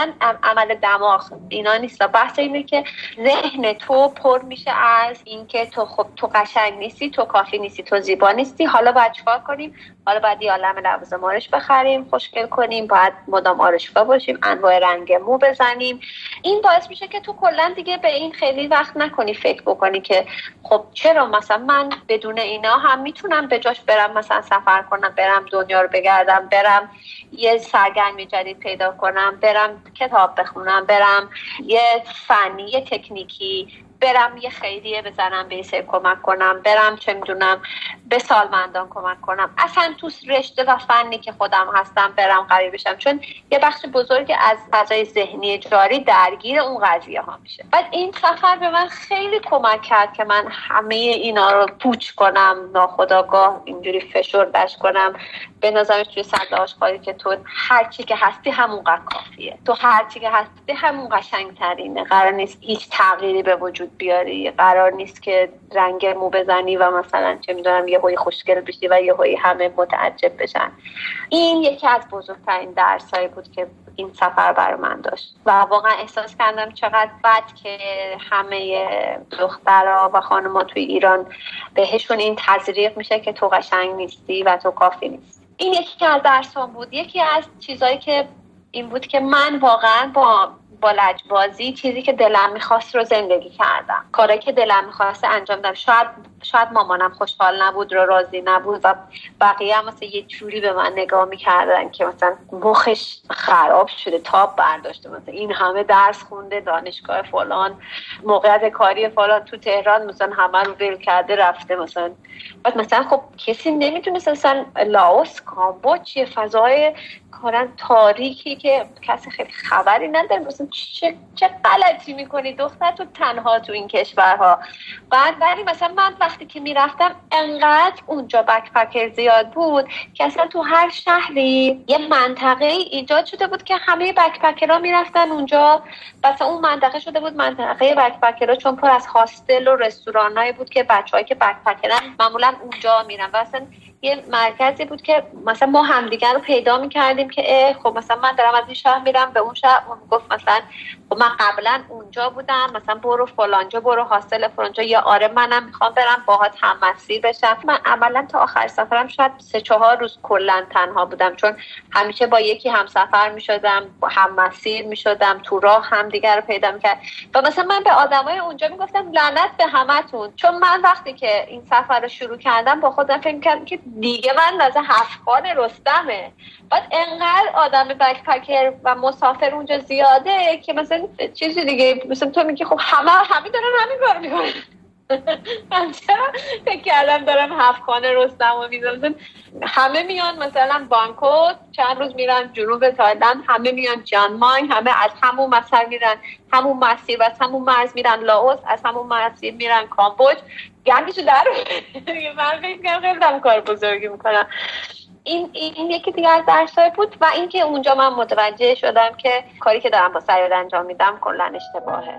[SPEAKER 6] عمل دماغ اینا نیست، بحث اینه که ذهن تو پر میشه از اینکه تو خب تو قشنگ نیستی، تو کافی نیستی، تو زیبا نیستی. حالا باید چیکار کنیم؟ حالا باید یه عالمه لوازم آرایش بخریم، خوشگل کنیم، باید مدام آرایشگاه باشیم، انواع رنگ مو بزنیم. این باعث میشه که تو کلا دیگه به این خیلی وقت نکنی فکر بکنی که خب چرا مثلا من بدون اینا هم میتونم به جاش برم مثلا سفر کنم، برم دنیا رو بگردم، برم یه سرگرمی جدید پیدا کنم، برم کتاب بخونم، برم یه فنی، یه تکنیکی برم یه خیریه بزنم به سری کمک کنم، برم چه میدونم به سالمندان کمک کنم، اصلا تو رشته و فنی که خودم هستم برم قوی بشم، چون یه بخش بزرگی از فضای ذهنی جاری درگیر اون قضیه ها میشه. بعد این سفر به من خیلی کمک کرد که من همه اینا رو پوچ کنم، ناخودآگاه اینجوری فشردش کنم، به نظرش توی صد آشغالی که تو هر چی که هستی همونقدر کافیه، تو هر چی که هستی همون قشنگترینه، قرار نیست هیچ تغییری به وجود بیاری، قرار نیست که رنگ مو بزنی و مثلا چه میدونم یه هوی خوشگل بشی و یه هوی همه متعجب بشن. این یکی از بزرگترین درسایی بود که این سفر برای من داشت و واقعا احساس کردم چقدر بد که همه دخترها و خانم‌ها توی ایران بهشون این تزریق میشه که تو قشنگ نیستی و تو کافی نیستی. این یکی از درسام بود. یکی از چیزایی که این بود که من واقعا با لجبازی چیزی که دلم میخواست رو زندگی کردم، کاری که دلم میخواست انجام دادم. شاید مامانم خوشحال نبود، راضی نبود و بقیه هم مثلا یه جوری به من نگاه میکردن که مثلا مخش خراب شده، تاب برداشته، مثلا این همه درس خونده، دانشگاه فلان، موقعیت کاری فلان تو تهران مثلا همه رو ول کرده رفته مثلا. بعد مثلا خب کسی نمیتونه مثلا لاوس، کامبوج، یه فضای کارن تاریکی که کسی خیلی خبری نداره، مثلا چه غلطی میکنی دختر تو تنها تو این کشورها. بعد ولی مثلا من وقتی که میرفتم انقدر اونجا بکپکر زیاد بود که اصلا تو هر شهری یه منطقه ایجاد شده بود که همه بکپکرها میرفتن اونجا. مثلا اون منطقه شده بود منطقه بکپکرها، چون پر از هاستل و رستورانایی بود که بچه‌هایی که بکپکرن معمولا اونجا میرن و اصلا یه مرکزی بود که مثلا ما همدیگر رو پیدا میکردیم که خب مثلا من دارم از این شهر میرم به اون شهر، اون گفت مثلا خب من قبلا اونجا بودم، مثلا برو فلانجا، برو هاستل فلانجا، یا آره منم میخوام برم باهات هم مسیر بشم. من عملا تا آخر سفرم شاید 3-4 روز کلا تنها بودم، چون همیشه با یکی همسفر میشدم، هم مسیر میشدم، تو راه همدیگر رو پیدا میکرد. و مثلا من به آدمای اونجا میگفتم لعنت به همتون، چون من وقتی که این سفر رو شروع کردم با خودم فکر کردم که دیگه من لازم هفت‌خان رستمه. بعد انقدر آدم بکپکر و مسافر اونجا زیاده که مثلا چیزی دیگه، مثلا تو میگی خب همه دارن همین کارو میکنن. من چرا فکر کردم دارم هفت‌خان رستم رو میزنم. همه میان مثلا بانکوک، چند روز میرن جنوب تایلند، همه میان جانمای، همه از همون مسیر میرن، همون مسیر و از همون مرز میرن لاوس، از همون مسیر میرن کامبوج. گندشو در من فکر کنم خیلی دارم کار بزرگی میکنم. این یکی دیگه از درسای بود و اینکه اونجا من متوجه شدم که کاری که دارم با سریع انجام میدم کلا اشتباهه.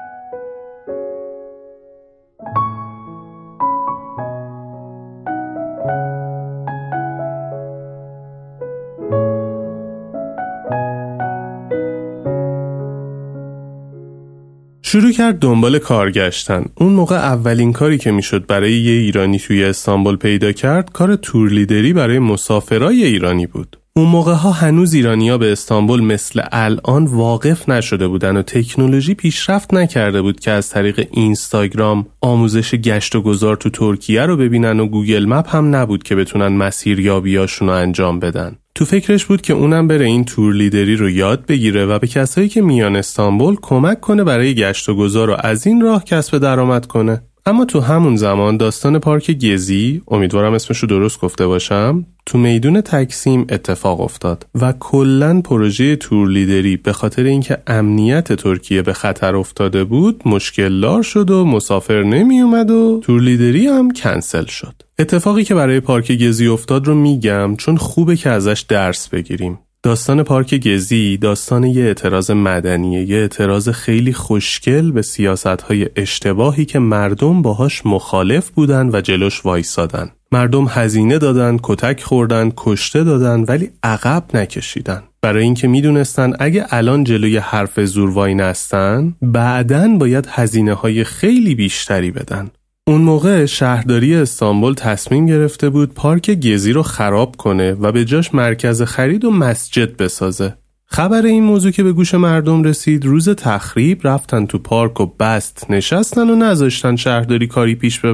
[SPEAKER 5] شروع کرد دنبال کار گشتن. اون موقع اولین کاری که میشد برای یه ایرانی توی استانبول پیدا کرد کار تور لیدری برای مسافرای ایرانی بود. اون موقع ها هنوز ایرانی‌ها به استانبول مثل الان واقف نشده بودن و تکنولوژی پیشرفت نکرده بود که از طریق اینستاگرام آموزش گشت و گذار تو ترکیه رو ببینن و گوگل مپ هم نبود که بتونن مسیریابیاشون رو انجام بدن. تو فکرش بود که اونم بره این تور لیدری رو یاد بگیره و به کسایی که میان استانبول کمک کنه برای گشت و گذار و از این راه کسب درآمد کنه. اما تو همون زمان داستان پارک گزی، امیدوارم اسمش رو درست گفته باشم، تو میدون تکسیم اتفاق افتاد و کلاً پروژه تور لیدری به خاطر اینکه امنیت ترکیه به خطر افتاده بود مشکلدار شد و مسافر نمی اومد و تور لیدری هم کنسل شد. اتفاقی که برای پارک گزی افتاد رو میگم چون خوبه که ازش درس بگیریم. داستان پارک گزی داستان یه اعتراض مدنیه، یه اعتراض خیلی خوشگل به سیاست‌های اشتباهی که مردم باهاش مخالف بودن و جلوش وایسادن. مردم هزینه دادن، کتک خوردن، کشته دادن ولی عقب نکشیدن. برای اینکه میدونستن اگه الان جلوی حرف زور وای نستن، بعداً باید هزینه‌های خیلی بیشتری بدن. اون موقع شهرداری استانبول تصمیم گرفته بود پارک گزی رو خراب کنه و به جاش مرکز خرید و مسجد بسازه. خبر این موضوع که به گوش مردم رسید، روز تخریب رفتن تو پارک و بست نشستن و نذاشتن شهرداری کاری پیش ببره.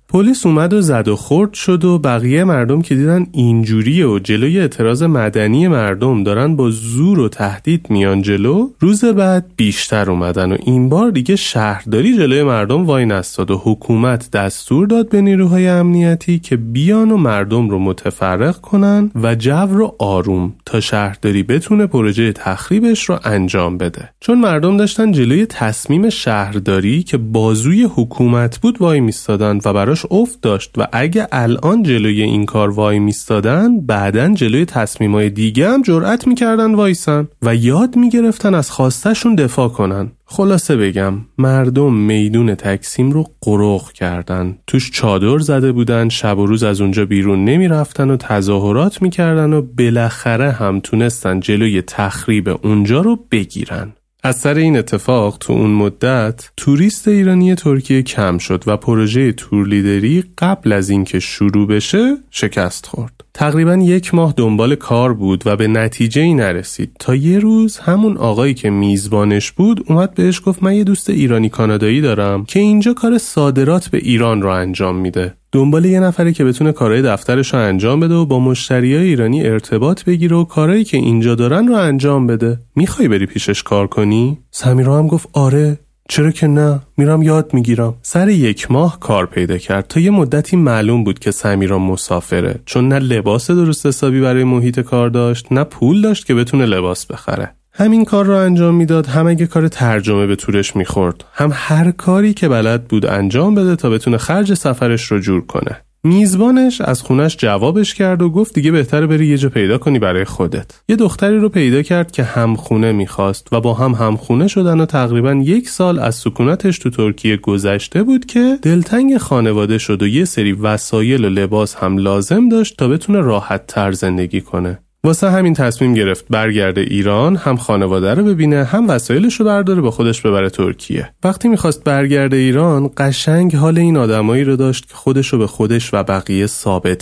[SPEAKER 5] پلیس اومد و زد و خورد شد و بقیه مردم که دیدن اینجوریه و جلوی اعتراض مدنی مردم دارن با زور و تهدید میان جلو، روز بعد بیشتر اومدن و این بار دیگه شهرداری جلوی مردم وای نستاد و حکومت دستور داد به نیروهای امنیتی که بیان و مردم رو متفرق کنن و جو رو آروم تا شهرداری بتونه پروژه تخریبش رو انجام بده. چون مردم داشتن جلوی تصمیم شهرداری که بازوی حکومت بود وای میستادن و براش افت داشت و اگه الان جلوی این کار وای میستادن بعدن جلوی تصمیمای دیگه هم جرأت میکردن وایسن و یاد میگرفتن از خواستشون دفاع کنن. خلاصه بگم مردم میدون تکسیم رو قرق کردن، توش چادر زده بودن، شب و روز از اونجا بیرون نمی رفتن و تظاهرات می کردن و بالاخره هم تونستن جلوی تخریب اونجا رو بگیرن. از سر این اتفاق تو اون مدت توریست ایرانی ترکیه کم شد و پروژه تور لیدری قبل از اینکه شروع بشه شکست خورد. تقریباً 1 ماه دنبال کار بود و به نتیجه‌ای نرسید تا یه روز همون آقایی که میزبانش بود اومد بهش گفت من یه دوست ایرانی کانادایی دارم که اینجا کار صادرات به ایران رو انجام میده. دنبال یه نفری که بتونه کارهای دفترش رو انجام بده و با مشتریای ایرانی ارتباط بگیره و کارهایی که اینجا دارن رو انجام بده. میخوای بری پیشش کار کنی؟ سمیرا هم گفت آره، چرا که نه، میرم یاد میگیرم. سر 1 ماه کار پیدا کرد. تا یه مدتی معلوم بود که سمیرا مسافره، چون نه لباس درست حسابی برای محیط کار داشت نه پول داشت که بتونه لباس بخره. همین کار رو انجام میداد، هم اگه کار ترجمه به تورش میخورد، هم هر کاری که بلد بود انجام بده تا بتونه خرج سفرش رو جور کنه. میزبانش از خونش جوابش کرد و گفت دیگه بهتره بری یه جا پیدا کنی برای خودت. یه دختری رو پیدا کرد که همخونه میخواست و با هم همخونه شدن و تقریباً 1 سال از سکونتش تو ترکیه گذشته بود که دلتنگ خانواده شد و یه سری وسایل و لباس هم لازم داشت تا بتونه راحت تر زندگی کنه. واسه همین تصمیم گرفت برگرده ایران، هم خانواده رو ببینه هم وسایلش رو برداره با خودش ببره ترکیه. وقتی میخواست برگرده ایران قشنگ حال این آدمایی رو داشت که خودش رو به خودش و بقیه ثابت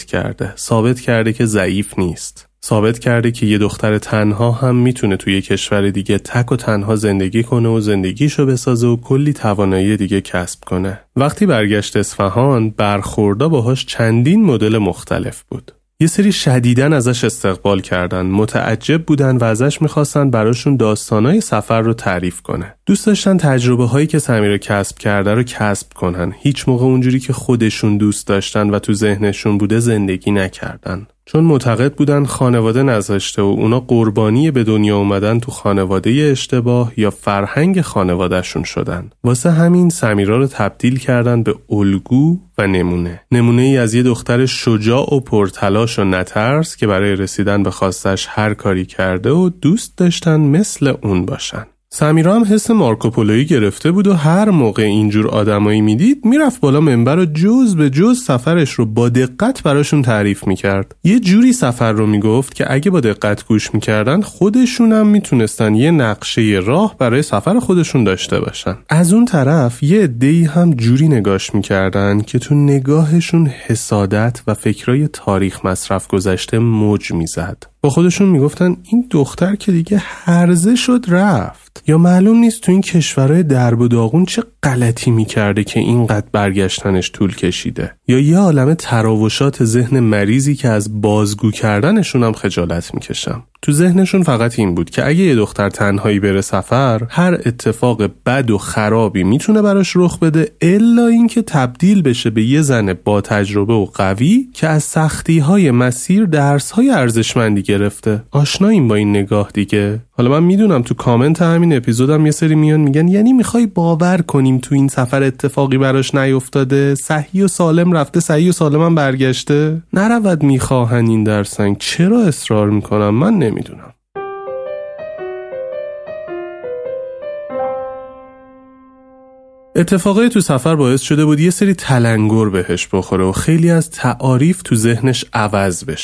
[SPEAKER 5] کرده که ضعیف نیست. ثابت کرده که یه دختر تنها هم میتونه توی کشور دیگه تک و تنها زندگی کنه و زندگیشو بسازه و کلی توانایی دیگه کسب کنه. وقتی برگشت اصفهان برخوردا باهاش چندین مدل مختلف بود. یه سری شدیداً ازش استقبال کردن، متعجب بودن و ازش میخواستن براشون داستانای سفر رو تعریف کنه. دوست داشتن تجربه هایی که سمیرا کسب کرده رو کسب کنن. هیچ موقع اونجوری که خودشون دوست داشتن و تو ذهنشون بوده زندگی نکردن. چون معتقد بودن خانواده نذاشته و اونا قربانی به دنیا اومدن تو خانواده اشتباه یا فرهنگ خانوادهشون شدن. واسه همین سمیرا رو تبدیل کردن به الگو و نمونه ای از یه دختر شجاع و پرتلاش و نترس که برای رسیدن به خواستش هر کاری کرده و دوست داشتن مثل اون باشن. سمیرا هم حس مارکوپولویی گرفته بود و هر موقع اینجور آدمایی میدید میرفت بالا منبر و جز به جز سفرش رو با دقت براشون تعریف میکرد. یه جوری سفر رو میگفت که اگه با دقت گوش میکردن خودشون هم میتونستن یه نقشه راه برای سفر خودشون داشته باشن. از اون طرف یه عده‌ای هم جوری نگاش میکردن که تو نگاهشون حسادت و فکرای تاریخ مصرف گذشته موج میزد. با خودشون میگفتن این دختر که دیگه هرزه شد رفت، یا معلوم نیست تو این کشورهای درب و داغون چه غلطی میکرده که اینقدر برگشتنش طول کشیده، یا یه عالمه تراوشات ذهن مریضی که از بازگو کردنشون هم خجالت میکشم. تو ذهنشون فقط این بود که اگه یه دختر تنهایی بره سفر، هر اتفاق بد و خرابی میتونه براش رخ بده الا اینکه تبدیل بشه به یه زن با تجربه و قوی که از سختی‌های مسیر درس‌های ارزشمندی گرفته. آشناییم با این نگاه دیگه. حالا من میدونم تو کامنت همین اپیزودم یه سری میان میگن یعنی میخوای باور کنیم تو این سفر اتفاقی براش نیفتاده، صحیح و سالم رفته، صحیح و سالم هم برگشته؟ نرود میخواهن این درسنگ، چرا اصرار میکنم؟ من نمیدونم. اتفاقای تو سفر باعث شده بود یه سری تلنگر بهش بخوره و خیلی از تعاریف تو ذهنش عوض بشه.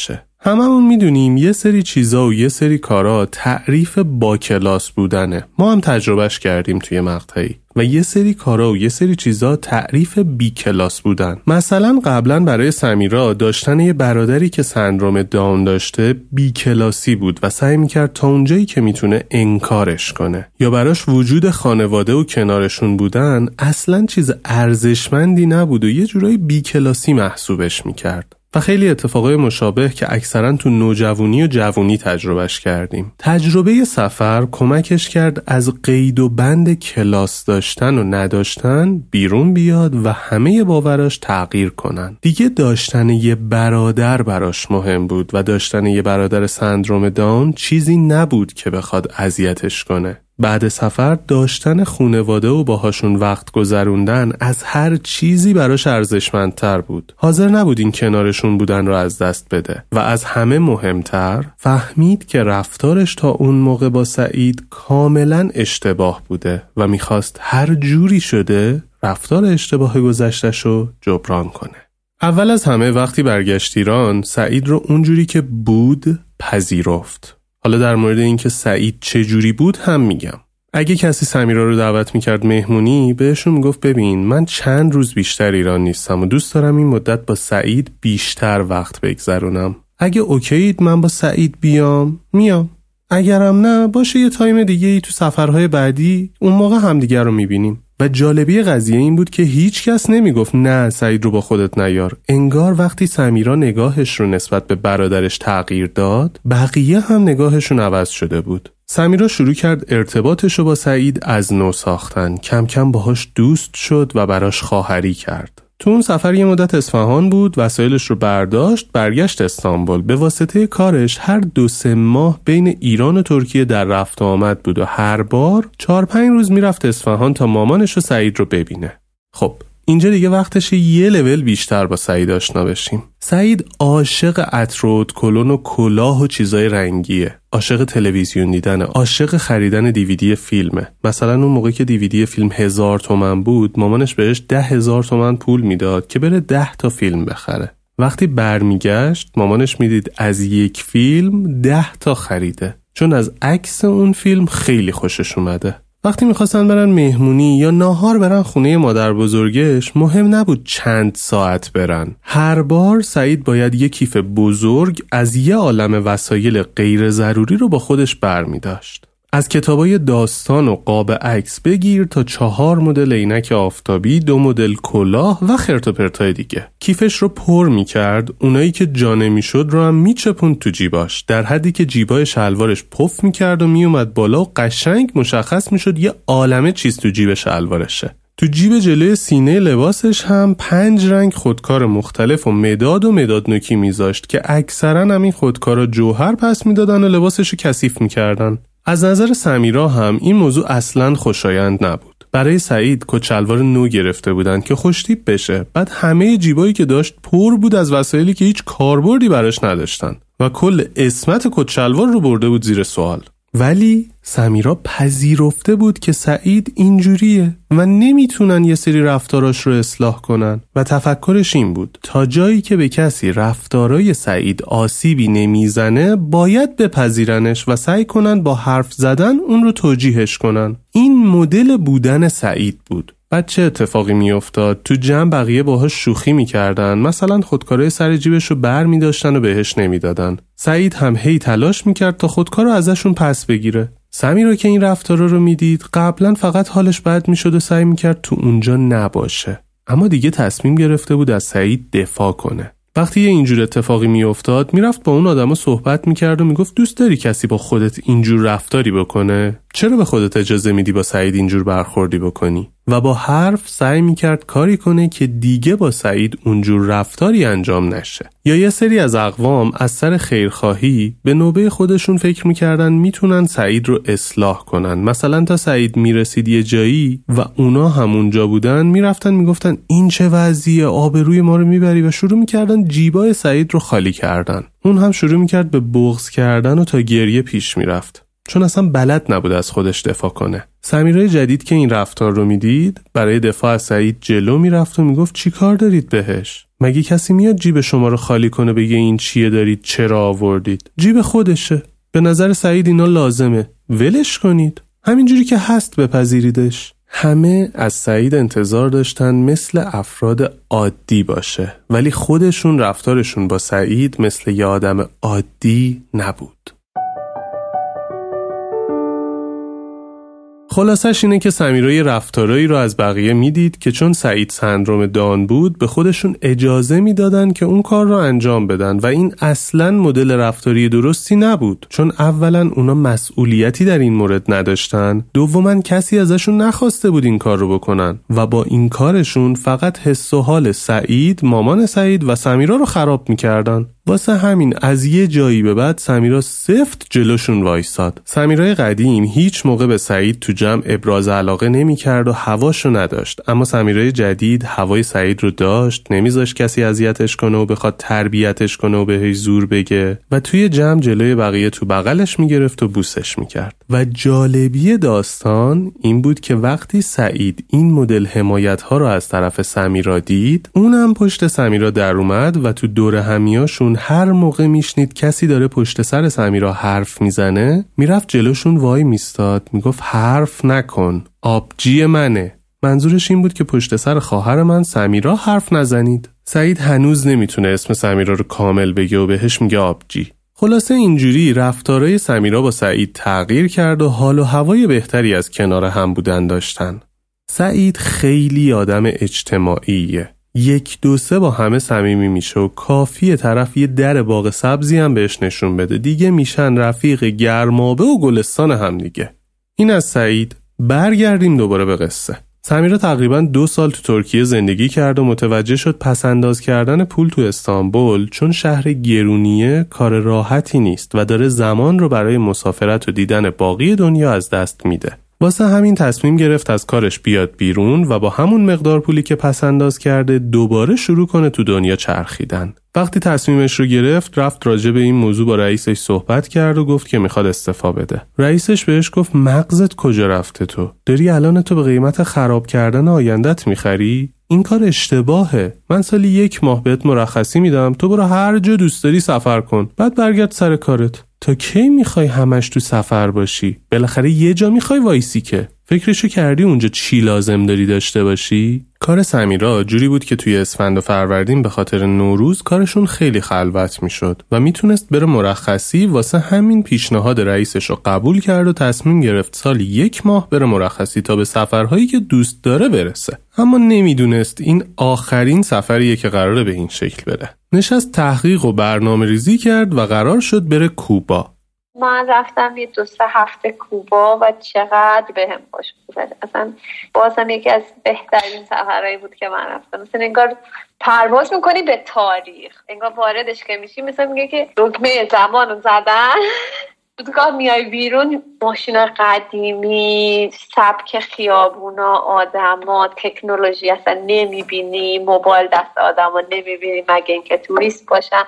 [SPEAKER 5] هممون میدونیم یه سری چیزا و یه سری کارا تعریف با کلاس بودنه. ما هم تجربهش کردیم توی مقطعی. و یه سری کارا و یه سری چیزا تعریف بی کلاس بودن. مثلا قبلا برای سمیرا داشتن یه برادری که سندروم داون داشته بی کلاسی بود و سعی میکرد تا اونجایی که میتونه انکارش کنه. یا براش وجود خانواده و کنارشون بودن اصلا چیز ارزشمندی نبود و یه جورایی بی کلاسی محسوبش میکرد. و خیلی اتفاقای مشابه که اکثرا تو نوجوانی و جوانی تجربهش کردیم. تجربه سفر کمکش کرد از قید و بند کلاس داشتن و نداشتن بیرون بیاد و همه باوراش تغییر کنن. دیگه داشتن یه برادر براش مهم بود و داشتن یه برادر سندروم داون چیزی نبود که بخواد اذیتش کنه. بعد سفر داشتن خانواده و باهاشون وقت گذروندن از هر چیزی براش ارزشمندتر بود. حاضر نبود این کنارشون بودن رو از دست بده و از همه مهمتر فهمید که رفتارش تا اون موقع با سعید کاملا اشتباه بوده و میخواست هر جوری شده رفتار اشتباه گذشته‌شو جبران کنه. اول از همه وقتی برگشت ایران سعید رو اونجوری که بود پذیرفت. حالا در مورد اینکه سعید چه جوری بود هم میگم. اگه کسی سمیرا رو دعوت میکرد مهمونی بهشون میگفت ببین من چند روز بیشتر ایران نیستم و دوست دارم این مدت با سعید بیشتر وقت بگذرونم. اگه اوکیید من با سعید میام. اگرم نه باشه یه تایم دیگه ای تو سفرهای بعدی اون موقع همدیگه رو میبینیم. و جالبی قضیه این بود که هیچ کس نمیگفت نه سعید رو با خودت نیار. انگار وقتی سمیرا نگاهش رو نسبت به برادرش تغییر داد بقیه هم نگاهشون عوض شده بود. سمیرا شروع کرد ارتباطش رو با سعید از نو ساختن. کم کم باهاش دوست شد و براش خواهری کرد. تو اون سفر یه مدت اصفهان بود، وسایلش رو برداشت، برگشت استانبول. به واسطه کارش هر 2-3 ماه بین ایران و ترکیه در رفت و آمد بود و هر بار 4-5 روز میرفت اصفهان تا مامانش و سعید رو ببینه. خب اینجا دیگه وقتشه یه لول بیشتر با سعید آشنا بشیم. سعید عاشق عطر و کلون و کلاه و چیزای رنگیه. عاشق تلویزیون دیدنه، عاشق خریدن دیویدی فیلمه. مثلا اون موقع که دیویدی فیلم 1000 تومن بود مامانش بهش 10,000 تومن پول میداد که بره 10 تا فیلم بخره. وقتی برمیگشت مامانش میدید از یک فیلم 10 تا خریده، چون از عکس اون فیلم خیلی خوشش اومده. وقتی میخواستن برن مهمونی یا ناهار برن خونه مادر بزرگش مهم نبود چند ساعت برن. هر بار سعید باید یه کیف بزرگ از یه عالم وسایل غیر ضروری رو با خودش برمی داشت. از کتابای داستان و قاب عکس بگیر تا 4 مدل عینک آفتابی، 2 مدل کلاه و خرت و پرتای دیگه. کیفش رو پر می‌کرد، اونایی که جا نمی‌شد رو هم میچپوند تو جیباش، در حدی که جیبای شلوارش پف می‌کرد و میومد بالا و قشنگ مشخص می‌شد یه عالمه چیز تو جیب شلوارشه. تو جیب جلوی سینه لباسش هم 5 رنگ خودکار مختلف و مداد نوکی میذاشت که اکثرا هم این خودکارا جوهر پس میدادن و لباسشو کثیف می‌کردن. از نظر سمیرا هم این موضوع اصلاً خوشایند نبود. برای سعید کچلوار نو گرفته بودن که خوشتیپ بشه. بعد همه جیبایی که داشت پر بود از وسایلی که هیچ کاربردی براش نداشتن و کل اسمت کچلوار رو برده بود زیر سوال. ولی سمیرا پذیرفته بود که سعید اینجوریه و نمیتونن یه سری رفتاراش رو اصلاح کنن و تفکرش این بود تا جایی که به کسی رفتارای سعید آسیبی نمیزنه باید بپذیرنش و سعی کنن با حرف زدن اون رو توجیهش کنن. این مدل بودن سعید بود. بعد چه اتفاقی میافتاد؟ تو جمع بقیه باهاش شوخی میکردن، مثلا خودکارای سر جیبش رو بر میداشتن و بهش نمیدادن. سعید هم هی تلاش میکرد تا خودکار رو ازشون پس بگیره. سمیرا که این رفتارا رو میدید قبلا فقط حالش بد میشد و سعی میکرد تو اونجا نباشه، اما دیگه تصمیم گرفته بود از سعید دفاع کنه. وقتی یه اینجور اتفاقی میافتاد میرفت با اون آدمو صحبت میکرد و میگفت دوست داری کسی با خودت اینجور رفتاری بکنه؟ چرا به خودت اجازه میدی با سعید اینجور برخوردی بکنی؟ و با حرف سعی میکرد کاری کنه که دیگه با سعید اونجور رفتاری انجام نشه. یا یه سری از اقوام از سر خیرخواهی به نوبه خودشون فکر میکردن میتونن سعید رو اصلاح کنن. مثلا تا سعید میرسید یه جایی و اونا همونجا بودن میرفتن میگفتن این چه وضعیه، آبروی ما رو میبری، و شروع میکردن جیبای سعید رو خالی کردن. اون هم شروع میکرد به بغض کردن و تا گریه پیش میرفت، چون اصلا بلد نبود از خودش دفاع کنه. سمیرای جدید که این رفتار رو میدید برای دفاع از سعید جلو میرفت و میگفت چی کار دارید بهش؟ مگه کسی میاد جیب شما رو خالی کنه بگه این چیه دارید چرا آوردید؟ جیب خودشه. به نظر سعید اینا لازمه. ولش کنید. همینجوری که هست بپذیریدش. همه از سعید انتظار داشتن مثل افراد عادی باشه، ولی خودشون رفتارشون با سعید مثل یه آدم عادی نبود. خلاصش اینه که سمیرای رفتارایی رو از بقیه میدید که چون سعید سندروم دان بود به خودشون اجازه میدادن که اون کار رو انجام بدن و این اصلاً مدل رفتاری درستی نبود، چون اولاً اونا مسئولیتی در این مورد نداشتن، دوماً کسی ازشون نخواسته بود این کار رو بکنن و با این کارشون فقط حس و حال سعید، مامان سعید و سمیرا رو خراب میکردن. واسه همین از یه جایی به بعد سمیرا سفت جلوشون وایساد. سمیرای قدیم هیچ موقع به سعید تو جمع ابراز علاقه نمی کرد و هواشو نداشت، اما سمیرای جدید هوای سعید رو داشت، نمیذاش کسی اذیتش کنه و بخواد تربیتش کنه و بهش زور بگه و توی جمع جلوی بقیه تو بغلش میگرفت و بوسش میکرد. و جالبی داستان این بود که وقتی سعید این مدل حمایت ها رو از طرف سمیرا دید، اونم پشت سمیرا در اومد و تو دور همیاشون هر موقع میشنید کسی داره پشت سر سمیرا حرف میزنه، میرفت جلوشون وای میستاد، میگفت حرف نکن، آبجی منه. منظورش این بود که پشت سر خواهر من سمیرا حرف نزنید. سعید هنوز نمیتونه اسم سمیرا رو کامل بگه و بهش میگه آبجی. خلاصه اینجوری رفتارای سمیرا با سعید تغییر کرد و حال و هوای بهتری از کنار هم بودن داشتن. سعید خیلی آدم اجتماعیه. 1-2-3 با همه صمیمی میشه و کافیه طرف یه در باغ سبزی هم بهش نشون بده، دیگه میشن رفیق گرمابه و گلستان هم دیگه. این از سعید. برگردیم دوباره به قصه. سمیرا تقریباً 2 سال تو ترکیه زندگی کرد و متوجه شد پسنداز کردن پول تو استانبول چون شهر گرونیه کار راحتی نیست و داره زمان رو برای مسافرت و دیدن باقی دنیا از دست میده. واسه همین تصمیم گرفت از کارش بیاد بیرون و با همون مقدار پولی که پسنداز کرده دوباره شروع کنه تو دنیا چرخیدن. وقتی تصمیمش رو گرفت رفت راجع به این موضوع با رئیسش صحبت کرد و گفت که میخواد استعفا بده. رئیسش بهش گفت مغزت کجا رفته تو؟ داری الان تو به قیمت خراب کردن آیندت میخری؟ این کار اشتباهه. من سالی 1 ماه بهت مرخصی میدم، تو برو هر جا دوست داری سفر کن، بعد برگرد سر کارت. تا کی میخوای همش تو سفر باشی؟ بالاخره یه جا میخوای وایسی که. فکرشو کردی اونجا چی لازم داری داشته باشی؟ کار سمیرا جوری بود که توی اسفند و فروردین به خاطر نوروز کارشون خیلی خلوت میشد و میتونست بره مرخصی. واسه همین پیشنهاد رئیسش رو قبول کرد و تصمیم گرفت سالی 1 ماه بره مرخصی تا به سفرهایی که دوست داره برسه. اما نمیدونست این آخرین سفریه که قراره به این شکل بره. نشست تحقیق و برنامه ریزی کرد و قرار شد بره کوبا.
[SPEAKER 6] من رفتم یه 2-3 هفته کوبا و چقدر بهم خوش گذشت. اصلا بازم یکی از بهترین سفرهایی بود که من رفتم. مثلا انگار پرواز میکنی به تاریخ، انگار واردش که میشی مثلا میگه که دکمه زمان رو زدن دودگاه میای بیرون، ماشینا قدیمی، سبک خیابونا، آدما، تکنولوژی اصلا نمیبینی، موبایل دست آدما نمیبینی مگه اینکه توریست باشن.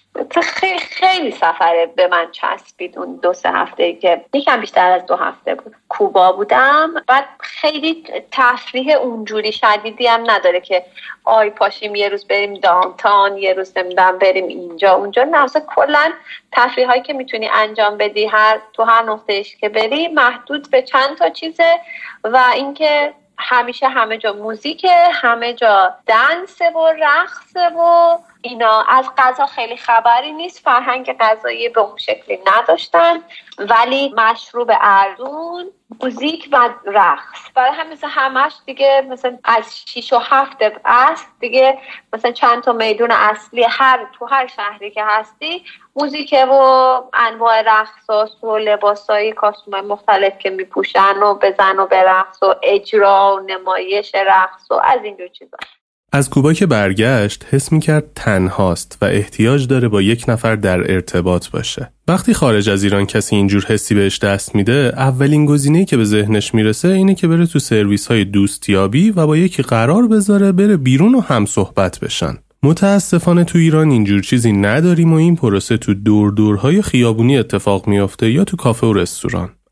[SPEAKER 6] خیلی خیلی سفره به من چسبید اون 2-3 هفته‌ای که یکم بیشتر از 2 هفته بود کوبا بودم. بعد خیلی تفریح اونجوری شدیدی هم نداره که آی پاشیم یه روز بریم داونتاون، یه روز نمیدونم بریم اینجا اونجا، نه اصلا کلا تفریح هایی که میتونی انجام بدی تو هر نقطه‌ایش که بری محدود به چند تا چیزه و اینکه همیشه همه جا موزیکه، همه جا دنسه و رقصه و اینا. از غذا خیلی خبری نیست، فرهنگ غذایی به اون شکلی نداشتن، ولی مشروب ارزون، موزیک و رقص. برای هم مثلا همش دیگه مثلا از 6 و 7 است دیگه، مثلا چند تا میدون اصلی تو هر شهری که هستی موزیکه و انواع رقص و لباسای کاستومای مختلف که میپوشن و بزن و برقص و اجرا و نمایش رقص و از اینجور چیزا.
[SPEAKER 5] از کوبا که برگشت حس می‌کرد تنهاست و احتیاج داره با یک نفر در ارتباط باشه. وقتی خارج از ایران کسی اینجور حسی بهش دست میده، اولین گزینه‌ای که به ذهنش میرسه اینه که بره تو سرویس‌های دوستیابی و با یکی قرار بذاره بره بیرون و هم صحبت بشن. متاسفانه تو ایران اینجور چیزی نداریم و این پروسه تو دورهای خیابونی اتفاق میفته یا تو کافه و رستوران.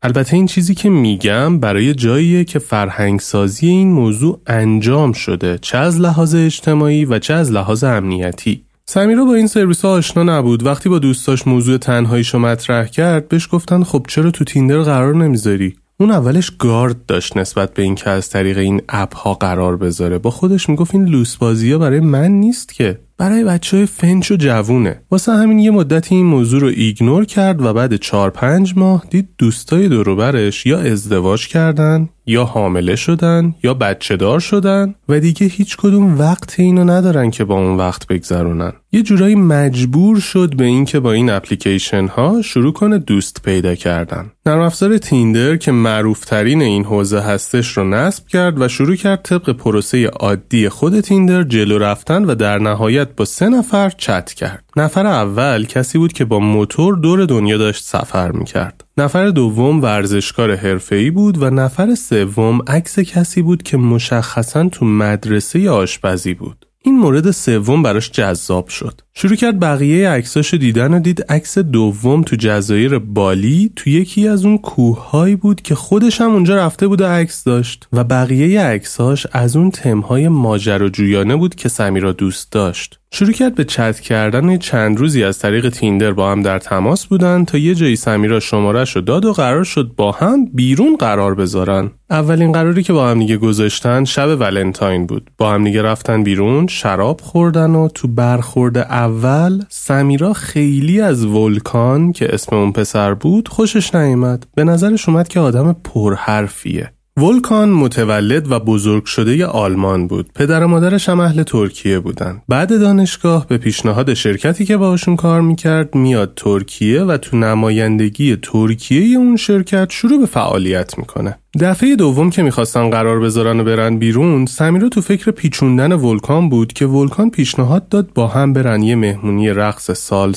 [SPEAKER 5] البته این چیزی که میگم برای جاییه که فرهنگسازی این موضوع انجام شده، چه از لحاظ اجتماعی و چه از لحاظ امنیتی. سمیرا با این سرویس ها آشنا نبود. وقتی با دوستاش موضوع تنهاییشو مطرح کرد بهش گفتن خب چرا تو تیندر قرار نمیذاری؟ اون اولش گارد داشت نسبت به این که از طریق این اپ ها قرار بذاره. با خودش میگفت این لوس بازی ها برای من نیست که، برای بچهای فنچ و جوونه. واسه همین یه مدتی این موضوع رو ایگنور کرد و بعد 4-5 ماه دید دوستای دور و برش یا ازدواج کردن یا حامله شدن یا بچه دار شدن و دیگه هیچ کدوم وقت اینو ندارن که با اون وقت بگذرونن. یه جورایی مجبور شد به این که با این اپلیکیشن ها شروع کنه دوست پیدا کردن. نرم افزار تیندر که معروف ترین این حوزه هستش رو نصب کرد و شروع کرد طبق پروسه عادی خود تیندر جلو رفتن و در نهایت با 3 نفر چت کرد. نفر اول کسی بود که با موتور دور دنیا داشت سفر میکرد. نفر دوم ورزشکار حرفه‌ای بود و نفر سوم عکس کسی بود که مشخصاً تو مدرسه آشپزی بود. این مورد سوم براش جذاب شد. شروع کرد بقیه عکساشو دیدن و دید عکس دوم تو جزایر بالی تو یکی از اون کوه‌هایی بود که خودش هم اونجا رفته بود و عکس داشت و بقیه عکساش از اون تم‌های ماجراجویانه بود که سمیرا دوست داشت. شروع کرد به چت کردن و چند روزی از طریق تیندر با هم در تماس بودن تا یه جایی سمیرا شماره‌شو داد و قرار شد با هم بیرون قرار بذارن. اولین قراری که با هم دیگه گذاشتن شب ولنتاین بود. با هم دیگه رفتن بیرون، شراب خوردن و تو برخورد اول سمیرا خیلی از ولکان که اسم اون پسر بود خوشش نیامد. به نظرش اومد که آدم پرحرفیه. ولکان متولد و بزرگ شده آلمان بود. پدر و مادرش هم اهل ترکیه بودن. بعد دانشگاه به پیشنهاد شرکتی که باهاشون کار میکرد میاد ترکیه و تو نمایندگی ترکیه اون شرکت شروع به فعالیت میکنه. دفعه دوم که میخواستن قرار بذارن و برن بیرون، سمیرا تو فکر پیچوندن ولکان بود که ولکان پیشنهاد داد با هم برن یه مهمونی رقص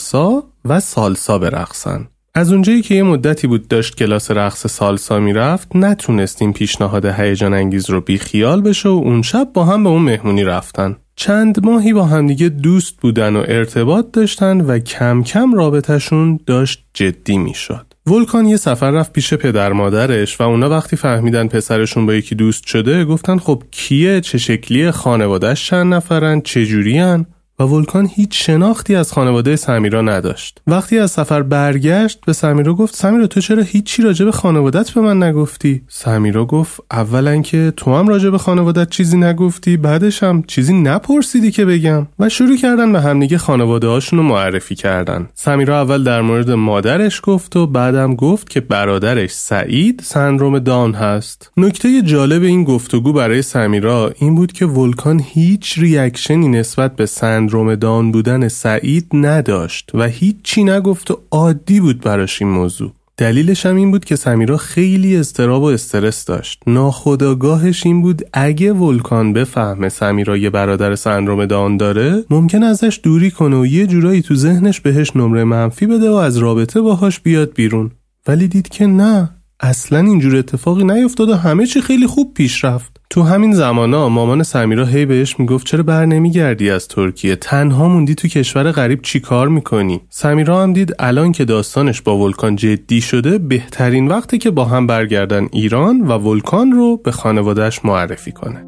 [SPEAKER 5] سالسا برقصن. از اونجایی که یه مدتی بود داشت کلاس رقص سالسا میرفت، نتونست این پیشنهاد هیجان انگیز رو بی خیال بشه و اون شب با هم به اون مهمونی رفتن. چند ماهی با هم دیگه دوست بودن و ارتباط داشتن و کم کم رابطه‌شون داشت جدی میشد. ولکان یه سفر رفت پیش پدر مادرش و اونا وقتی فهمیدن پسرشون با یکی دوست شده گفتن خب کیه، چه شکلیه، خانواده‌اش چند نفرن، چه جورین؟ و ولکان هیچ شناختی از خانواده سمیرا نداشت. وقتی از سفر برگشت به سمیرا گفت سمیرا تو چرا هیچی راجع به خانوادت به من نگفتی؟ سمیرا گفت اولا که تو هم راجع به خانوادت چیزی نگفتی، بعدش هم چیزی نپرسیدی که بگم. و شروع کردن به همدیگه خانواده هاشون رو معرفی کردن. سمیرا اول در مورد مادرش گفت و بعدم گفت که برادرش سعید سندروم داون هست. نکته جالب این گفتگو برای سمیرا این بود که ولکان هیچ ریاکشنی نسبت به سندروم داون بودن سعید نداشت و هیچی نگفت و عادی بود براش این موضوع. دلیلش هم این بود که سمیرا خیلی اضطراب و استرس داشت. ناخودآگاهش این بود اگه ولکان بفهمه سمیرا یه برادر سندروم داون داره ممکن ازش دوری کنه و یه جورایی تو ذهنش بهش نمره منفی بده و از رابطه باهاش بیاد بیرون. ولی دید که نه، اصلا اینجور اتفاقی نیفتاد و همه چی خیلی خوب پیش رفت. تو همین زمانا مامان سمیرا هی بهش میگفت چرا بر نمیگردی از ترکیه، تنها موندی تو کشور غریب چی کار میکنی؟ سمیرا هم دید الان که داستانش با ولکان جدی شده بهترین وقتی که با هم برگردن ایران و ولکان رو به خانواده‌اش معرفی کنه.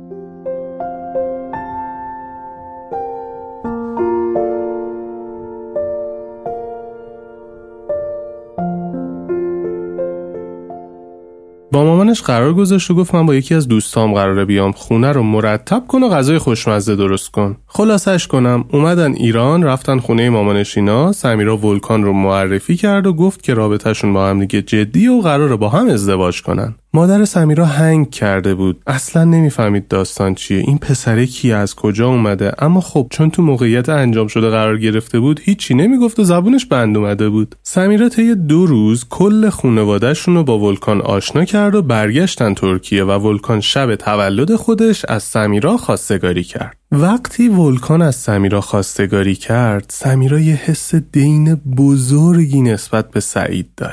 [SPEAKER 5] با مامانش قرار گذاشت و گفت من با یکی از دوستام قراره بیام، خونه رو مرتب کن و غذای خوشمزه درست کن. خلاصش کنم اومدن ایران، رفتن خونه مامانش اینا. سمیرا ولکان رو معرفی کرد و گفت که رابطه‌شون با هم دیگه جدی و قراره با هم ازدواج کنن. مادر سمیرا هنگ کرده بود، اصلا نمیفهمید داستان چیه، این پسره کی، از کجا اومده. اما خب چون تو موقعیت انجام شده قرار گرفته بود هیچی نمیگفت و زبونش بند اومده بود. سمیرا طی 2 روز کل خانواده‌شون رو با ولکان آشنا کرد و برگشتن ترکیه و ولکان شب تولد خودش از سمیرا خواستگاری کرد. وقتی ولکان از سمیرا خواستگاری کرد، سمیرا یه حس دین بزرگی نسبت به سعید داشت.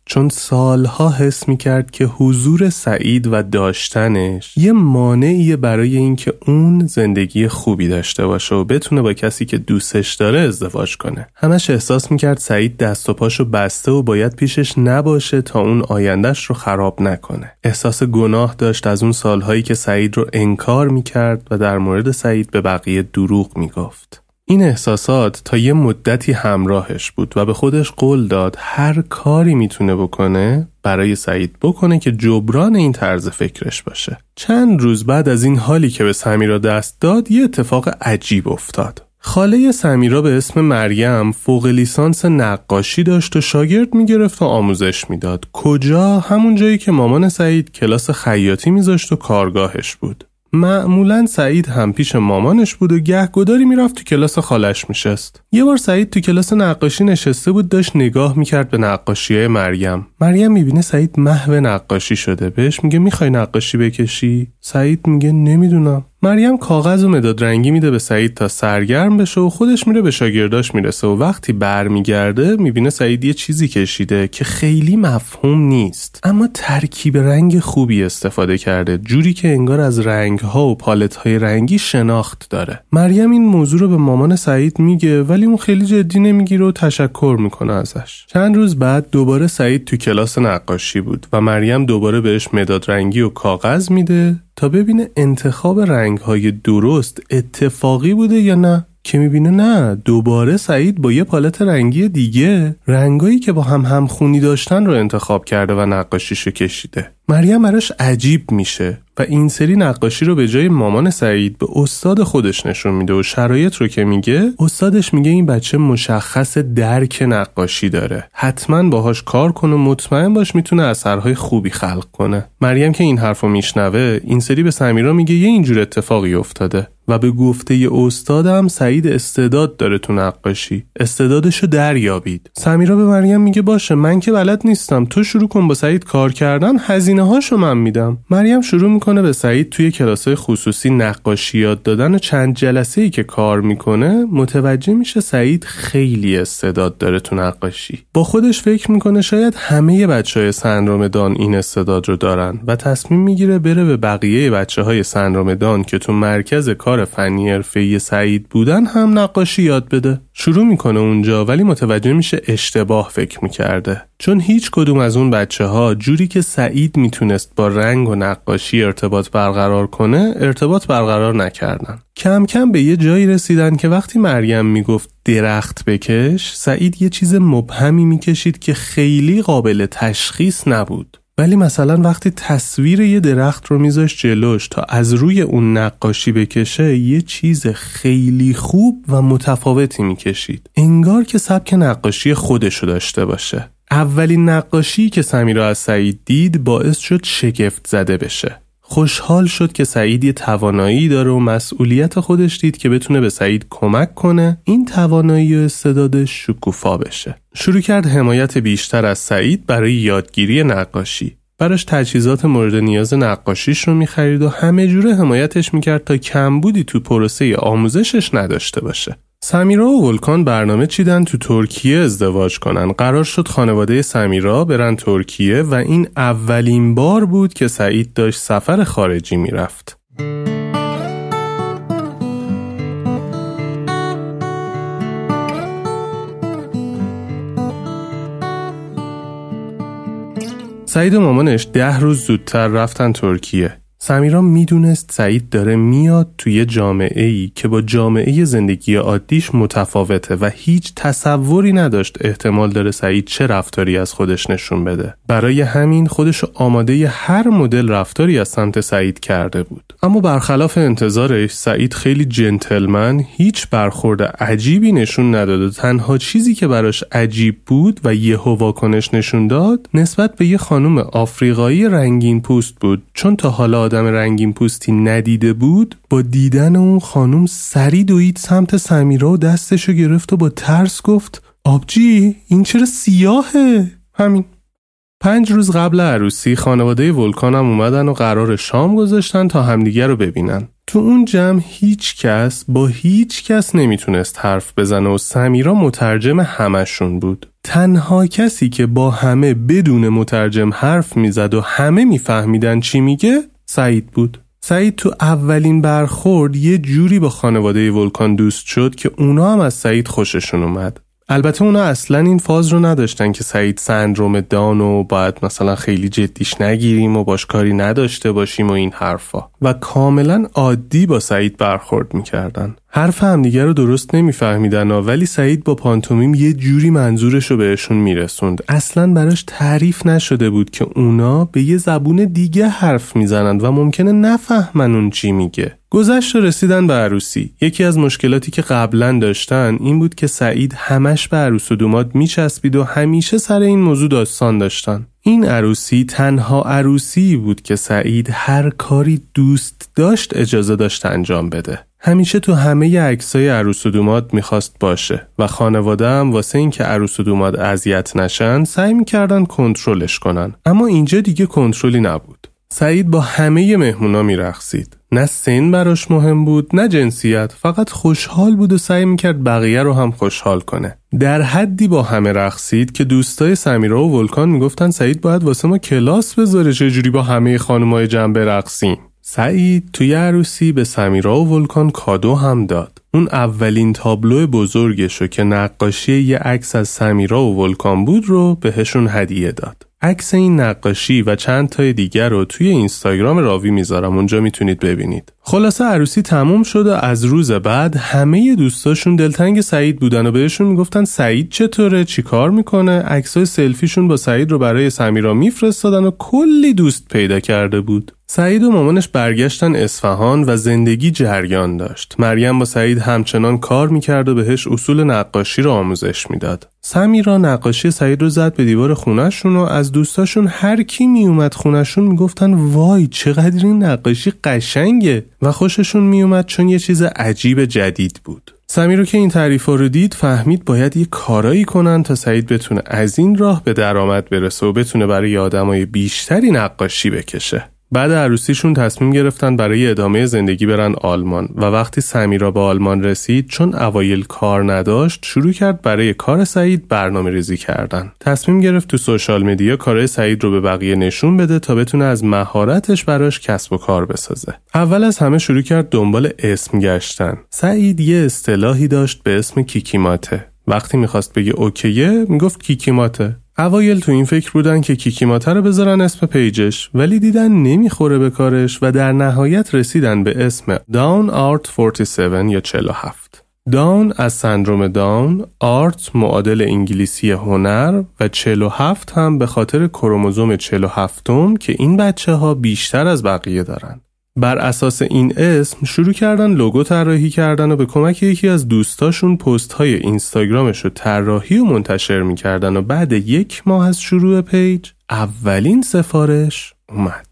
[SPEAKER 5] چون سالها حس میکرد که حضور سعید و داشتنش یه مانعیه برای اینکه اون زندگی خوبی داشته باشه و بتونه با کسی که دوستش داره ازدواج کنه. همش احساس میکرد سعید دست و پاشو بسته و باید پیشش نباشه تا اون آیندهش رو خراب نکنه. احساس گناه داشت از اون سالهایی که سعید رو انکار میکرد و در مورد سعید به بقیه دروغ میگفت. این احساسات تا یه مدتی همراهش بود و به خودش قول داد هر کاری میتونه بکنه برای سعید بکنه که جبران این طرز فکرش باشه. چند روز بعد از این حالی که به سمیرا دست داد یه اتفاق عجیب افتاد. خاله سمیرا به اسم مریم فوق لیسانس نقاشی داشت و شاگرد میگرفت و آموزش میداد. کجا؟ همون جایی که مامان سعید کلاس خیاطی میذاشت و کارگاهش بود. معمولاً سعید هم پیش مامانش بود و گهگداری میرفت تو کلاس خالش میشست. یه بار سعید تو کلاس نقاشی نشسته بود، داشت نگاه میکرد به نقاشی‌های مریم. مریم میبینه سعید محو نقاشی شده، بهش میگه میخوای نقاشی بکشی؟ سعید میگه نمیدونم. مریم کاغذ و مداد رنگی میده به سعید تا سرگرم بشه و خودش میره به شاگرداش میرسه و وقتی برمیگرده میبینه سعید یه چیزی کشیده که خیلی مفهوم نیست، اما ترکیب رنگ خوبی استفاده کرده، جوری که انگار از رنگ‌ها و پالت‌های رنگی شناخت داره. مریم این موضوع رو به مامان سعید میگه ولی اون خیلی جدی نمیگیره و تشکر میکنه ازش. چند روز بعد دوباره سعید تو کلاس نقاشی بود و مریم دوباره بهش مداد رنگی و کاغذ میده تا ببینه انتخاب رنگ‌های درست اتفاقی بوده یا نه، که میبینه نه، دوباره سعید با یه پالت رنگی دیگه رنگایی که با هم همخونی داشتن رو انتخاب کرده و نقاشیشو کشیده. مریم براش عجیب میشه و این سری نقاشی رو به جای مامان سعید به استاد خودش نشون میده و شرایط رو که میگه، استادش میگه این بچه مشخص درک نقاشی داره، حتما باهاش کار کن و مطمئن باش میتونه اثرهای خوبی خلق کنه. مریم که این حرفو میشنوه، این سری به سمیرا میگه یه اینجور اتفاقی افتاده و به گفته استادم سعید استعداد داره تو نقاشی، استعدادشو دریابید. سمیرا به مریم میگه باشه، من که بلد نیستم، تو شروع کن با سعید کار کردن، هزینه هاشو من میدم. مریم شروع میکنه به سعید توی کلاسای خصوصی نقاشی یاد دادن و چند جلسه‌ای که کار میکنه متوجه میشه سعید خیلی استعداد داره تو نقاشی. با خودش فکر میکنه شاید همه بچهای سندرم دان این استعداد رو دارن و تصمیم میگیره بره به بقیه بچهای سندرم دان که تو مرکز کار فنی حرفه‌ای سعید بودن هم نقاشی یاد بده. شروع میکنه اونجا ولی متوجه میشه اشتباه فکر میکرده، چون هیچ کدوم از اون بچه‌ها جوری که سعید میتونست با رنگ و نقاشی ارتباط برقرار کنه ارتباط برقرار نکردن. کم کم به یه جایی رسیدن که وقتی مریم میگفت درخت بکش، سعید یه چیز مبهمی میکشید که خیلی قابل تشخیص نبود. ولی مثلا وقتی تصویر یه درخت رو میذاشت جلوش تا از روی اون نقاشی بکشه، یه چیز خیلی خوب و متفاوتی میکشید، انگار که سبک نقاشی خودشو داشته باشه. اولین نقاشی که سمیرا از سعید دید باعث شد شگفت زده بشه. خوشحال شد که سعید یه توانایی داره و مسئولیت خودش دید که بتونه به سعید کمک کنه این توانایی و استعدادش شکوفا بشه. شروع کرد حمایت بیشتر از سعید برای یادگیری نقاشی. براش تجهیزات مورد نیاز نقاشیش رو می‌خرید و همه جوره حمایتش می‌کرد تا کمبودی تو پروسه آموزشش نداشته باشه. سمیرا و ولکان برنامه چیدن تو ترکیه ازدواج کنن. قرار شد خانواده سمیرا برن ترکیه و این اولین بار بود که سعید داشت سفر خارجی میرفت. سعید و مامانش 10 روز زودتر رفتن ترکیه. سمیرا میدونست سعید داره میاد توی جامعه‌ای که با جامعه زندگی عادیش متفاوته و هیچ تصوری نداشت احتمال داره سعید چه رفتاری از خودش نشون بده. برای همین خودشو آماده هر مدل رفتاری از سمت سعید کرده بود. اما برخلاف انتظارش سعید خیلی جنتلمن، هیچ برخورد عجیبی نشون نداد و تنها چیزی که براش عجیب بود و یهو واکنش نشون داد نسبت به یه خانم آفریقایی رنگین پوست بود، چون تا حالا آدم رنگین پوستی ندیده بود. با دیدن اون خانم سری دوید سمت سمیرا و دستشو گرفت و با ترس گفت آبجی این چرا سیاهه؟ همین. 5 روز قبل عروسی خانواده ولکان هم اومدن و قرار شام گذاشتن تا همدیگر رو ببینن. تو اون جمع هیچ کس نمیتونست حرف بزنه و سمیرا مترجم همشون بود. تنها کسی که با همه بدون مترجم حرف میزد و همه میفهمیدن چی میگه سعید بود. سعید تو اولین برخورد یه جوری با خانواده ولکان دوست شد که اونا هم از سعید خوششون اومد. البته اونا اصلا این فاز رو نداشتن که سعید سندروم داون و باید مثلا خیلی جدیش نگیریم و باش کاری نداشته باشیم و این حرفا، و کاملا عادی با سعید برخورد میکردن. حرف همدیگه رو درست نمیفهمیدن ولی سعید با پانتومیم یه جوری منظورش رو بهشون میرسوند. اصلا براش تعریف نشده بود که اونا به یه زبون دیگه حرف میزنند و ممکنه نفهمن اون چی میگه. گذشت رسیدن به عروسی. یکی از مشکلاتی که قبلا داشتن این بود که سعید همش به عروس و دوماد میچسبید و همیشه سر این موضوع داستان داشتن. این عروسی تنها عروسی بود که سعید هر کاری دوست داشت اجازه داشت انجام بده. همیشه تو همه عکسای عروس و دوماد میخواست باشه و خانواده هم واسه این که عروس و دوماد اذیت نشن سعی میکردن کنترلش کنن. اما اینجا دیگه کنترلی نبود. سعید با همه مهمونا میرقصید. نه سن براش مهم بود نه جنسیت، فقط خوشحال بود و سعی میکرد بقیه رو هم خوشحال کنه. در حدی با همه رقصید که دوستای سمیرا و ولکان میگفتن سعید باید واسه ما کلاس بذاره چجوری با همه خانمای جمع برقصیم. سعید توی عروسی به سمیرا و ولکان کادو هم داد. اون اولین تابلو بزرگشو که نقاشی یه عکس از سمیرا و ولکان بود رو بهشون هدیه داد. عکس این نقاشی و چند تای دیگر رو توی اینستاگرام راوی میذارم، اونجا میتونید ببینید. خلاصه عروسی تموم شد و از روز بعد همه دوستاشون دلتنگ سعید بودن و بهشون میگفتن سعید چطوره، چی کار میکنه. عکسای سلفیشون با سعید رو برای سمیرا میفرستادن و کلی دوست پیدا کرده بود. سعید و مامانش برگشتن اصفهان و زندگی جریان داشت. مریم با سعید همچنان کار میکرد و بهش اصول نقاشی رو آموزش میداد. سمیرا نقاشی سعید رو زد به دیوار خونه‌شون و از دوستاشون هر کی میومد خونه‌شون میگفتن وای چقدر این نقاشی قشنگه و خوششون میومد چون یه چیز عجیب جدید بود. سمیرا که این تعریفا رو دید فهمید باید یه کارایی کنن تا سعید بتونه از این راه به درآمد برسه و بتونه برای آدمای بیشتری نقاشی بکشه. بعد عروسیشون تصمیم گرفتن برای ادامه زندگی برن آلمان و وقتی سمیرا به آلمان رسید چون اوایل کار نداشت شروع کرد برای کار سعید برنامه ریزی کردن. تصمیم گرفت تو سوشال مدیا کارهای سعید رو به بقیه نشون بده تا بتونه از مهارتش براش کسب و کار بسازه. اول از همه شروع کرد دنبال اسم گشتن. سعید یه اصطلاحی داشت به اسم کیکیماته. وقتی میخواست بگه اوکیه میگفت کیکیماته. اوایل تو این فکر بودن که کیکیماته رو بذارن اسم پیجش ولی دیدن نمیخوره به کارش و در نهایت رسیدن به اسم داون آرت 47 یا 47. داون از سندروم داون، آرت معادل انگلیسی هنر و 47 هم به خاطر کروموزوم 47م که این بچه ها بیشتر از بقیه دارن. بر اساس این اسم شروع کردن لوگو طراحی کردن و به کمک یکی از دوستاشون پست های اینستاگرامش رو طراحی و منتشر میکردن و بعد 1 ماه از شروع پیج اولین سفارش اومد.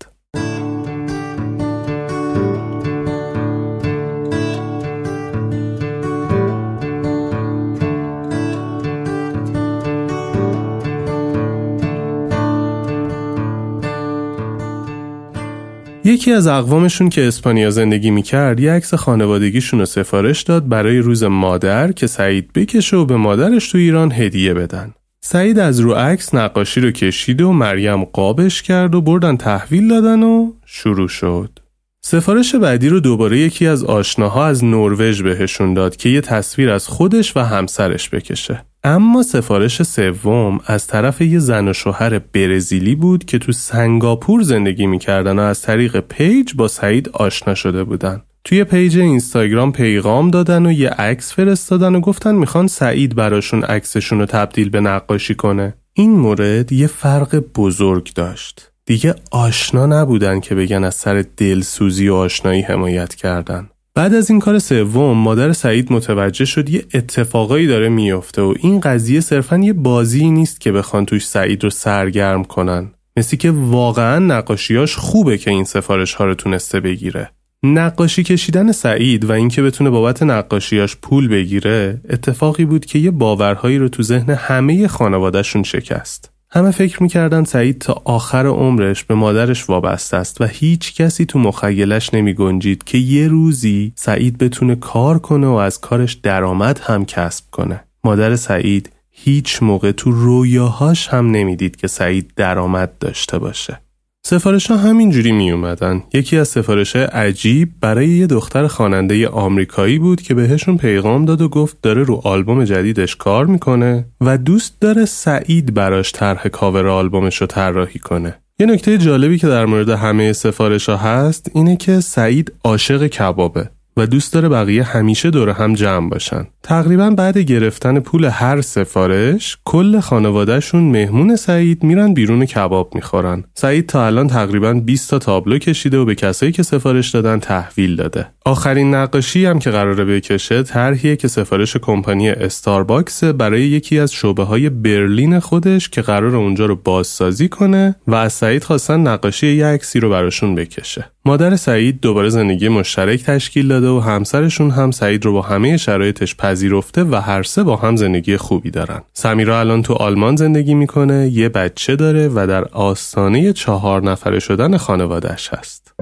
[SPEAKER 5] یکی از اقوامشون که اسپانیا زندگی میکرد یه عکس خانوادگیشون رو سفارش داد برای روز مادر که سعید بکشه و به مادرش تو ایران هدیه بدن. سعید از رو عکس نقاشی رو کشید و مریم قابش کرد و بردن تحویل دادن و شروع شد. سفارش بعدی رو دوباره یکی از آشناها از نروژ بهشون داد که یه تصویر از خودش و همسرش بکشه. اما سفارش سوم از طرف یه زن و شوهر برزیلی بود که تو سنگاپور زندگی میکردن و از طریق پیج با سعید آشنا شده بودن. توی پیج اینستاگرام پیغام دادن و یه عکس فرستادن و گفتن میخوان سعید براشون عکسشون رو تبدیل به نقاشی کنه. این مورد یه فرق بزرگ داشت. دیگه آشنا نبودن که بگن از سر دلسوزی و آشنایی حمایت کردن. بعد از این کار سوم مادر سعید متوجه شد یه اتفاقایی داره میفته و این قضیه صرفاً یه بازی نیست که بخوان توش سعید رو سرگرم کنن. مثل که واقعاً نقاشیاش خوبه که این سفارش ها رو تونسته بگیره. نقاشی کشیدن سعید و اینکه بتونه بابت نقاشیاش پول بگیره اتفاقی بود که یه باورهایی رو تو ذهن همه خانواده‌شون شکست. همه فکر میکردن سعید تا آخر عمرش به مادرش وابسته است و هیچ کسی تو مخیلش نمی گنجید که یه روزی سعید بتونه کار کنه و از کارش درآمد هم کسب کنه. مادر سعید هیچ موقع تو رویاهاش هم نمیدید که سعید درآمد داشته باشه. سفارش‌ها همینجوری می اومدن. یکی از سفارش‌های عجیب برای یه دختر خواننده آمریکایی بود که بهشون پیغام داد و گفت داره رو آلبوم جدیدش کار میکنه و دوست داره سعید براش طرح کاور آلبومش رو طراحی کنه. یه نکته جالبی که در مورد همه سفارش‌ها هست اینه که سعید عاشق کبابه و دوست داره بقیه همیشه دور هم جمع باشن. تقریباً بعد گرفتن پول هر سفارش کل خانوادهشون مهمون سعید میرن بیرون کباب میخورن. سعید تا الان تقریباً 20 تا تابلو کشیده و به کسایی که سفارش دادن تحویل داده. آخرین نقاشی هم که قراره بکشه طرحیه که سفارش کمپانی استارباکس برای یکی از شعبه‌های برلین خودش که قراره اونجا رو بازسازی کنه و از سعید خواستن نقاشی یه عکسی رو براشون بکشه. مادر سعید دوباره زندگی مشترک تشکیل داده و همسرشون هم سعید رو با همه شرایطش پذیرفته و هر سه با هم زندگی خوبی دارن. سمیرا الان تو آلمان زندگی میکنه، یه بچه داره و در آستانه 4 نفره شدن خانواده‌اش هست.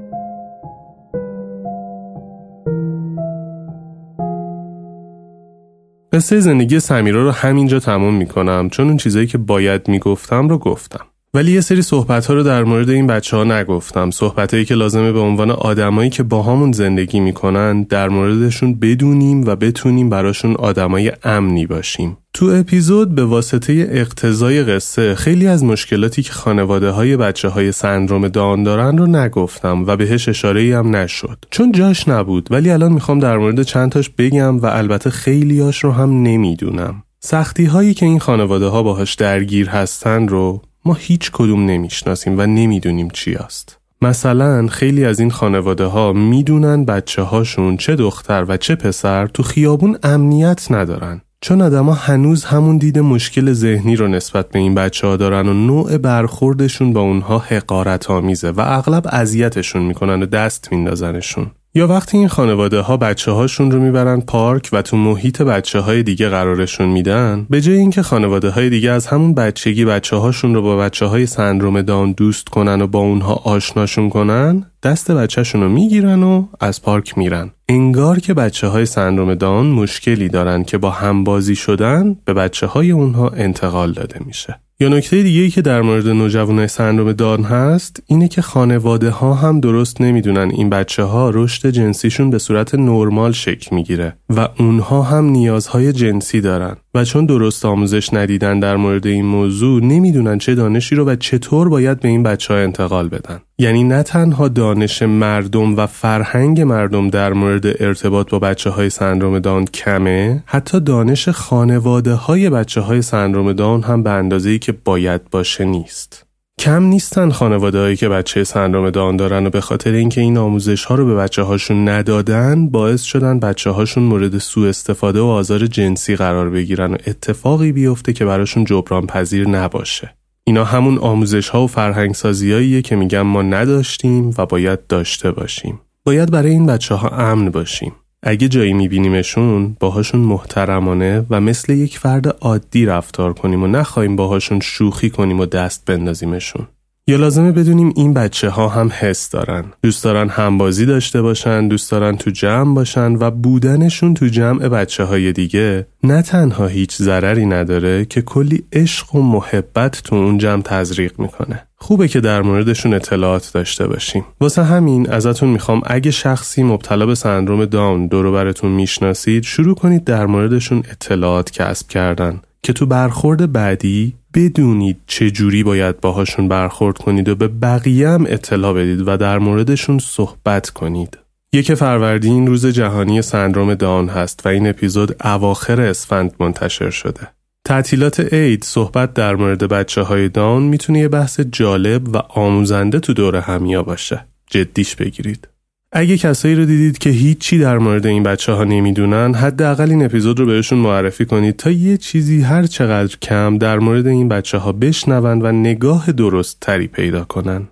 [SPEAKER 5] قصه زندگی سمیرا رو همینجا تموم میکنم چون اون چیزایی که باید میگفتم رو گفتم. ولی یه سری صحبت‌ها رو در مورد این بچه‌ها نگفتم. صحبتایی که لازمه به عنوان آدمایی که با همون زندگی میکنن در موردشون بدونیم و بتونیم براشون آدمای امنی باشیم. تو اپیزود به واسطه اقتضای قصه خیلی از مشکلاتی که خانواده‌های بچه‌های سندروم داون دارن رو نگفتم و بهش اشاره‌ای هم نشد چون جاش نبود. ولی الان میخوام در مورد چند تاش بگم و البته خیلیاش رو هم نمیدونم. سختی‌هایی که این خانواده‌ها باهاش درگیر هستن رو ما هیچ کدوم نمیشناسیم و نمیدونیم چی است. مثلا خیلی از این خانواده ها میدونن بچه هاشون چه دختر و چه پسر تو خیابون امنیت ندارن چون آدما هنوز همون دید مشکل ذهنی رو نسبت به این بچه ها دارن و نوع برخوردشون با اونها حقارت آمیزه و اغلب اذیتشون میکنن و دست میندازنشون. یا وقتی این خانواده ها بچه هاشون رو میبرن پارک و تو محیط بچه های دیگه قرارشون میدن، به جای اینکه خانواده های دیگه از همون بچگی بچه هاشون رو با بچه های سندروم داون دوست کنن و با اونها آشناشون کنن، دست بچه شون رو میگیرن و از پارک میرن. انگار که بچه های سندروم داون مشکلی دارن که با همبازی شدن به بچه های اونها انتقال داده میشه. یا نکته دیگه‌ای که در مورد نوجوانای سندروم داون هست اینه که خانواده ها هم درست نمیدونن این بچه ها رشد جنسیشون به صورت نرمال شکل میگیره و اونها هم نیازهای جنسی دارن و چون درست آموزش ندیدن در مورد این موضوع نمیدونن چه دانشی رو و چطور باید به این بچه ها انتقال بدن. یعنی نه تنها دانش مردم و فرهنگ مردم در مورد ارتباط با بچه های سندروم داون کمه، حتی دانش خانواده های بچه های سندروم داون هم به اندازه‌ای که باید باشه نیست. کم نیستن خانواده هایی که بچه سندروم داون دارن و به خاطر اینکه این آموزش ها رو به بچه هاشون ندادن باعث شدن بچه هاشون مورد سوء استفاده و آزار جنسی قرار بگیرن و اتفاقی بیفته که براشون جبران پذیر نباشه. اینا همون آموزش ها و فرهنگ سازیاییه که میگم ما نداشتیم و باید داشته باشیم. باید برای این بچه ها امن باشیم. اگه جایی میبینیمشون باهاشون محترمانه و مثل یک فرد عادی رفتار کنیم و نخواهیم باهاشون شوخی کنیم و دست بندازیمشون. یا لازمه بدونیم این بچه ها هم حس دارن. دوست دارن همبازی داشته باشن، دوست دارن تو جمع باشن و بودنشون تو جمع بچه های دیگه نه تنها هیچ ضرری نداره که کلی عشق و محبت تو اون جمع تزریق میکنه. خوبه که در موردشون اطلاعات داشته باشیم. واسه همین ازتون میخوام اگه شخصی مبتلا به سندروم داون دور و براتون میشناسید شروع کنید در موردشون اطلاعات کسب کردن که تو برخورد بعدی بدونید چه جوری باید باهاشون برخورد کنید و به بقیه هم اطلاع بدید و در موردشون صحبت کنید. 1 فروردین روز جهانی سندروم داون هست و این اپیزود اواخر اسفند منتشر شده. تعطیلات عید صحبت در مورد بچه‌های داون میتونه یه بحث جالب و آموزنده تو دور همیا باشه. جدیش بگیرید. اگه کسایی رو دیدید که هیچی در مورد این بچه‌ها نمیدونن، حداقل این اپیزود رو بهشون معرفی کنید تا یه چیزی هر چقدر کم در مورد این بچه‌ها بشنون و نگاه درست تری پیدا کنن.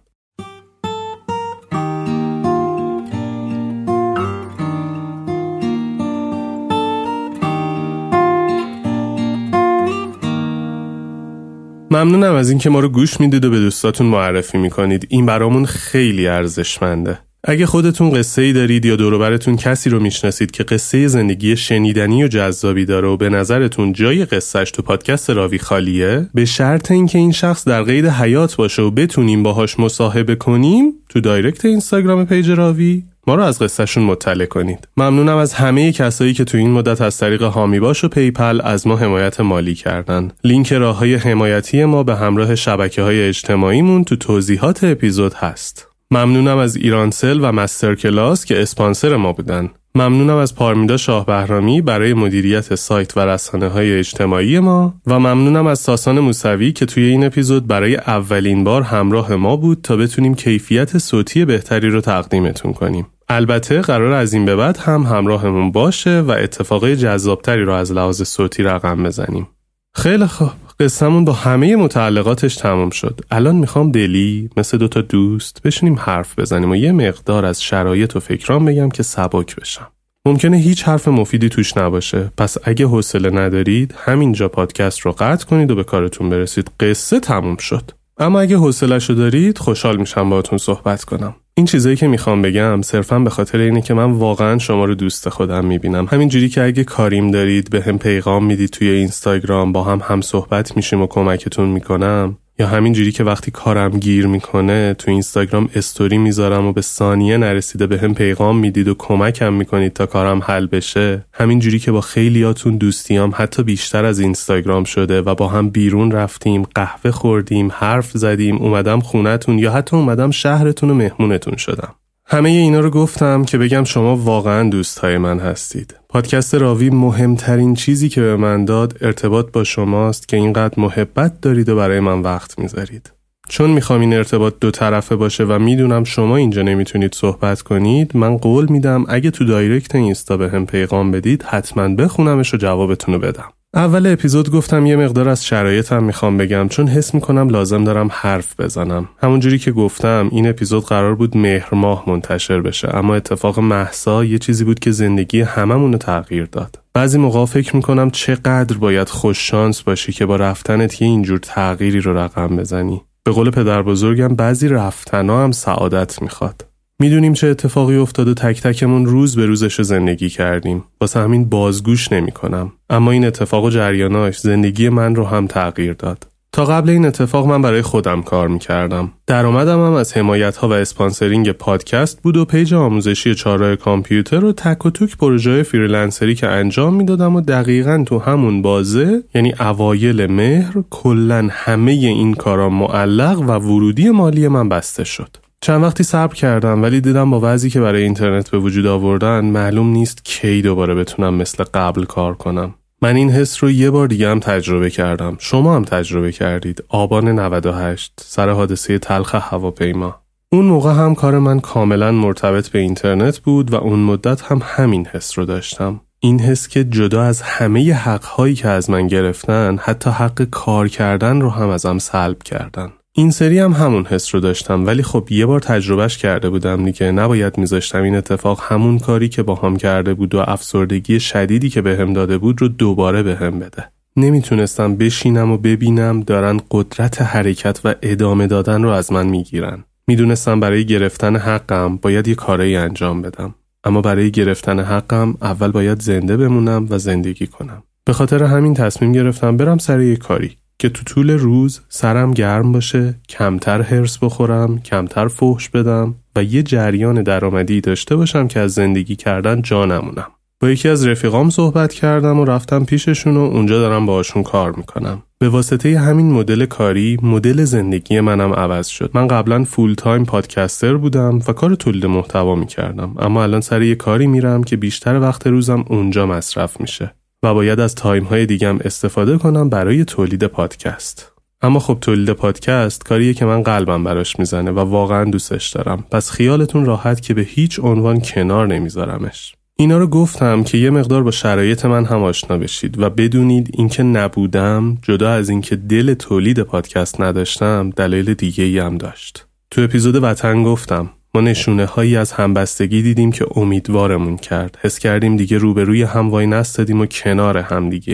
[SPEAKER 5] ممنونم از اینکه ما رو گوش میدید و به دوستاتون معرفی میکنید. این برامون خیلی ارزشمنده. اگه خودتون قصه‌ای دارید یا دور و برتون کسی رو میشناسید که قصه زندگی شنیدنی و جذابی داره و به نظرتون جای قصهش تو پادکست راوی خالیه، به شرط اینکه این شخص در قید حیات باشه و بتونیم باهاش مصاحبه کنیم، تو دایرکت اینستاگرام پیج راوی ما رو از قصهشون مطلع کنید. ممنونم از همه کسایی که تو این مدت از طریق هامی باش و پیپل از ما حمایت مالی کردن. لینک راههای حمایتی ما به همراه شبکه‌های اجتماعیمون تو توضیحات اپیزود هست. ممنونم از ایرانسل و مستر کلاس که اسپانسر ما بودن. ممنونم از پارمیدا شاه بهرامی برای مدیریت سایت و رسانه‌های اجتماعی ما و ممنونم از ساسان موسوی که توی این اپیزود برای اولین بار همراه ما بود تا بتونیم کیفیت صوتی بهتری رو تقدیمتون کنیم. البته قرار از این به بعد هم همراهمون باشه و اتفاقای جذابتری رو از لحاظ صوتی رقم بزنیم. خیلی خوب، قصه‌مون با همه متعلقاتش تمام شد. الان میخوام دلی مثل دوتا دوست بشینیم حرف بزنیم و یه مقدار از شرایط و فکرام بگم که سبک بشم. ممکنه هیچ حرف مفیدی توش نباشه، پس اگه حوصله ندارید همینجا پادکست رو قطع کنید و به کارتون برسید. قصه تموم شد. اما اگه حوصله‌شو دارید خوشحال میشم باهاتون صحبت کنم. این چیزایی که میخوام بگم صرفاً به خاطر اینه که من واقعاً شما رو دوست خودم میبینم. همینجوری که اگه کاریم دارید به هم پیغام میدید توی اینستاگرام، با هم صحبت میشیم و کمکتون میکنم، یا همینجوری که وقتی کارم گیر میکنه تو اینستاگرام استوری میذارم و به ثانیه نرسیده به هم پیغام میدید و کمکم میکنید تا کارم حل بشه، همینجوری که با خیلیاتون دوستیام حتی بیشتر از اینستاگرام شده و با هم بیرون رفتیم، قهوه خوردیم، حرف زدیم، اومدم خونتون یا حتی اومدم شهرتون و مهمونتون شدم. همه اینا رو گفتم که بگم شما واقعا دوستای من هستید. پادکست راوی مهمترین چیزی که به من داد ارتباط با شماست که اینقدر محبت دارید و برای من وقت میذارید. چون میخوام این ارتباط دو طرفه باشه و میدونم شما اینجا نمیتونید صحبت کنید، من قول میدم اگه تو دایرکت اینستا به هم پیغام بدید حتما بخونمش و جوابتون رو بدم. اول اپیزود گفتم یه مقدار از شرایطم میخوام بگم چون حس میکنم لازم دارم حرف بزنم. همونجوری که گفتم این اپیزود قرار بود مهر ماه منتشر بشه، اما اتفاق مهسا یه چیزی بود که زندگی هممون رو تغییر داد. بعضی موقع فکر میکنم چقدر باید خوش شانس باشی که با رفتنت یه اینجور تغییری رو رقم بزنی. به قول پدر بزرگم بعضی رفتن‌ها هم سعادت میخواد. میدونیم چه اتفاقی افتاد و تک تکمون روز به روزش زندگی کردیم. واسه همین بازگوش نمی کنم. اما این اتفاق و جریاناش زندگی من رو هم تغییر داد. تا قبل این اتفاق من برای خودم کار میکردم. درآمدم هم از حمایت‌ها و اسپانسرینگ پادکست بود و پیج آموزشی چهارراه کامپیوتر رو تک و توک پروژه فریلنسری که انجام میدادم و دقیقاً تو همون بازه، یعنی اوایل مهر، کلاً همه این کارا معلق و ورودی مالی من بسته شد. چند وقتی صبر کردم ولی دیدم با وضعی که برای اینترنت به وجود آوردن معلوم نیست کی دوباره بتونم مثل قبل کار کنم. من این حس رو یه بار دیگه هم تجربه کردم. شما هم تجربه کردید. آبان 98 سر حادثه تلخ هواپیما. اون موقع هم کار من کاملا مرتبط به اینترنت بود و اون مدت هم همین حس رو داشتم. این حس که جدا از همه حق‌هایی که از من گرفتن، حتی حق کار کردن رو هم ازم سلب کردن. این سری هم همون حس رو داشتم، ولی خب یه بار تجربهش کرده بودم دیگه. نباید میذاشتم این اتفاق همون کاری که با هم کرده بود و افسردگی شدیدی که بهم داده بود رو دوباره بهم بده. نمیتونستم بشینم و ببینم دارن قدرت حرکت و ادامه دادن رو از من میگیرن. میدونستم برای گرفتن حقم باید یه کاری انجام بدم، اما برای گرفتن حقم اول باید زنده بمونم و زندگی کنم. به خاطر همین تصمیم گرفتم برم سر یه کاری که تو طول روز سرم گرم باشه، کمتر هرس بخورم، کمتر فحش بدم و یه جریان درآمدی داشته باشم که از زندگی کردن جا نمونم. با یکی از رفیقام صحبت کردم و رفتم پیششون و اونجا دارم باهاشون کار میکنم. به واسطه همین مدل کاری، مدل زندگی منم عوض شد. من قبلا فول تایم پادکستر بودم و کار تولید محتوا میکردم، اما الان سر یه کاری میرم که بیشتر وقت روزم اونجا مصرف میشه و باید از تایم‌های دیگم استفاده کنم برای تولید پادکست. اما خب تولید پادکست کاریه که من قلبم براش میزنه و واقعا دوستش دارم. پس خیالتون راحت که به هیچ عنوان کنار نمیذارمش. اینا رو گفتم که یه مقدار با شرایط من هم آشنا بشید و بدونید اینکه نبودم، جدا از اینکه دل تولید پادکست نداشتم، دلایل دیگه‌ای هم داشت. تو اپیزود وطن گفتم ما نشونه هایی از همبستگی دیدیم که امیدوارمون کرد. حس کردیم دیگه روبروی هم وای نستادیم و کنار هم دیگه ایم.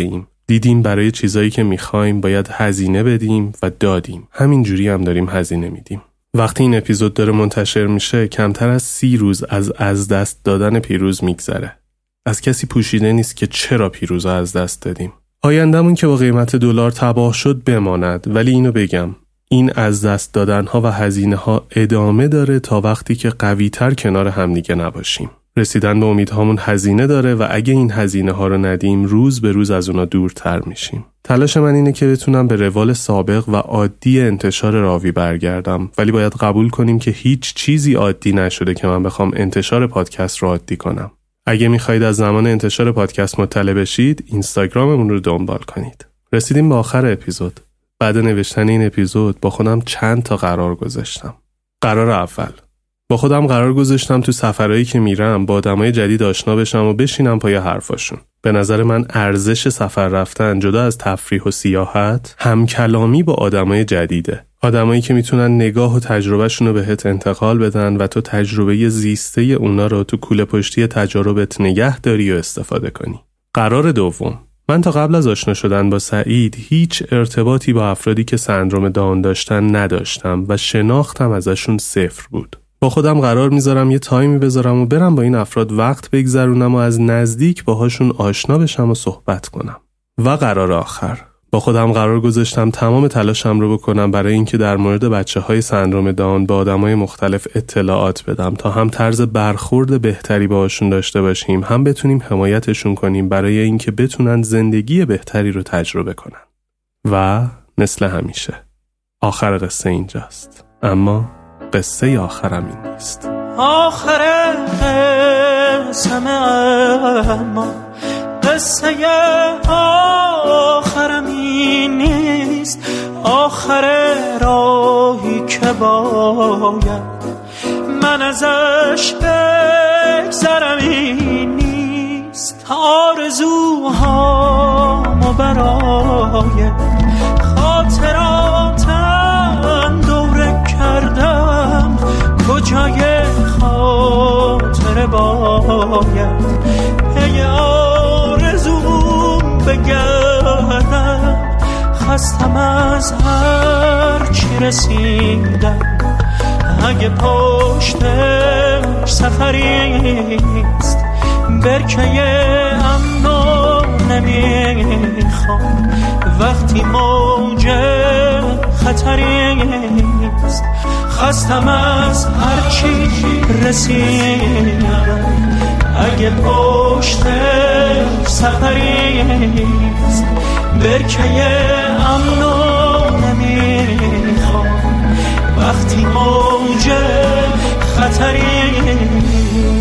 [SPEAKER 5] دیدیم برای چیزایی که میخوایم باید هزینه بدیم و دادیم. همین جوری هم داریم هزینه میدیم. وقتی این اپیزود داره منتشر میشه کمتر از 30 روز از دست دادن پیروز میگذره. از کسی پوشیده نیست که چرا پیروز از دست دادیم. آیندمون که با قیمت دلار تباه شد بماند، ولی اینو بگم، این از دست دادنها و هزینه ها ادامه داره تا وقتی که قوی‌تر کنار همدیگه نباشیم. رسیدن به امیدهامون هزینه داره و اگه این هزینه ها رو ندیم روز به روز از اونا دورتر میشیم. تلاش من اینه که بتونم به روال سابق و عادی انتشار راوی برگردم، ولی باید قبول کنیم که هیچ چیزی عادی نشده که من بخوام انتشار پادکست رو عادی کنم. اگه میخواید از زمان انتشار پادکست مطلع بشید، اینستاگراممون رو دنبال کنید. رسیدیم به آخر اپیزود. بعد نوشتن این اپیزود با خودم چند تا قرار گذاشتم. قرار اول، با خودم قرار گذاشتم تو سفرهایی که میرم با آدمای جدید آشنا بشم و بشینم پای حرفاشون. به نظر من ارزش سفر رفتن جدا از تفریح و سیاحت، همکلامی با آدمای جدیده. آدمایی که میتونن نگاه و تجربهشون رو بهت انتقال بدن و تو تجربه زیسته اونا رو تو کوله پشتی تجاربت نگه داری و استفاده کنی. قرار دوم، من تا قبل از آشنا شدن با سعید هیچ ارتباطی با افرادی که سندرم داون داشتن نداشتم و شناختم ازشون صفر بود. با خودم قرار میذارم یه تایمی بذارم و برم با این افراد وقت بگذرونم و از نزدیک باهاشون آشنا بشم و صحبت کنم. و قرار آخر، با خودم قرار گذاشتم تمام تلاشم رو بکنم برای اینکه در مورد بچه‌های سندرم داون به آدمای مختلف اطلاعات بدم تا هم طرز برخورد بهتری باهاشون داشته باشیم، هم بتونیم حمایتشون کنیم برای اینکه بتونن زندگی بهتری رو تجربه کنن. و مثل همیشه آخر قصه اینجاست، اما قصه آخرم این نیست.
[SPEAKER 7] آخر قصه اما قصه آخرم این نیست. آخر راهی که باید من ازش بگذرم این نیست. آرزوهامو برای خاطراتم دوره کردم، کجای خاطر باید پی آرزوم بگردم. خستم از هر چی رسیدم، اگه پشتش سفریست برکه امنو نمیخوام وقتی موج خطریست. خستم از هر چی رسیدم، اگه پشتش سفریست برکه امنو نمیخوام وقتی موج خطریست.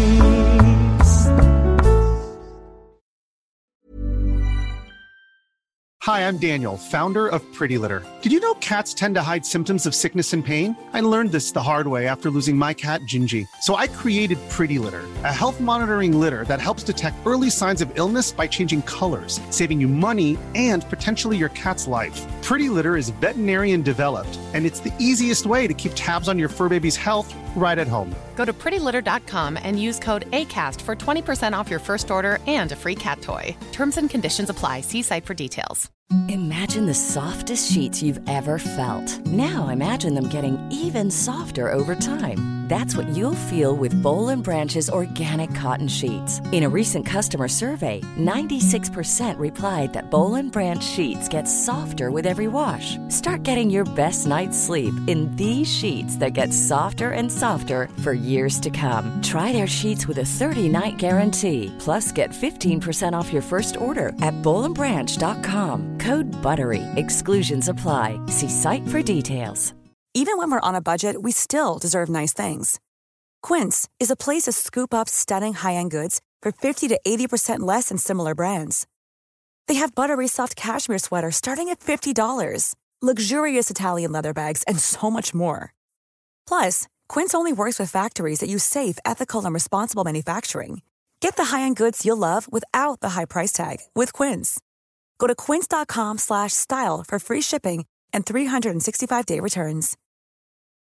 [SPEAKER 8] Hi, I'm Daniel, founder of Pretty Litter. Did you know cats tend to hide symptoms of sickness and pain? I learned this the hard way after losing my cat, Gingy. So I created Pretty Litter, a health monitoring litter that helps detect early signs of illness by changing colors, saving you money and potentially your cat's life. Pretty Litter is veterinarian developed, and it's the easiest way to keep tabs on your fur baby's health right at home.
[SPEAKER 9] Go to prettylitter.com and use code ACAST for 20% off your first order and a free cat toy. Terms and conditions apply. See site for details.
[SPEAKER 10] Imagine the softest sheets you've ever felt. Now imagine them getting even softer over time. That's what you'll feel with Boll & Branch's organic cotton sheets. In a recent customer survey, 96% replied that Boll & Branch sheets get softer with every wash. Start getting your best night's sleep in these sheets that get softer and softer for years to come. Try their sheets with a 30-night guarantee. Plus, get 15% off your first order at bollandbranch.com. Code BUTTERY. Exclusions apply. See site for details.
[SPEAKER 11] Even when we're on a budget, we still deserve nice things. Quince is a place to scoop up stunning high-end goods for 50 to 80% less than similar brands. They have buttery soft cashmere sweaters starting at $50, luxurious Italian leather bags, and so much more. Plus, Quince only works with factories that use safe, ethical, and responsible manufacturing. Get the high-end goods you'll love without the high price tag with Quince. Go to quince.com/style for free shipping and 365-day returns.